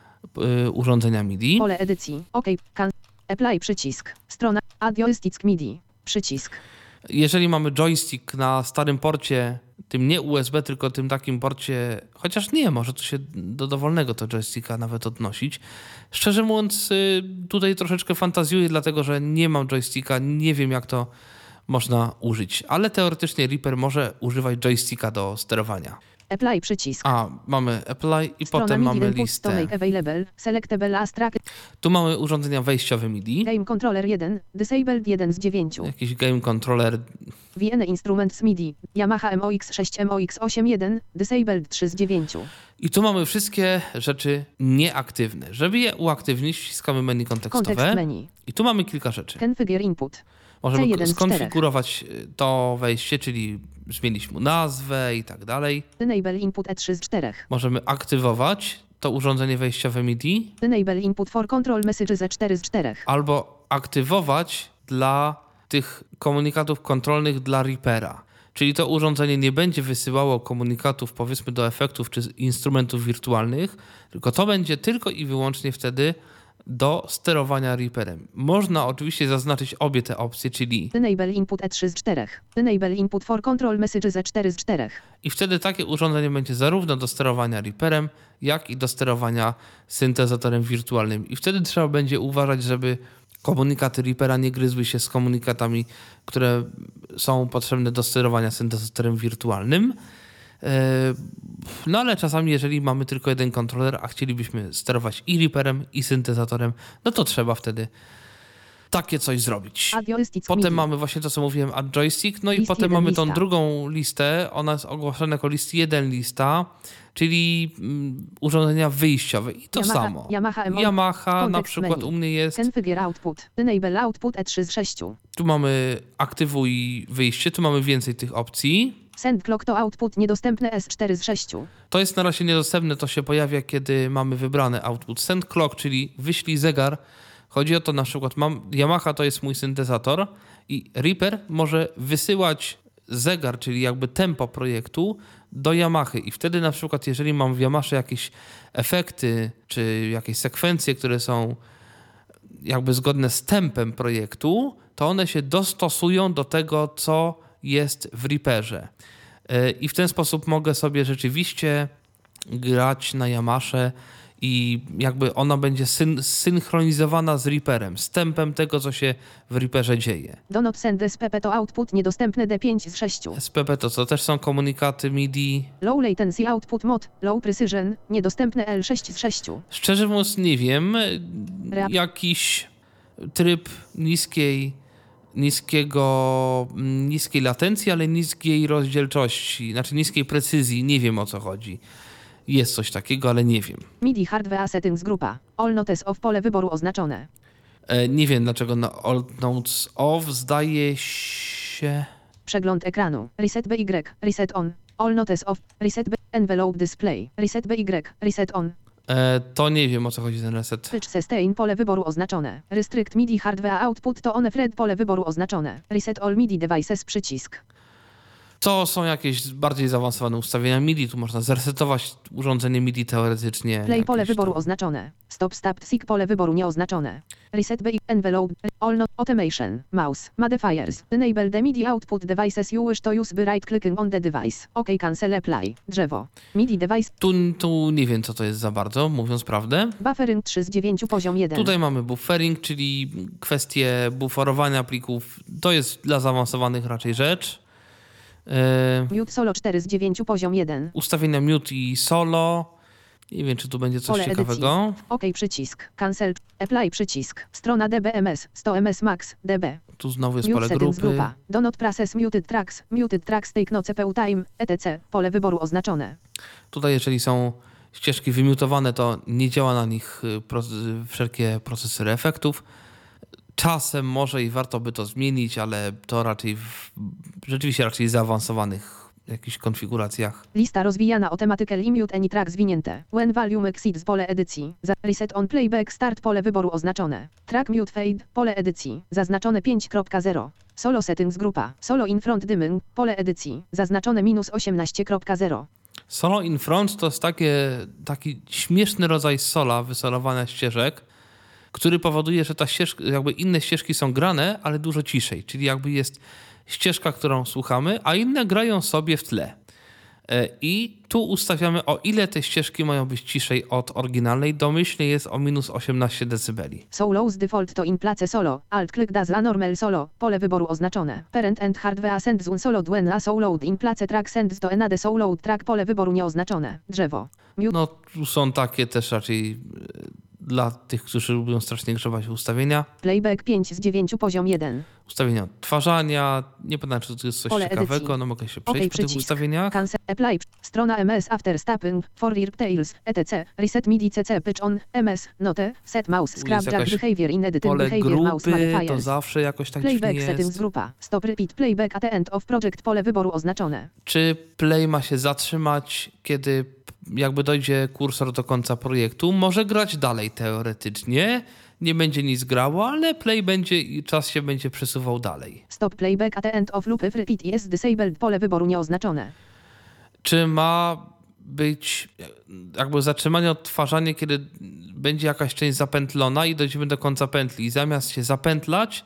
y, urządzenia MIDI. Pole edycji. OK. Can. Apply przycisk. Strona. Add joystick MIDI. Przycisk. Jeżeli mamy joystick na starym porcie, tym nie U S B, tylko tym takim porcie, chociaż nie, może tu się do dowolnego to joysticka nawet odnosić. Szczerze mówiąc, tutaj troszeczkę fantazjuję, dlatego że nie mam joysticka, nie wiem jak to można użyć, ale teoretycznie Reaper może używać joysticka do sterowania. Apply przycisk. A, mamy apply i Strona potem MIDI mamy input listę. to make available. Selectable as track. Tu mamy urządzenia wejściowe MIDI, Game controller jeden. Disabled jeden z dziewięciu. jakiś game controller. V N Instruments MIDI. Yamaha M O X sześć M O X osiem jeden. Disabled trzy z dziewięciu. I tu mamy wszystkie rzeczy nieaktywne. Żeby je uaktywnić, wciskamy menu kontekstowe. Kontekst menu. I tu mamy kilka rzeczy. Configure input. Możemy C jeden z skonfigurować to wejście, czyli zmienić mu nazwę i tak dalej. Enable input E trzy z czterech. Możemy aktywować to urządzenie wejściowe MIDI Enable input for control messages E cztery z czterech. albo aktywować dla tych komunikatów kontrolnych dla Reapera. Czyli to urządzenie nie będzie wysyłało komunikatów, powiedzmy, do efektów czy instrumentów wirtualnych, tylko to będzie tylko i wyłącznie wtedy do sterowania Reaperem. Można oczywiście zaznaczyć obie te opcje, czyli Enable input E trzy z czterech. Enable input for control messages E cztery z czterech. i wtedy takie urządzenie będzie zarówno do sterowania Reaperem, jak i do sterowania syntezatorem wirtualnym. I wtedy trzeba będzie uważać, żeby komunikaty Reapera nie gryzły się z komunikatami, które są potrzebne do sterowania syntezatorem wirtualnym. No ale czasami, jeżeli mamy tylko jeden kontroler, a chcielibyśmy sterować i Reaperem, i syntezatorem, no to trzeba wtedy takie coś zrobić. Add joystick Potem MIDI. mamy właśnie to, co mówiłem, add joystick, no i List potem jeden mamy tą lista. drugą listę, ona jest ogłoszona jako list jeden lista, czyli mm, urządzenia wyjściowe i to Yamaha- samo. Yamaha M O- Yamaha na kontekst przykład menu. u mnie jest, Configure output. Enable output E trzy z sześciu. tu mamy aktywuj wyjście, tu mamy więcej tych opcji. Send clock to output niedostępne S cztery z sześciu. To jest na razie niedostępne, to się pojawia, kiedy mamy wybrany output send clock, czyli wyślij zegar. Chodzi o to, na przykład mam Yamaha, to jest mój syntezator i Reaper może wysyłać zegar, czyli jakby tempo projektu do Yamahy i wtedy na przykład, jeżeli mam w Yamasze jakieś efekty czy jakieś sekwencje, które są jakby zgodne z tempem projektu, to one się dostosują do tego, co jest w Reaperze. I w ten sposób mogę sobie rzeczywiście grać na Yamasze i jakby ona będzie syn- synchronizowana z Reaperem, z tempem tego, co się w Reaperze dzieje. Do not send S P P to output niedostępny D pięć z sześciu. S P P to co? Też są komunikaty M I D I. Low latency output mod, low precision, niedostępny L sześć z sześciu. Szczerze mówiąc nie wiem, Reap- jakiś tryb niskiej, niskiego, niskiej latencji, ale niskiej rozdzielczości, znaczy niskiej precyzji, nie wiem o co chodzi. Jest coś takiego, ale nie wiem. M I D I hardware settings grupa. All notes of pole wyboru oznaczone. E, nie wiem dlaczego na All Notes Off zdaje się... Przegląd ekranu. Reset B Y. Reset on. All notes of. Reset B. Envelope display. Reset B Y. Reset on. E, to nie wiem o co chodzi ten reset. Switch sustain pole wyboru oznaczone. Restrict M I D I hardware output to on Fred pole wyboru oznaczone. Reset all M I D I devices przycisk. To są jakieś bardziej zaawansowane ustawienia M I D I. Tu można zresetować urządzenie M I D I teoretycznie. Play pole wyboru tam. oznaczone. Stop stop seek pole wyboru nieoznaczone. Reset B Y. Envelope. All not automation. Mouse. Modifiers. Enable the M I D I output devices you wish to use by right clicking on the device. OK cancel apply. Drzewo. M I D I device. Tu, tu nie wiem co to jest za bardzo, mówiąc prawdę. Buffering trzy z dziewięciu poziom jeden. Tutaj mamy buffering, czyli kwestię buforowania plików. To jest dla zaawansowanych raczej rzecz. Yy, Mute solo cztery z dziewięciu poziom jeden. ustawienia mute i solo. Nie wiem, czy tu będzie coś Pole ciekawego. edycji. OK przycisk. Cancel. Apply przycisk. Strona D B M S. sto M S max. D B. Tu znowu jest Mute pole settings grupy. grupa. Do not process muted tracks. Muted tracks take no C P U time. et cetera. Pole wyboru oznaczone. Tutaj jeżeli są ścieżki wymutowane, to nie działa na nich y, pro, y, wszelkie procesory efektów. Czasem może i warto by to zmienić, ale to raczej w, rzeczywiście raczej zaawansowanych jakichś konfiguracjach. Lista rozwijana automatically mute any track zwinięte. When volume exceeds pole edycji. Za reset on playback start pole wyboru oznaczone. Track mute fade pole edycji. Zaznaczone pięć kropka zero. Solo settings grupa. Solo in front dimming pole edycji. Zaznaczone minus osiemnaście kropka zero. Solo in front to jest takie, taki śmieszny rodzaj sola, wysolowania ścieżek, który powoduje, że ta ścieżka, jakby inne ścieżki są grane, ale dużo ciszej. Czyli jakby jest ścieżka, którą słuchamy, a inne grają sobie w tle. I tu ustawiamy, o ile te ścieżki mają być ciszej od oryginalnej. Domyślnie jest o minus osiemnaście decybeli. Solo's default to in place solo. Alt click does a normal solo. Pole wyboru oznaczone. Parent and hardware sends one solo when a solo in place track sends to another solo track. Pole wyboru nieoznaczone. Drzewo. Mute. No tu są takie też raczej dla tych, którzy lubią strasznie grzebać w ustawienia. Playback pięć z dziewięciu poziom jeden. Ustawienia odtwarzania. Nie pamiętam, czy to jest coś Pole ciekawego. edycji. No mogę się OK przejść po tych przycisk. ustawieniach. Cancel. Apply. Strona M S after stopping. For rear tails. et cetera. Reset M I D I C C pitch on. M S. Note. Set mouse. Tu Scrap jest jack jakaś behavior in editing Pole behavior mouse grupy, to modifiers. zawsze jakoś tak Playback dziwnie settings jest. grupa. Stop repeat playback at the end of project. Pole wyboru oznaczone. Czy play ma się zatrzymać, kiedy jakby dojdzie kursor do końca projektu? Może grać dalej teoretycznie. Nie będzie nic grało, ale play będzie i czas się będzie przesuwał dalej. Stop playback at the end of loop if repeat is disabled. Pole wyboru nieoznaczone. Czy ma być jakby zatrzymanie odtwarzanie, kiedy będzie jakaś część zapętlona i dojdziemy do końca pętli. I zamiast się zapętlać,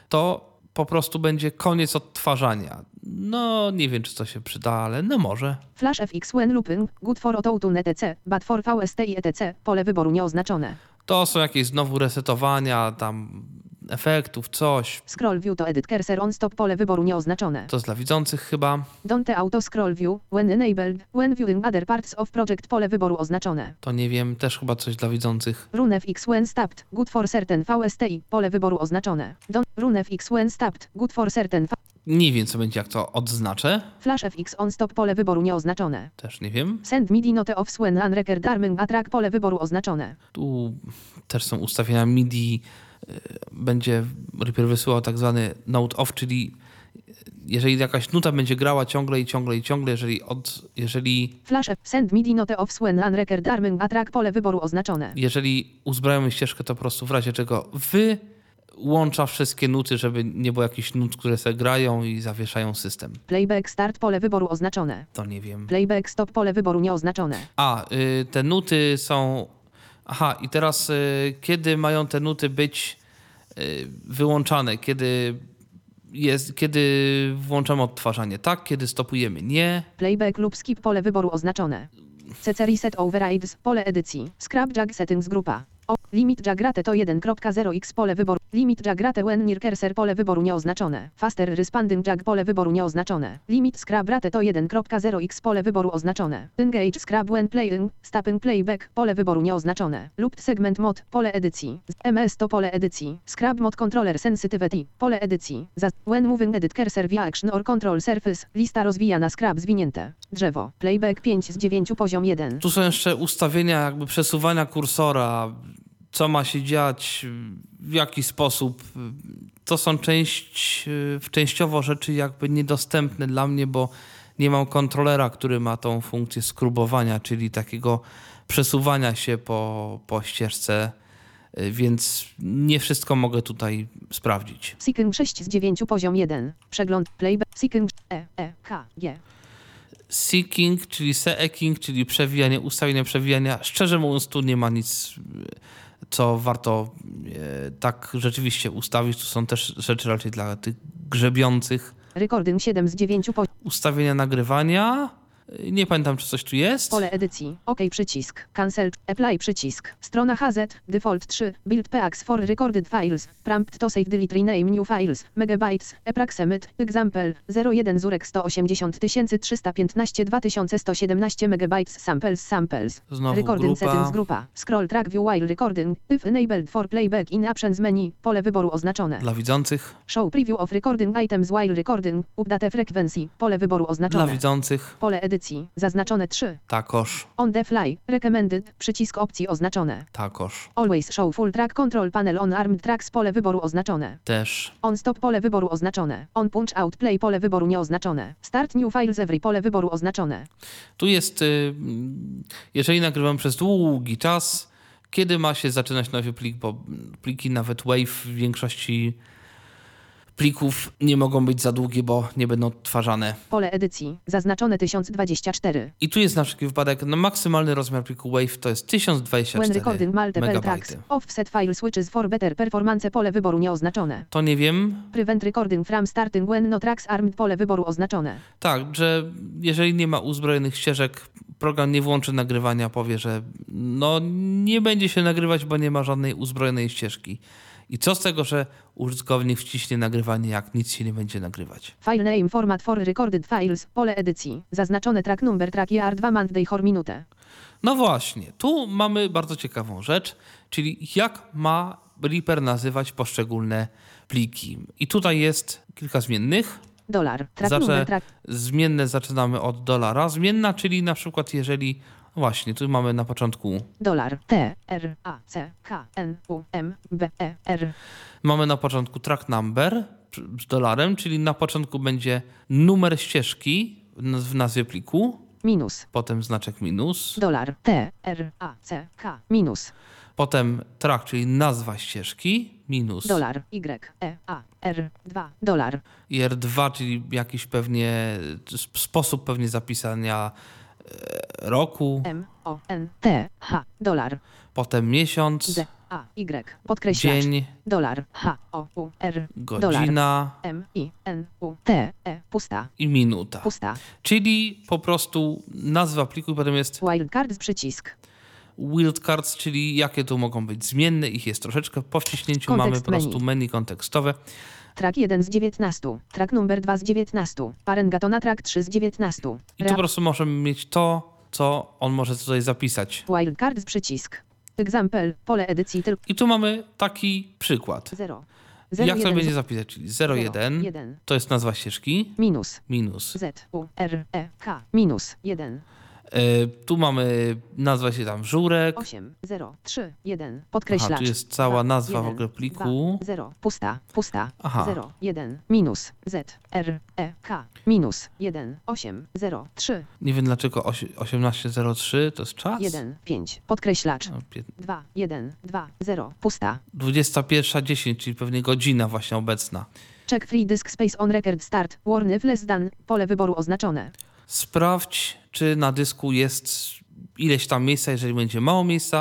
to po prostu będzie koniec odtwarzania. No, nie wiem, czy to się przyda, ale no może. Flash F X when looping. Good for autotune et cetera. But for V S T i et cetera. Pole wyboru nieoznaczone. To są jakieś znowu resetowania, tam efektów, coś. Scroll view to edit cursor on stop. Pole wyboru nieoznaczone. To jest dla widzących chyba. Don't auto scroll view. When enabled. When viewing other parts of project. Pole wyboru oznaczone. To nie wiem, też chyba coś dla widzących. Run F X when stopped. Good for certain V S T I. Pole wyboru oznaczone. Don't run F X when stopped. Good for certain V. Nie wiem, co będzie, jak to odznaczę. Flash F X on stop. Pole wyboru nieoznaczone. Też nie wiem. Send M I D I note of when unrecord arming a track. Pole wyboru oznaczone. Tu też są ustawienia M I D I. Będzie Reaper wysyłał tak zwany note off, czyli jeżeli jakaś nuta będzie grała ciągle i ciągle i ciągle, jeżeli od, jeżeli, Flash F. Send M I D I note of when unrecord arming a track. Pole wyboru oznaczone. jeżeli uzbrajamy ścieżkę, to po prostu w razie czego wyłącza wszystkie nuty, żeby nie było jakichś nut, które sobie grają i zawieszają system. Playback start. Pole wyboru oznaczone. To nie wiem. Playback stop. Pole wyboru nieoznaczone. A, y, te nuty są Aha, i teraz y, kiedy mają te nuty być y, wyłączane? Kiedy, jest, kiedy włączamy odtwarzanie? Tak, kiedy stopujemy? Nie. Playback lub skip pole wyboru oznaczone. C C Reset Overrides pole edycji. Scrap Jag Settings grupa. O, limit jag rate to jeden kropka zero x pole wyboru. Limit jag rate when near cursor pole wyboru nieoznaczone. Faster responding jag pole wyboru nieoznaczone. Limit scrap rate to jeden kropka zero x pole wyboru oznaczone. Engage scrap when playing, stopping playback pole wyboru nieoznaczone. Looped segment mod pole edycji. M S to pole edycji. Scrap mod controller sensitivity pole edycji. Zas when moving edit cursor via action or control surface lista rozwijana scrap zwinięte. Drzewo. Playback pięć z dziewięciu poziom jeden. Tu są jeszcze ustawienia jakby przesuwania kursora, co ma się dziać, w jaki sposób. To są część, częściowo rzeczy jakby niedostępne dla mnie, bo nie mam kontrolera, który ma tą funkcję skrubowania, czyli takiego przesuwania się po, po ścieżce, więc nie wszystko mogę tutaj sprawdzić. Seeking sześć z dziewięciu poziom jeden. Przegląd playback seeking E E K G. Seeking, czyli seeking, czyli przewijanie, ustawienie przewijania. Szczerze mówiąc, tu nie ma nic, co warto e, tak rzeczywiście ustawić. Tu są też rzeczy raczej dla tych grzebiących. Recording siedem z dziewięciu poziom. Ustawienia nagrywania. Nie pamiętam, czy coś tu jest. Pole edycji. OK przycisk. Cancel. Apply przycisk. Strona H Z. Default trzy. Build P A X for recorded files. Prompt to save delete rename new files. Megabytes. Approximate. Example. zero jeden zurek sto osiemdziesiąt tysięcy trzysta piętnaście dwa tysiące sto siedemnaście megabytes samples samples. Znowu Recording grupa. settings grupa. Scroll track view while recording. If enabled for playback in options menu. Pole wyboru oznaczone. Dla widzących. Show preview of recording items while recording. Update frequency. Pole wyboru oznaczone. Dla widzących. Pole edycji. Zaznaczone trzy. Takoż. On the fly. Recommended. Przycisk opcji oznaczone. Takoż. Always show full track control panel on armed tracks pole wyboru oznaczone. Też. On stop pole wyboru oznaczone. On punch out play pole wyboru nieoznaczone. Start new files every pole wyboru oznaczone. Tu jest, y, jeżeli nagrywam przez długi czas, kiedy ma się zaczynać nowy plik, bo pliki nawet WAV w większości plików nie mogą być za długie, bo nie będą odtwarzane. Pole edycji. Zaznaczone tysiąc dwadzieścia cztery. I tu jest na wszelki wypadek, no maksymalny rozmiar pliku WAV to jest tysiąc dwadzieścia When cztery recording multiple tracks. megabajty. Offset file switches for better performance pole wyboru nieoznaczone. To nie wiem. Prevent recording from starting when no tracks armed pole wyboru oznaczone. Tak, że jeżeli nie ma uzbrojonych ścieżek, program nie włączy nagrywania, powie, że no nie będzie się nagrywać, bo nie ma żadnej uzbrojonej ścieżki. I co z tego, że użytkownik wciśnie nagrywanie, jak nic się nie będzie nagrywać? File name format for recorded files. Pole edycji. Zaznaczone track number track E R dwa month day for minute. No właśnie, tu mamy bardzo ciekawą rzecz, czyli jak ma Reaper nazywać poszczególne pliki. I tutaj jest kilka zmiennych. Dolar. Track Zacznę, number track. zmienne zaczynamy od dolara. Zmienna, czyli na przykład jeżeli, właśnie, tu mamy na początku, Dolar. T. R. A. C. K. N. U. M. B. E. R. mamy na początku track number z dolarem, czyli na początku będzie numer ścieżki w nazwie pliku, Minus. potem znaczek minus, Dolar. T. R. A. C. K. Minus. potem track, czyli nazwa ścieżki, minus. Dolar. Y. E. A. R. dwa. Dolar. I R dwa, czyli jakiś pewnie sp- sposób pewnie zapisania e, roku, M. O. N. T. H. Dolar. potem miesiąc, Z. A. Y. Podkreślacz. dzień, Dolar. H. O. U. R. Dolar. godzina M. I. N. U. T. E. Pusta. i minuta. Pusta. Czyli po prostu nazwa pliku i potem jest Wildcards przycisk. wildcards, czyli jakie tu mogą być zmienne. Ich jest troszeczkę. Po wciśnięciu Kontekst mamy po prostu menu. menu kontekstowe. Track jeden z dziewiętnastu. Track number dwa z dziewiętnastu. Parengatona track trzy z dziewiętnastu. I tu po prostu możemy mieć to, co on może tutaj zapisać. Wildcards przycisk. Example. Pole edycji tylko I tu mamy taki przykład. zero. Jak to będzie zapisać? Czyli zero jeden jeden. to jest nazwa ścieżki, Minus. minus. Z. U. R. E. K. Minus. jeden. Y, tu mamy nazwa się tam żurek. osiem. zero. trzy. jeden. Aha, Podkreślacz. tu jest cała dwa, nazwa w jeden, ogóle pliku. dwa, zero. Pusta. Pusta. Aha. zero. jeden. Minus. Z. R. E. K. Minus. jeden. osiem. zero. trzy. Nie wiem dlaczego osiemnaście zero trzy to jest czas. jeden. pięć. Podkreślacz. No, pię- dwa. jeden. dwa. zero. Pusta. dwudziesta pierwsza dziesięć, czyli pewnie godzina właśnie obecna. Check free disk space on record start. Warn if less than. Pole wyboru oznaczone. Sprawdź, czy na dysku jest ileś tam miejsca. Jeżeli będzie mało miejsca,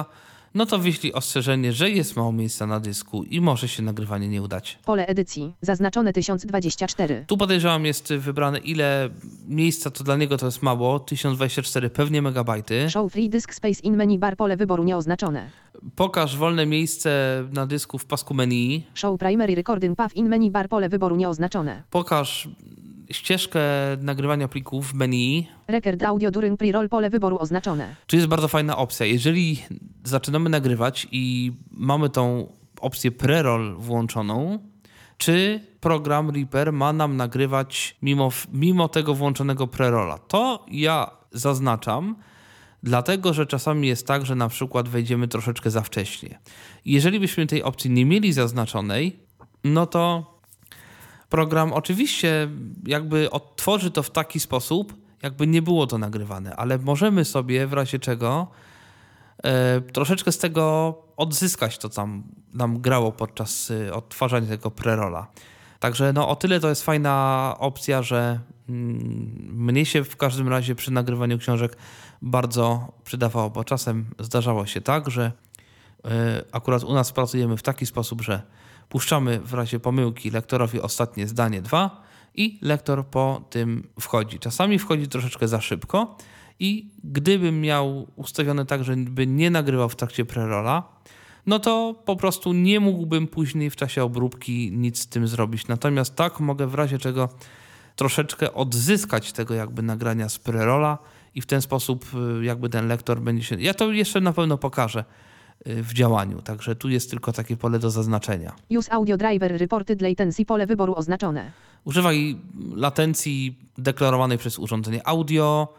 no to wyślij ostrzeżenie, że jest mało miejsca na dysku i może się nagrywanie nie udać. Pole edycji. Zaznaczone tysiąc dwadzieścia cztery. Tu podejrzewam jest wybrane ile miejsca, to dla niego to jest mało. tysiąc dwadzieścia cztery pewnie megabajty. Show free disk space in menu bar. Pole wyboru nieoznaczone. Pokaż wolne miejsce na dysku w pasku menu. Show primary recording path in menu bar. Pole wyboru nieoznaczone. Pokaż ścieżkę nagrywania plików w menu. Record audio during pre-roll. Pole wyboru oznaczone. Tu jest bardzo fajna opcja. Jeżeli zaczynamy nagrywać i mamy tą opcję pre-roll włączoną, czy program Reaper ma nam nagrywać mimo, mimo tego włączonego pre-rolla? To ja zaznaczam, dlatego że czasami jest tak, że na przykład wejdziemy troszeczkę za wcześnie. Jeżeli byśmy tej opcji nie mieli zaznaczonej, no to program oczywiście jakby odtworzy to w taki sposób, jakby nie było to nagrywane, ale możemy sobie w razie czego e, troszeczkę z tego odzyskać to, co nam grało podczas e, odtwarzania tego prerola. Także no, o tyle to jest fajna opcja, że mm, mnie się w każdym razie przy nagrywaniu książek bardzo przydawało, bo czasem zdarzało się tak, że e, akurat u nas pracujemy w taki sposób, że puszczamy w razie pomyłki lektorowi ostatnie zdanie dwa i lektor po tym wchodzi. Czasami wchodzi troszeczkę za szybko i gdybym miał ustawione tak, żeby nie nagrywał w trakcie prerola, no to po prostu nie mógłbym później w czasie obróbki nic z tym zrobić. Natomiast tak mogę w razie czego troszeczkę odzyskać tego jakby nagrania z prerola i w ten sposób jakby ten lektor będzie się... Ja to jeszcze na pewno pokażę w działaniu, także tu jest tylko takie pole do zaznaczenia. Use audio driver reported latency. Pole wyboru oznaczone. Używaj latencji deklarowanej przez urządzenie audio.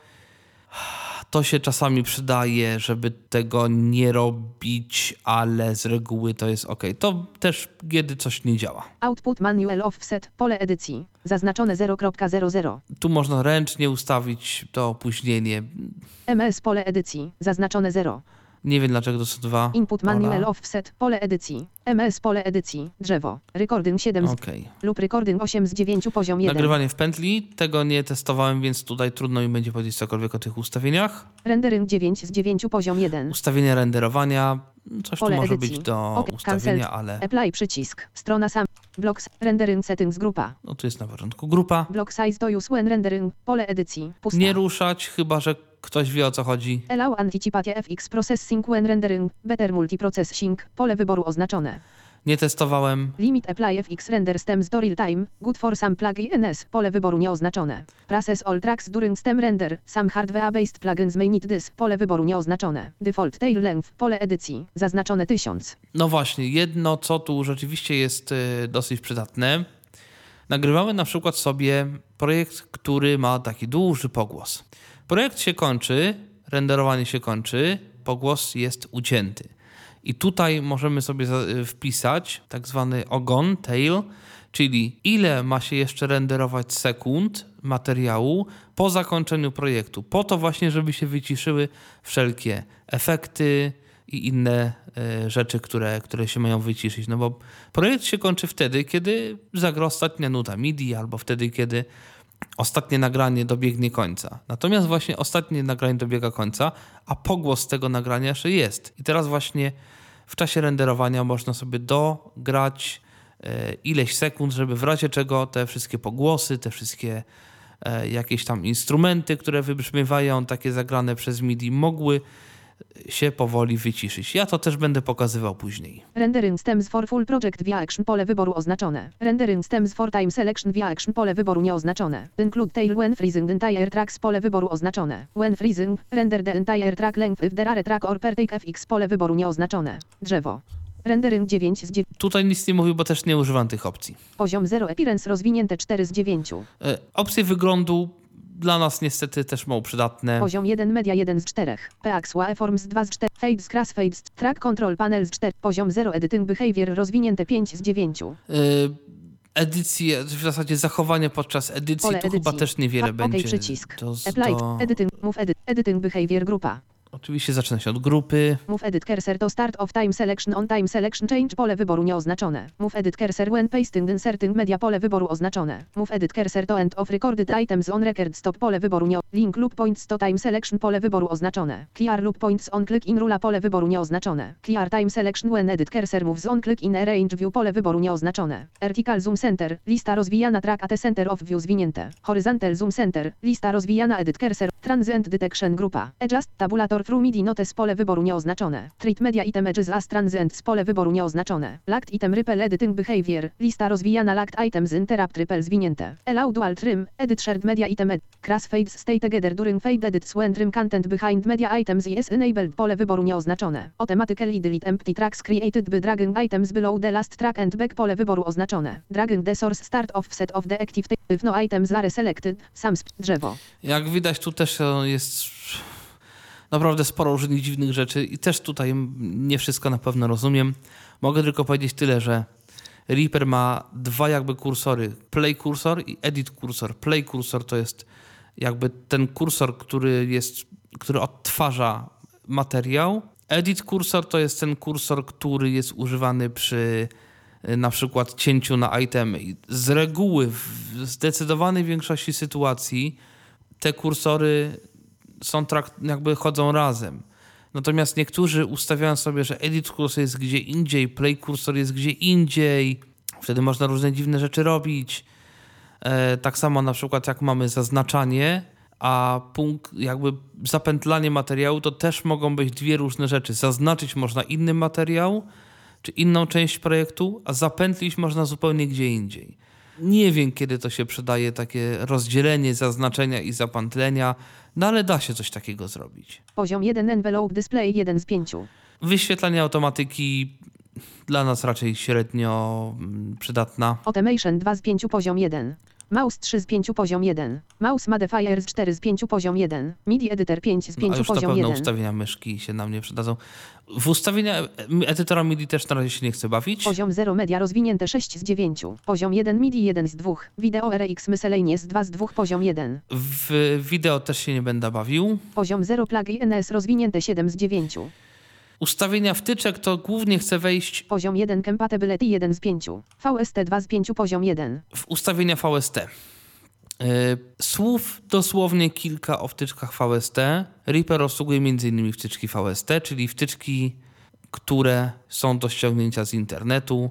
To się czasami przydaje, żeby tego nie robić, ale z reguły to jest ok. To też kiedy coś nie działa. Output manual offset. Pole edycji. Zaznaczone zero przecinek zero zero. Tu można ręcznie ustawić to opóźnienie. M S. Pole edycji. Zaznaczone zero. Nie wiem dlaczego to są dwa Input pola. manual offset. Pole edycji. M S. Pole edycji. Drzewo. Recording siedem z... Okay. lub recording osiem z dziewięciu poziom jeden. Nagrywanie w pętli. Tego nie testowałem, więc tutaj trudno mi będzie powiedzieć cokolwiek o tych ustawieniach. Rendering dziewięć z dziewięciu poziom jeden. Ustawienie renderowania. Coś Pole tu może edycji. być do OK, ustawienia, cancelled. ale... Apply przycisk. Strona sam. Blocks. Rendering settings grupa. No tu jest na początku grupa. Block size to use when rendering. Pole edycji. Pusta. Nie ruszać, chyba że ktoś wie o co chodzi. Allow anticipate F X processing when rendering. Better multiprocessing. Pole wyboru oznaczone. Nie testowałem. Limit apply F X render stems do real time. Good for some plugins. Pole wyboru nieoznaczone. Process all tracks during stem render. Some hardware based plugins may need this. Pole wyboru nieoznaczone. Default tail length. Pole edycji. Zaznaczone tysiąc. No właśnie, jedno co tu rzeczywiście jest y, dosyć przydatne. Nagrywamy na przykład sobie projekt, który ma taki duży pogłos. Projekt się kończy, renderowanie się kończy, pogłos jest ucięty. I tutaj możemy sobie wpisać tak zwany ogon, tail, czyli ile ma się jeszcze renderować sekund materiału po zakończeniu projektu. Po to właśnie, żeby się wyciszyły wszelkie efekty i inne e, rzeczy, które, które się mają wyciszyć. No bo projekt się kończy wtedy, kiedy zagra ostatnia nuta MIDI albo wtedy, kiedy ostatnie nagranie dobiegnie końca. Natomiast właśnie ostatnie nagranie dobiega końca, a pogłos tego nagrania jeszcze jest. I teraz właśnie w czasie renderowania można sobie dograć e, ileś sekund, żeby w razie czego te wszystkie pogłosy, te wszystkie e, jakieś tam instrumenty, które wybrzmiewają, takie zagrane przez MIDI, mogły się powoli wyciszyć. Ja to też będę pokazywał później. Rendering stems for full project via action. Pole wyboru oznaczone. Rendering stems for time selection via action. Pole wyboru nieoznaczone. Include tail when freezing entire tracks. Pole wyboru oznaczone. When freezing, render the entire track length if there are track or per take F X. Pole wyboru nieoznaczone. Drzewo. Rendering dziewięć z dziewięciu. Tutaj nic nie mówił, bo też nie używam tych opcji. Poziom zero appearance rozwinięte cztery z dziewięciu. E, opcje wyglądu dla nas niestety też mało przydatne. Poziom jeden media jeden z czterech. P A X waveforms dwa z czterech. Fades crossfades. Track control panel z czterech. Poziom zero editing behavior rozwinięte pięć z dziewięciu. Yy, edycje, w zasadzie zachowanie podczas edycji, Pole tu edycji. chyba też niewiele A, będzie. OK przycisk. To, Apply. to... Editing. Move edit. Editing behavior grupa. Oczywiście zaczyna się od grupy. Move edit cursor to start of time selection on time selection change pole wyboru nieoznaczone. Move edit cursor when pasting inserting media pole wyboru oznaczone. Move edit cursor to end of recorded items on record stop pole wyboru nie link loop points to time selection pole wyboru oznaczone. Clear loop points on click in rula pole wyboru nieoznaczone. Clear time selection when edit cursor moves on click in arrange view pole wyboru nieoznaczone. Vertical zoom center lista rozwijana track at center of view zwinięte. Horizontal zoom center lista rozwijana edit cursor transient detection grupa. Adjust tabulator through midi notes pole wyboru nieoznaczone. Treat media item edges as transient pole wyboru nieoznaczone. Lacked item ripple editing behavior lista rozwijana lacked items interrupt ripple zwinięte. Allow dual trim edit shared media item ed. Cross fades stay together during fade edits when trim content behind media items is enabled pole wyboru nieoznaczone. Automatically delete empty tracks created by dragging items below the last track and back pole wyboru oznaczone. Dragging the source start offset of the active tape if no items are selected. Sam sp- drzewo. Jak widać, tu też jest naprawdę sporo różnych dziwnych rzeczy i też tutaj nie wszystko na pewno rozumiem. Mogę tylko powiedzieć tyle, że Reaper ma dwa jakby kursory. Play kursor i edit kursor. Play kursor to jest jakby ten kursor, który jest, który odtwarza materiał. Edit kursor to jest ten kursor, który jest używany przy na przykład cięciu na itemy. Z reguły w zdecydowanej większości sytuacji te kursory są trakt, jakby chodzą razem. Natomiast niektórzy ustawiają sobie, że edit kursor jest gdzie indziej, play kursor jest gdzie indziej. Wtedy można różne dziwne rzeczy robić. E, tak samo na przykład jak mamy zaznaczanie, a punkt jakby zapętlanie materiału, to też mogą być dwie różne rzeczy. Zaznaczyć można inny materiał, czy inną część projektu, a zapętlić można zupełnie gdzie indziej. Nie wiem, kiedy to się przydaje, takie rozdzielenie zaznaczenia i zapętlenia, no ale da się coś takiego zrobić. Poziom jeden envelope display jeden z pięciu. Wyświetlanie automatyki dla nas raczej średnio przydatna. Automation dwa z pięciu poziom jeden. Mouse trzy z pięciu poziom jeden. Mouse modifiers cztery z pięciu poziom jeden. MIDI editor pięć z pięciu No, już poziom na pewno jeden. ustawienia myszki się nam nie przydadzą. W ustawienia edytora MIDI też na razie się nie chcę bawić. Poziom zero media rozwinięte sześć z dziewięciu. Poziom jeden MIDI jeden z dwóch. Video R X Miscellaneous dwa z dwóch poziom jeden. W wideo też się nie będę bawił. Poziom zero plugins rozwinięte siedem z dziewięciu. Ustawienia wtyczek to głównie chcę wejść Poziom jeden Compatibility jeden z pięciu. V S T dwa z pięciu poziom jeden. w ustawienia V S T. Yy, słów dosłownie kilka o wtyczkach V S T. Reaper obsługuje między innymi wtyczki V S T, czyli wtyczki, które są do ściągnięcia z internetu.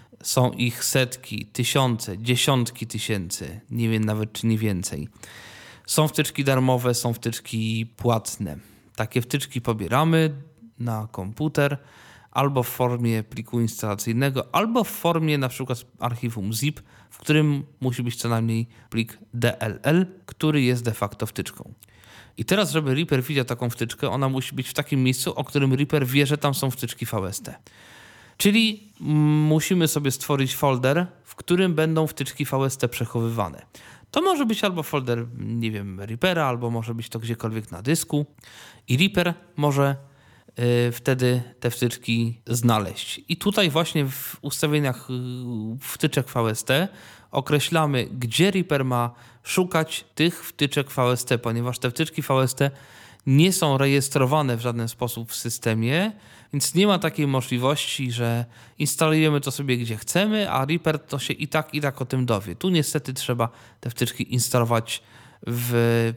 Są ich setki, tysiące, dziesiątki tysięcy, nie wiem nawet czy nie więcej. Są wtyczki darmowe, są wtyczki płatne. Takie wtyczki pobieramy na komputer albo w formie pliku instalacyjnego, albo w formie na przykład archiwum zip, w którym musi być co najmniej plik D L L, który jest de facto wtyczką. I teraz, żeby Reaper widział taką wtyczkę, ona musi być w takim miejscu, o którym Reaper wie, że tam są wtyczki V S T. Czyli musimy sobie stworzyć folder, w którym będą wtyczki V S T przechowywane. To może być albo folder, nie wiem, Reapera, albo może być to gdziekolwiek na dysku i Reaper może y, wtedy te wtyczki znaleźć. I tutaj właśnie w ustawieniach y, wtyczek V S T określamy, gdzie Reaper ma szukać tych wtyczek V S T, ponieważ te wtyczki V S T nie są rejestrowane w żaden sposób w systemie, więc nie ma takiej możliwości, że instalujemy to sobie gdzie chcemy, a Reaper to się i tak, i tak o tym dowie. Tu niestety trzeba te wtyczki instalować w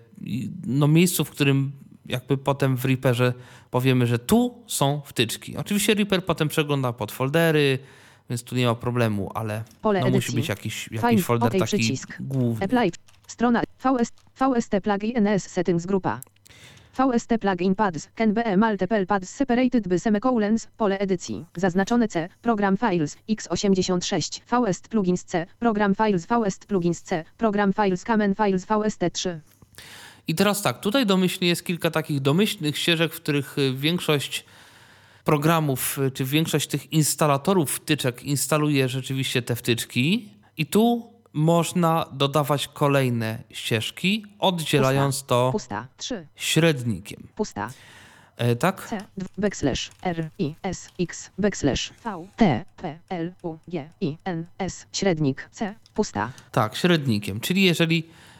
no, miejscu, w którym jakby potem w Reaperze powiemy, że tu są wtyczki. Oczywiście Reaper potem przegląda podfoldery, więc tu nie ma problemu, ale no, musi być jakiś, jakiś Find, folder OK, taki przycisk. główny. Apply. Strona V S, V S T plugins settings grupa. V S T plugin pads can be multiple pads separated by semicolons. Pole edycji. Zaznaczone C. Program files X osiemdziesiąt sześć. V S T plugins C. Program files V S T plugins C. Program files common files V S T trzy. I teraz tak, tutaj domyślnie jest kilka takich domyślnych ścieżek, w których większość programów, czy większość tych instalatorów wtyczek instaluje rzeczywiście te wtyczki. I tu można dodawać kolejne ścieżki, oddzielając Pusta. to Pusta. trzy. średnikiem. Pusta. E, tak? C. Backslash R I S X backslash V T P L U G I N S średnik C. Pusta. Tak, średnikiem. Czyli jeżeli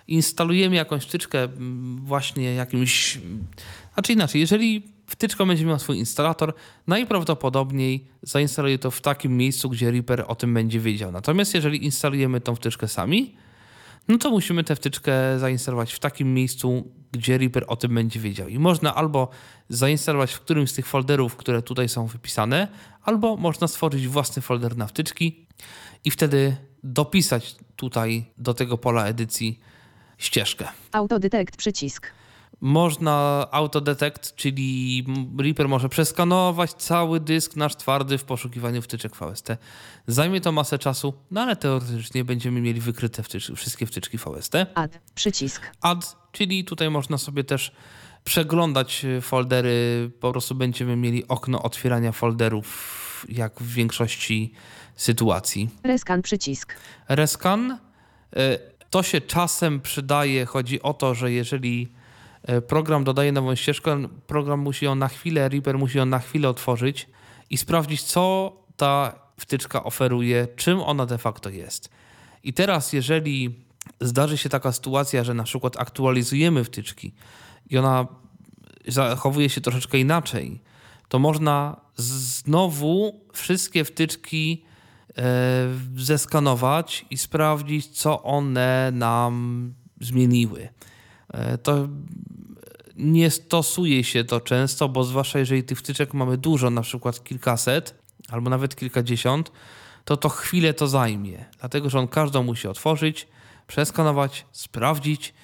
instalujemy jakąś wtyczkę właśnie jakimś... Znaczy inaczej, jeżeli wtyczka będzie miała swój instalator, najprawdopodobniej zainstaluje to w takim miejscu, gdzie Reaper o tym będzie wiedział. Natomiast jeżeli instalujemy tą wtyczkę sami, no to musimy tę wtyczkę zainstalować w takim miejscu, gdzie Reaper o tym będzie wiedział. I można albo zainstalować w którymś z tych folderów, które tutaj są wypisane, albo można stworzyć własny folder na wtyczki i wtedy dopisać tutaj do tego pola edycji ścieżkę. Autodetect przycisk. Można autodetect, czyli Reaper może przeskanować cały dysk nasz twardy w poszukiwaniu wtyczek V S T. Zajmie to masę czasu, no ale teoretycznie będziemy mieli wykryte wtycz- wszystkie wtyczki V S T. Add przycisk. Add, czyli tutaj można sobie też przeglądać foldery, po prostu będziemy mieli okno otwierania folderów, jak w większości sytuacji. Rescan przycisk. Rescan, to się czasem przydaje, chodzi o to, że jeżeli program dodaje nową ścieżkę, program musi ją na chwilę, Reaper musi ją na chwilę otworzyć i sprawdzić, co ta wtyczka oferuje, czym ona de facto jest. I teraz, jeżeli zdarzy się taka sytuacja, że na przykład aktualizujemy wtyczki i ona zachowuje się troszeczkę inaczej, to można znowu wszystkie wtyczki e, zeskanować i sprawdzić, co one nam zmieniły. E, to nie stosuje się to często, bo zwłaszcza jeżeli tych wtyczek mamy dużo, na przykład kilkaset albo nawet kilkadziesiąt, to to chwilę to zajmie. Dlatego, że on każdą musi otworzyć, przeskanować, sprawdzić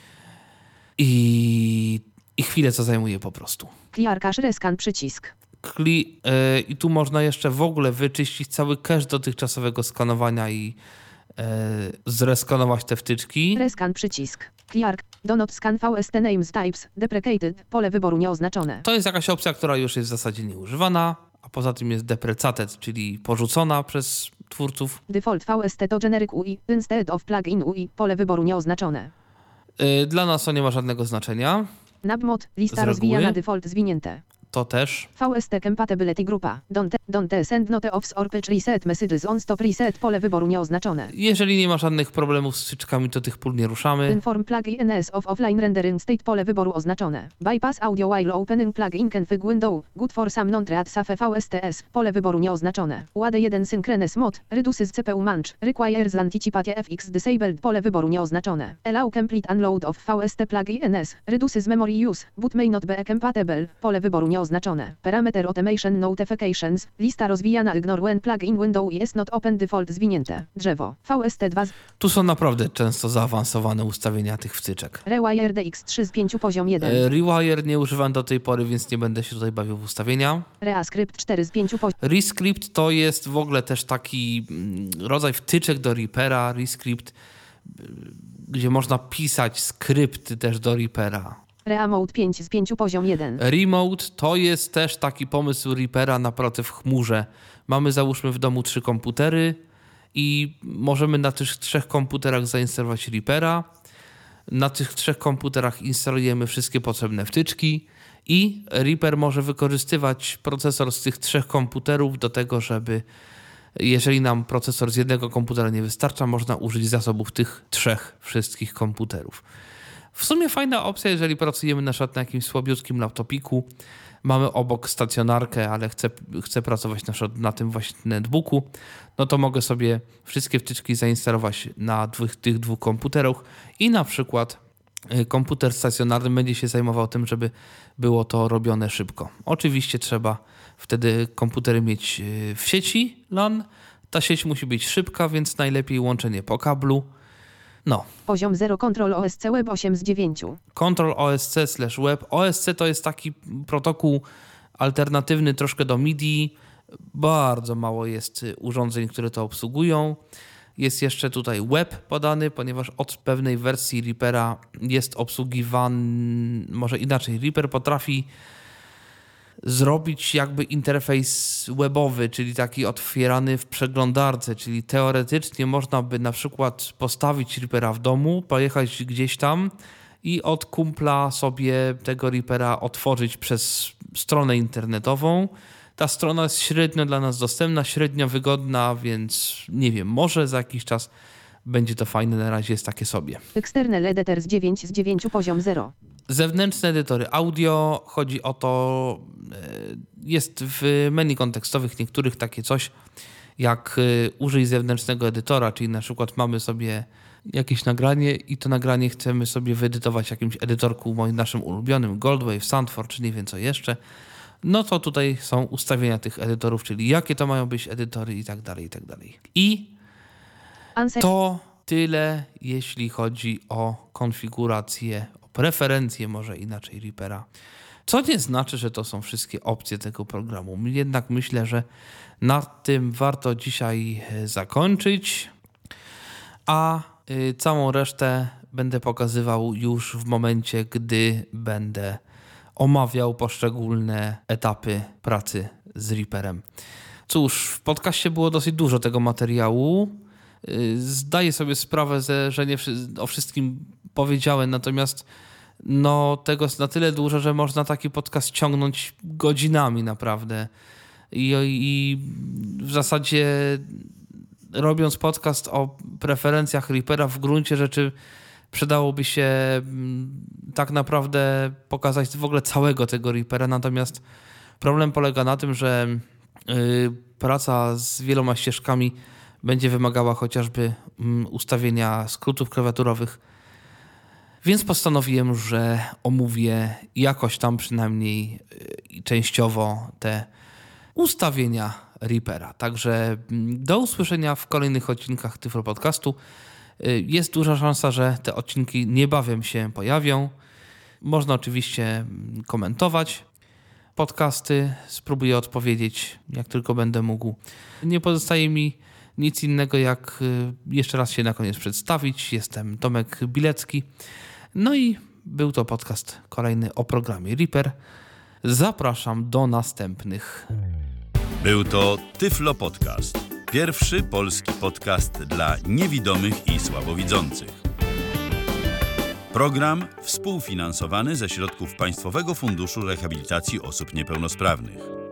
i, i chwilę to zajmuje po prostu. Clear cache rescan przycisk. Kli, yy, I tu można jeszcze w ogóle wyczyścić cały cache dotychczasowego skanowania i yy, zreskanować te wtyczki. Rescan przycisk. Clear. Do not scan V S T names types. Deprecated. Pole wyboru nieoznaczone. To jest jakaś opcja, która już jest w zasadzie nieużywana, a poza tym jest deprecated, czyli porzucona przez twórców. Default V S T to generic U I instead of plugin U I. Pole wyboru nieoznaczone. Yy, dla nas to nie ma żadnego znaczenia. Nabmod. Lista Z rozwijana reguły. default zwinięte. To też. V S T compatibility grupa. Don't, don't send note offs or patch reset messages on stop reset. Pole wyboru nieoznaczone. Jeżeli nie ma żadnych problemów z wtyczkami, to tych pól nie ruszamy. Inform plugins of offline rendering state. Pole wyboru oznaczone. Bypass audio while opening plugin config window. Good for some non-thread safe V S T S. Pole wyboru nieoznaczone. U A D jeden synchronous mode. Reduces C P U manch. Requires anticipate F X disabled. Pole wyboru nieoznaczone. Allow complete unload of V S T plugins. Reduces memory use. Boot may not be compatible. Pole wyboru nieoznaczone. Oznaczone. Parameter automation notifications. Lista rozwijana ignore when plugin window is not open default zwinięte. Drzewo. V S T dwa. Tu są naprawdę często zaawansowane ustawienia tych wtyczek. Rewire D X trzy z pięciu poziom jeden. E, Rewire nie używam do tej pory, więc nie będę się tutaj bawił w ustawienia. Reascript cztery z pięciu poziom. Rescript to jest w ogóle też taki rodzaj wtyczek do Reapera. Rescript, gdzie można pisać skrypty też do Reapera. Reamote pięć z pięciu poziom jeden. Remote to jest też taki pomysł Reapera naprawdę w chmurze. Mamy załóżmy w domu trzy komputery i możemy na tych trzech komputerach zainstalować Reapera. Na tych trzech komputerach instalujemy wszystkie potrzebne wtyczki i Reaper może wykorzystywać procesor z tych trzech komputerów do tego, żeby jeżeli nam procesor z jednego komputera nie wystarcza, można użyć zasobów tych trzech wszystkich komputerów. W sumie fajna opcja, jeżeli pracujemy na przykład na jakimś słabiutkim laptopiku, mamy obok stacjonarkę, ale chcę, chcę pracować na przykład na tym właśnie netbooku, no to mogę sobie wszystkie wtyczki zainstalować na dwóch, tych dwóch komputerach i na przykład komputer stacjonarny będzie się zajmował tym, żeby było to robione szybko. Oczywiście trzeba wtedy komputery mieć w sieci LAN. Ta sieć musi być szybka, więc najlepiej łączenie po kablu. No. Poziom zero Control O S C Web osiem z dziewięciu. Control O S C slash web. O S C to jest taki protokół alternatywny troszkę do MIDI. Bardzo mało jest urządzeń, które to obsługują. Jest jeszcze tutaj web podany, ponieważ od pewnej wersji Reapera jest obsługiwany, może inaczej, Reaper potrafi zrobić jakby interfejs webowy, czyli taki otwierany w przeglądarce, czyli teoretycznie można by na przykład postawić Reapera w domu, pojechać gdzieś tam i od kumpla sobie tego Reapera otworzyć przez stronę internetową. Ta strona jest średnio dla nas dostępna, średnio wygodna, więc nie wiem, może za jakiś czas będzie to fajne, na razie jest takie sobie. External Editors dziewięć z dziewięciu poziom zero. Zewnętrzne edytory audio, chodzi o to, jest w menu kontekstowych niektórych takie coś, jak użyj zewnętrznego edytora, czyli na przykład mamy sobie jakieś nagranie i to nagranie chcemy sobie wyedytować w jakimś edytorku moim naszym ulubionym, Goldwave, Soundforge, czy nie wiem co jeszcze, no to tutaj są ustawienia tych edytorów, czyli jakie to mają być edytory i tak dalej, i tak dalej. I to tyle, jeśli chodzi o konfigurację, o preferencje może inaczej Reapera. Co nie znaczy, że to są wszystkie opcje tego programu. Jednak myślę, że na tym warto dzisiaj zakończyć, a całą resztę będę pokazywał już w momencie, gdy będę omawiał poszczególne etapy pracy z Reaperem. Cóż, w podcaście było dosyć dużo tego materiału. Zdaję sobie sprawę, że nie o wszystkim powiedziałem, natomiast no, tego jest na tyle dużo, że można taki podcast ciągnąć godzinami naprawdę. I, i w zasadzie robiąc podcast o preferencjach Reapera w gruncie rzeczy przydałoby się tak naprawdę pokazać w ogóle całego tego Reapera, natomiast problem polega na tym, że yy, praca z wieloma ścieżkami będzie wymagała chociażby yy, ustawienia skrótów klawiaturowych, więc postanowiłem, że omówię jakoś tam przynajmniej yy, częściowo te ustawienia Reapera. Także do usłyszenia w kolejnych odcinkach Tyflo Podcastu. Jest duża szansa, że te odcinki niebawem się pojawią. Można oczywiście komentować podcasty. Spróbuję odpowiedzieć, jak tylko będę mógł. Nie pozostaje mi nic innego, jak jeszcze raz się na koniec przedstawić. Jestem Tomek Bilecki. No i był to podcast kolejny o programie Reaper. Zapraszam do następnych. Był to Tyflo Podcast. Pierwszy polski podcast dla niewidomych i słabowidzących. Program współfinansowany ze środków Państwowego Funduszu Rehabilitacji Osób Niepełnosprawnych.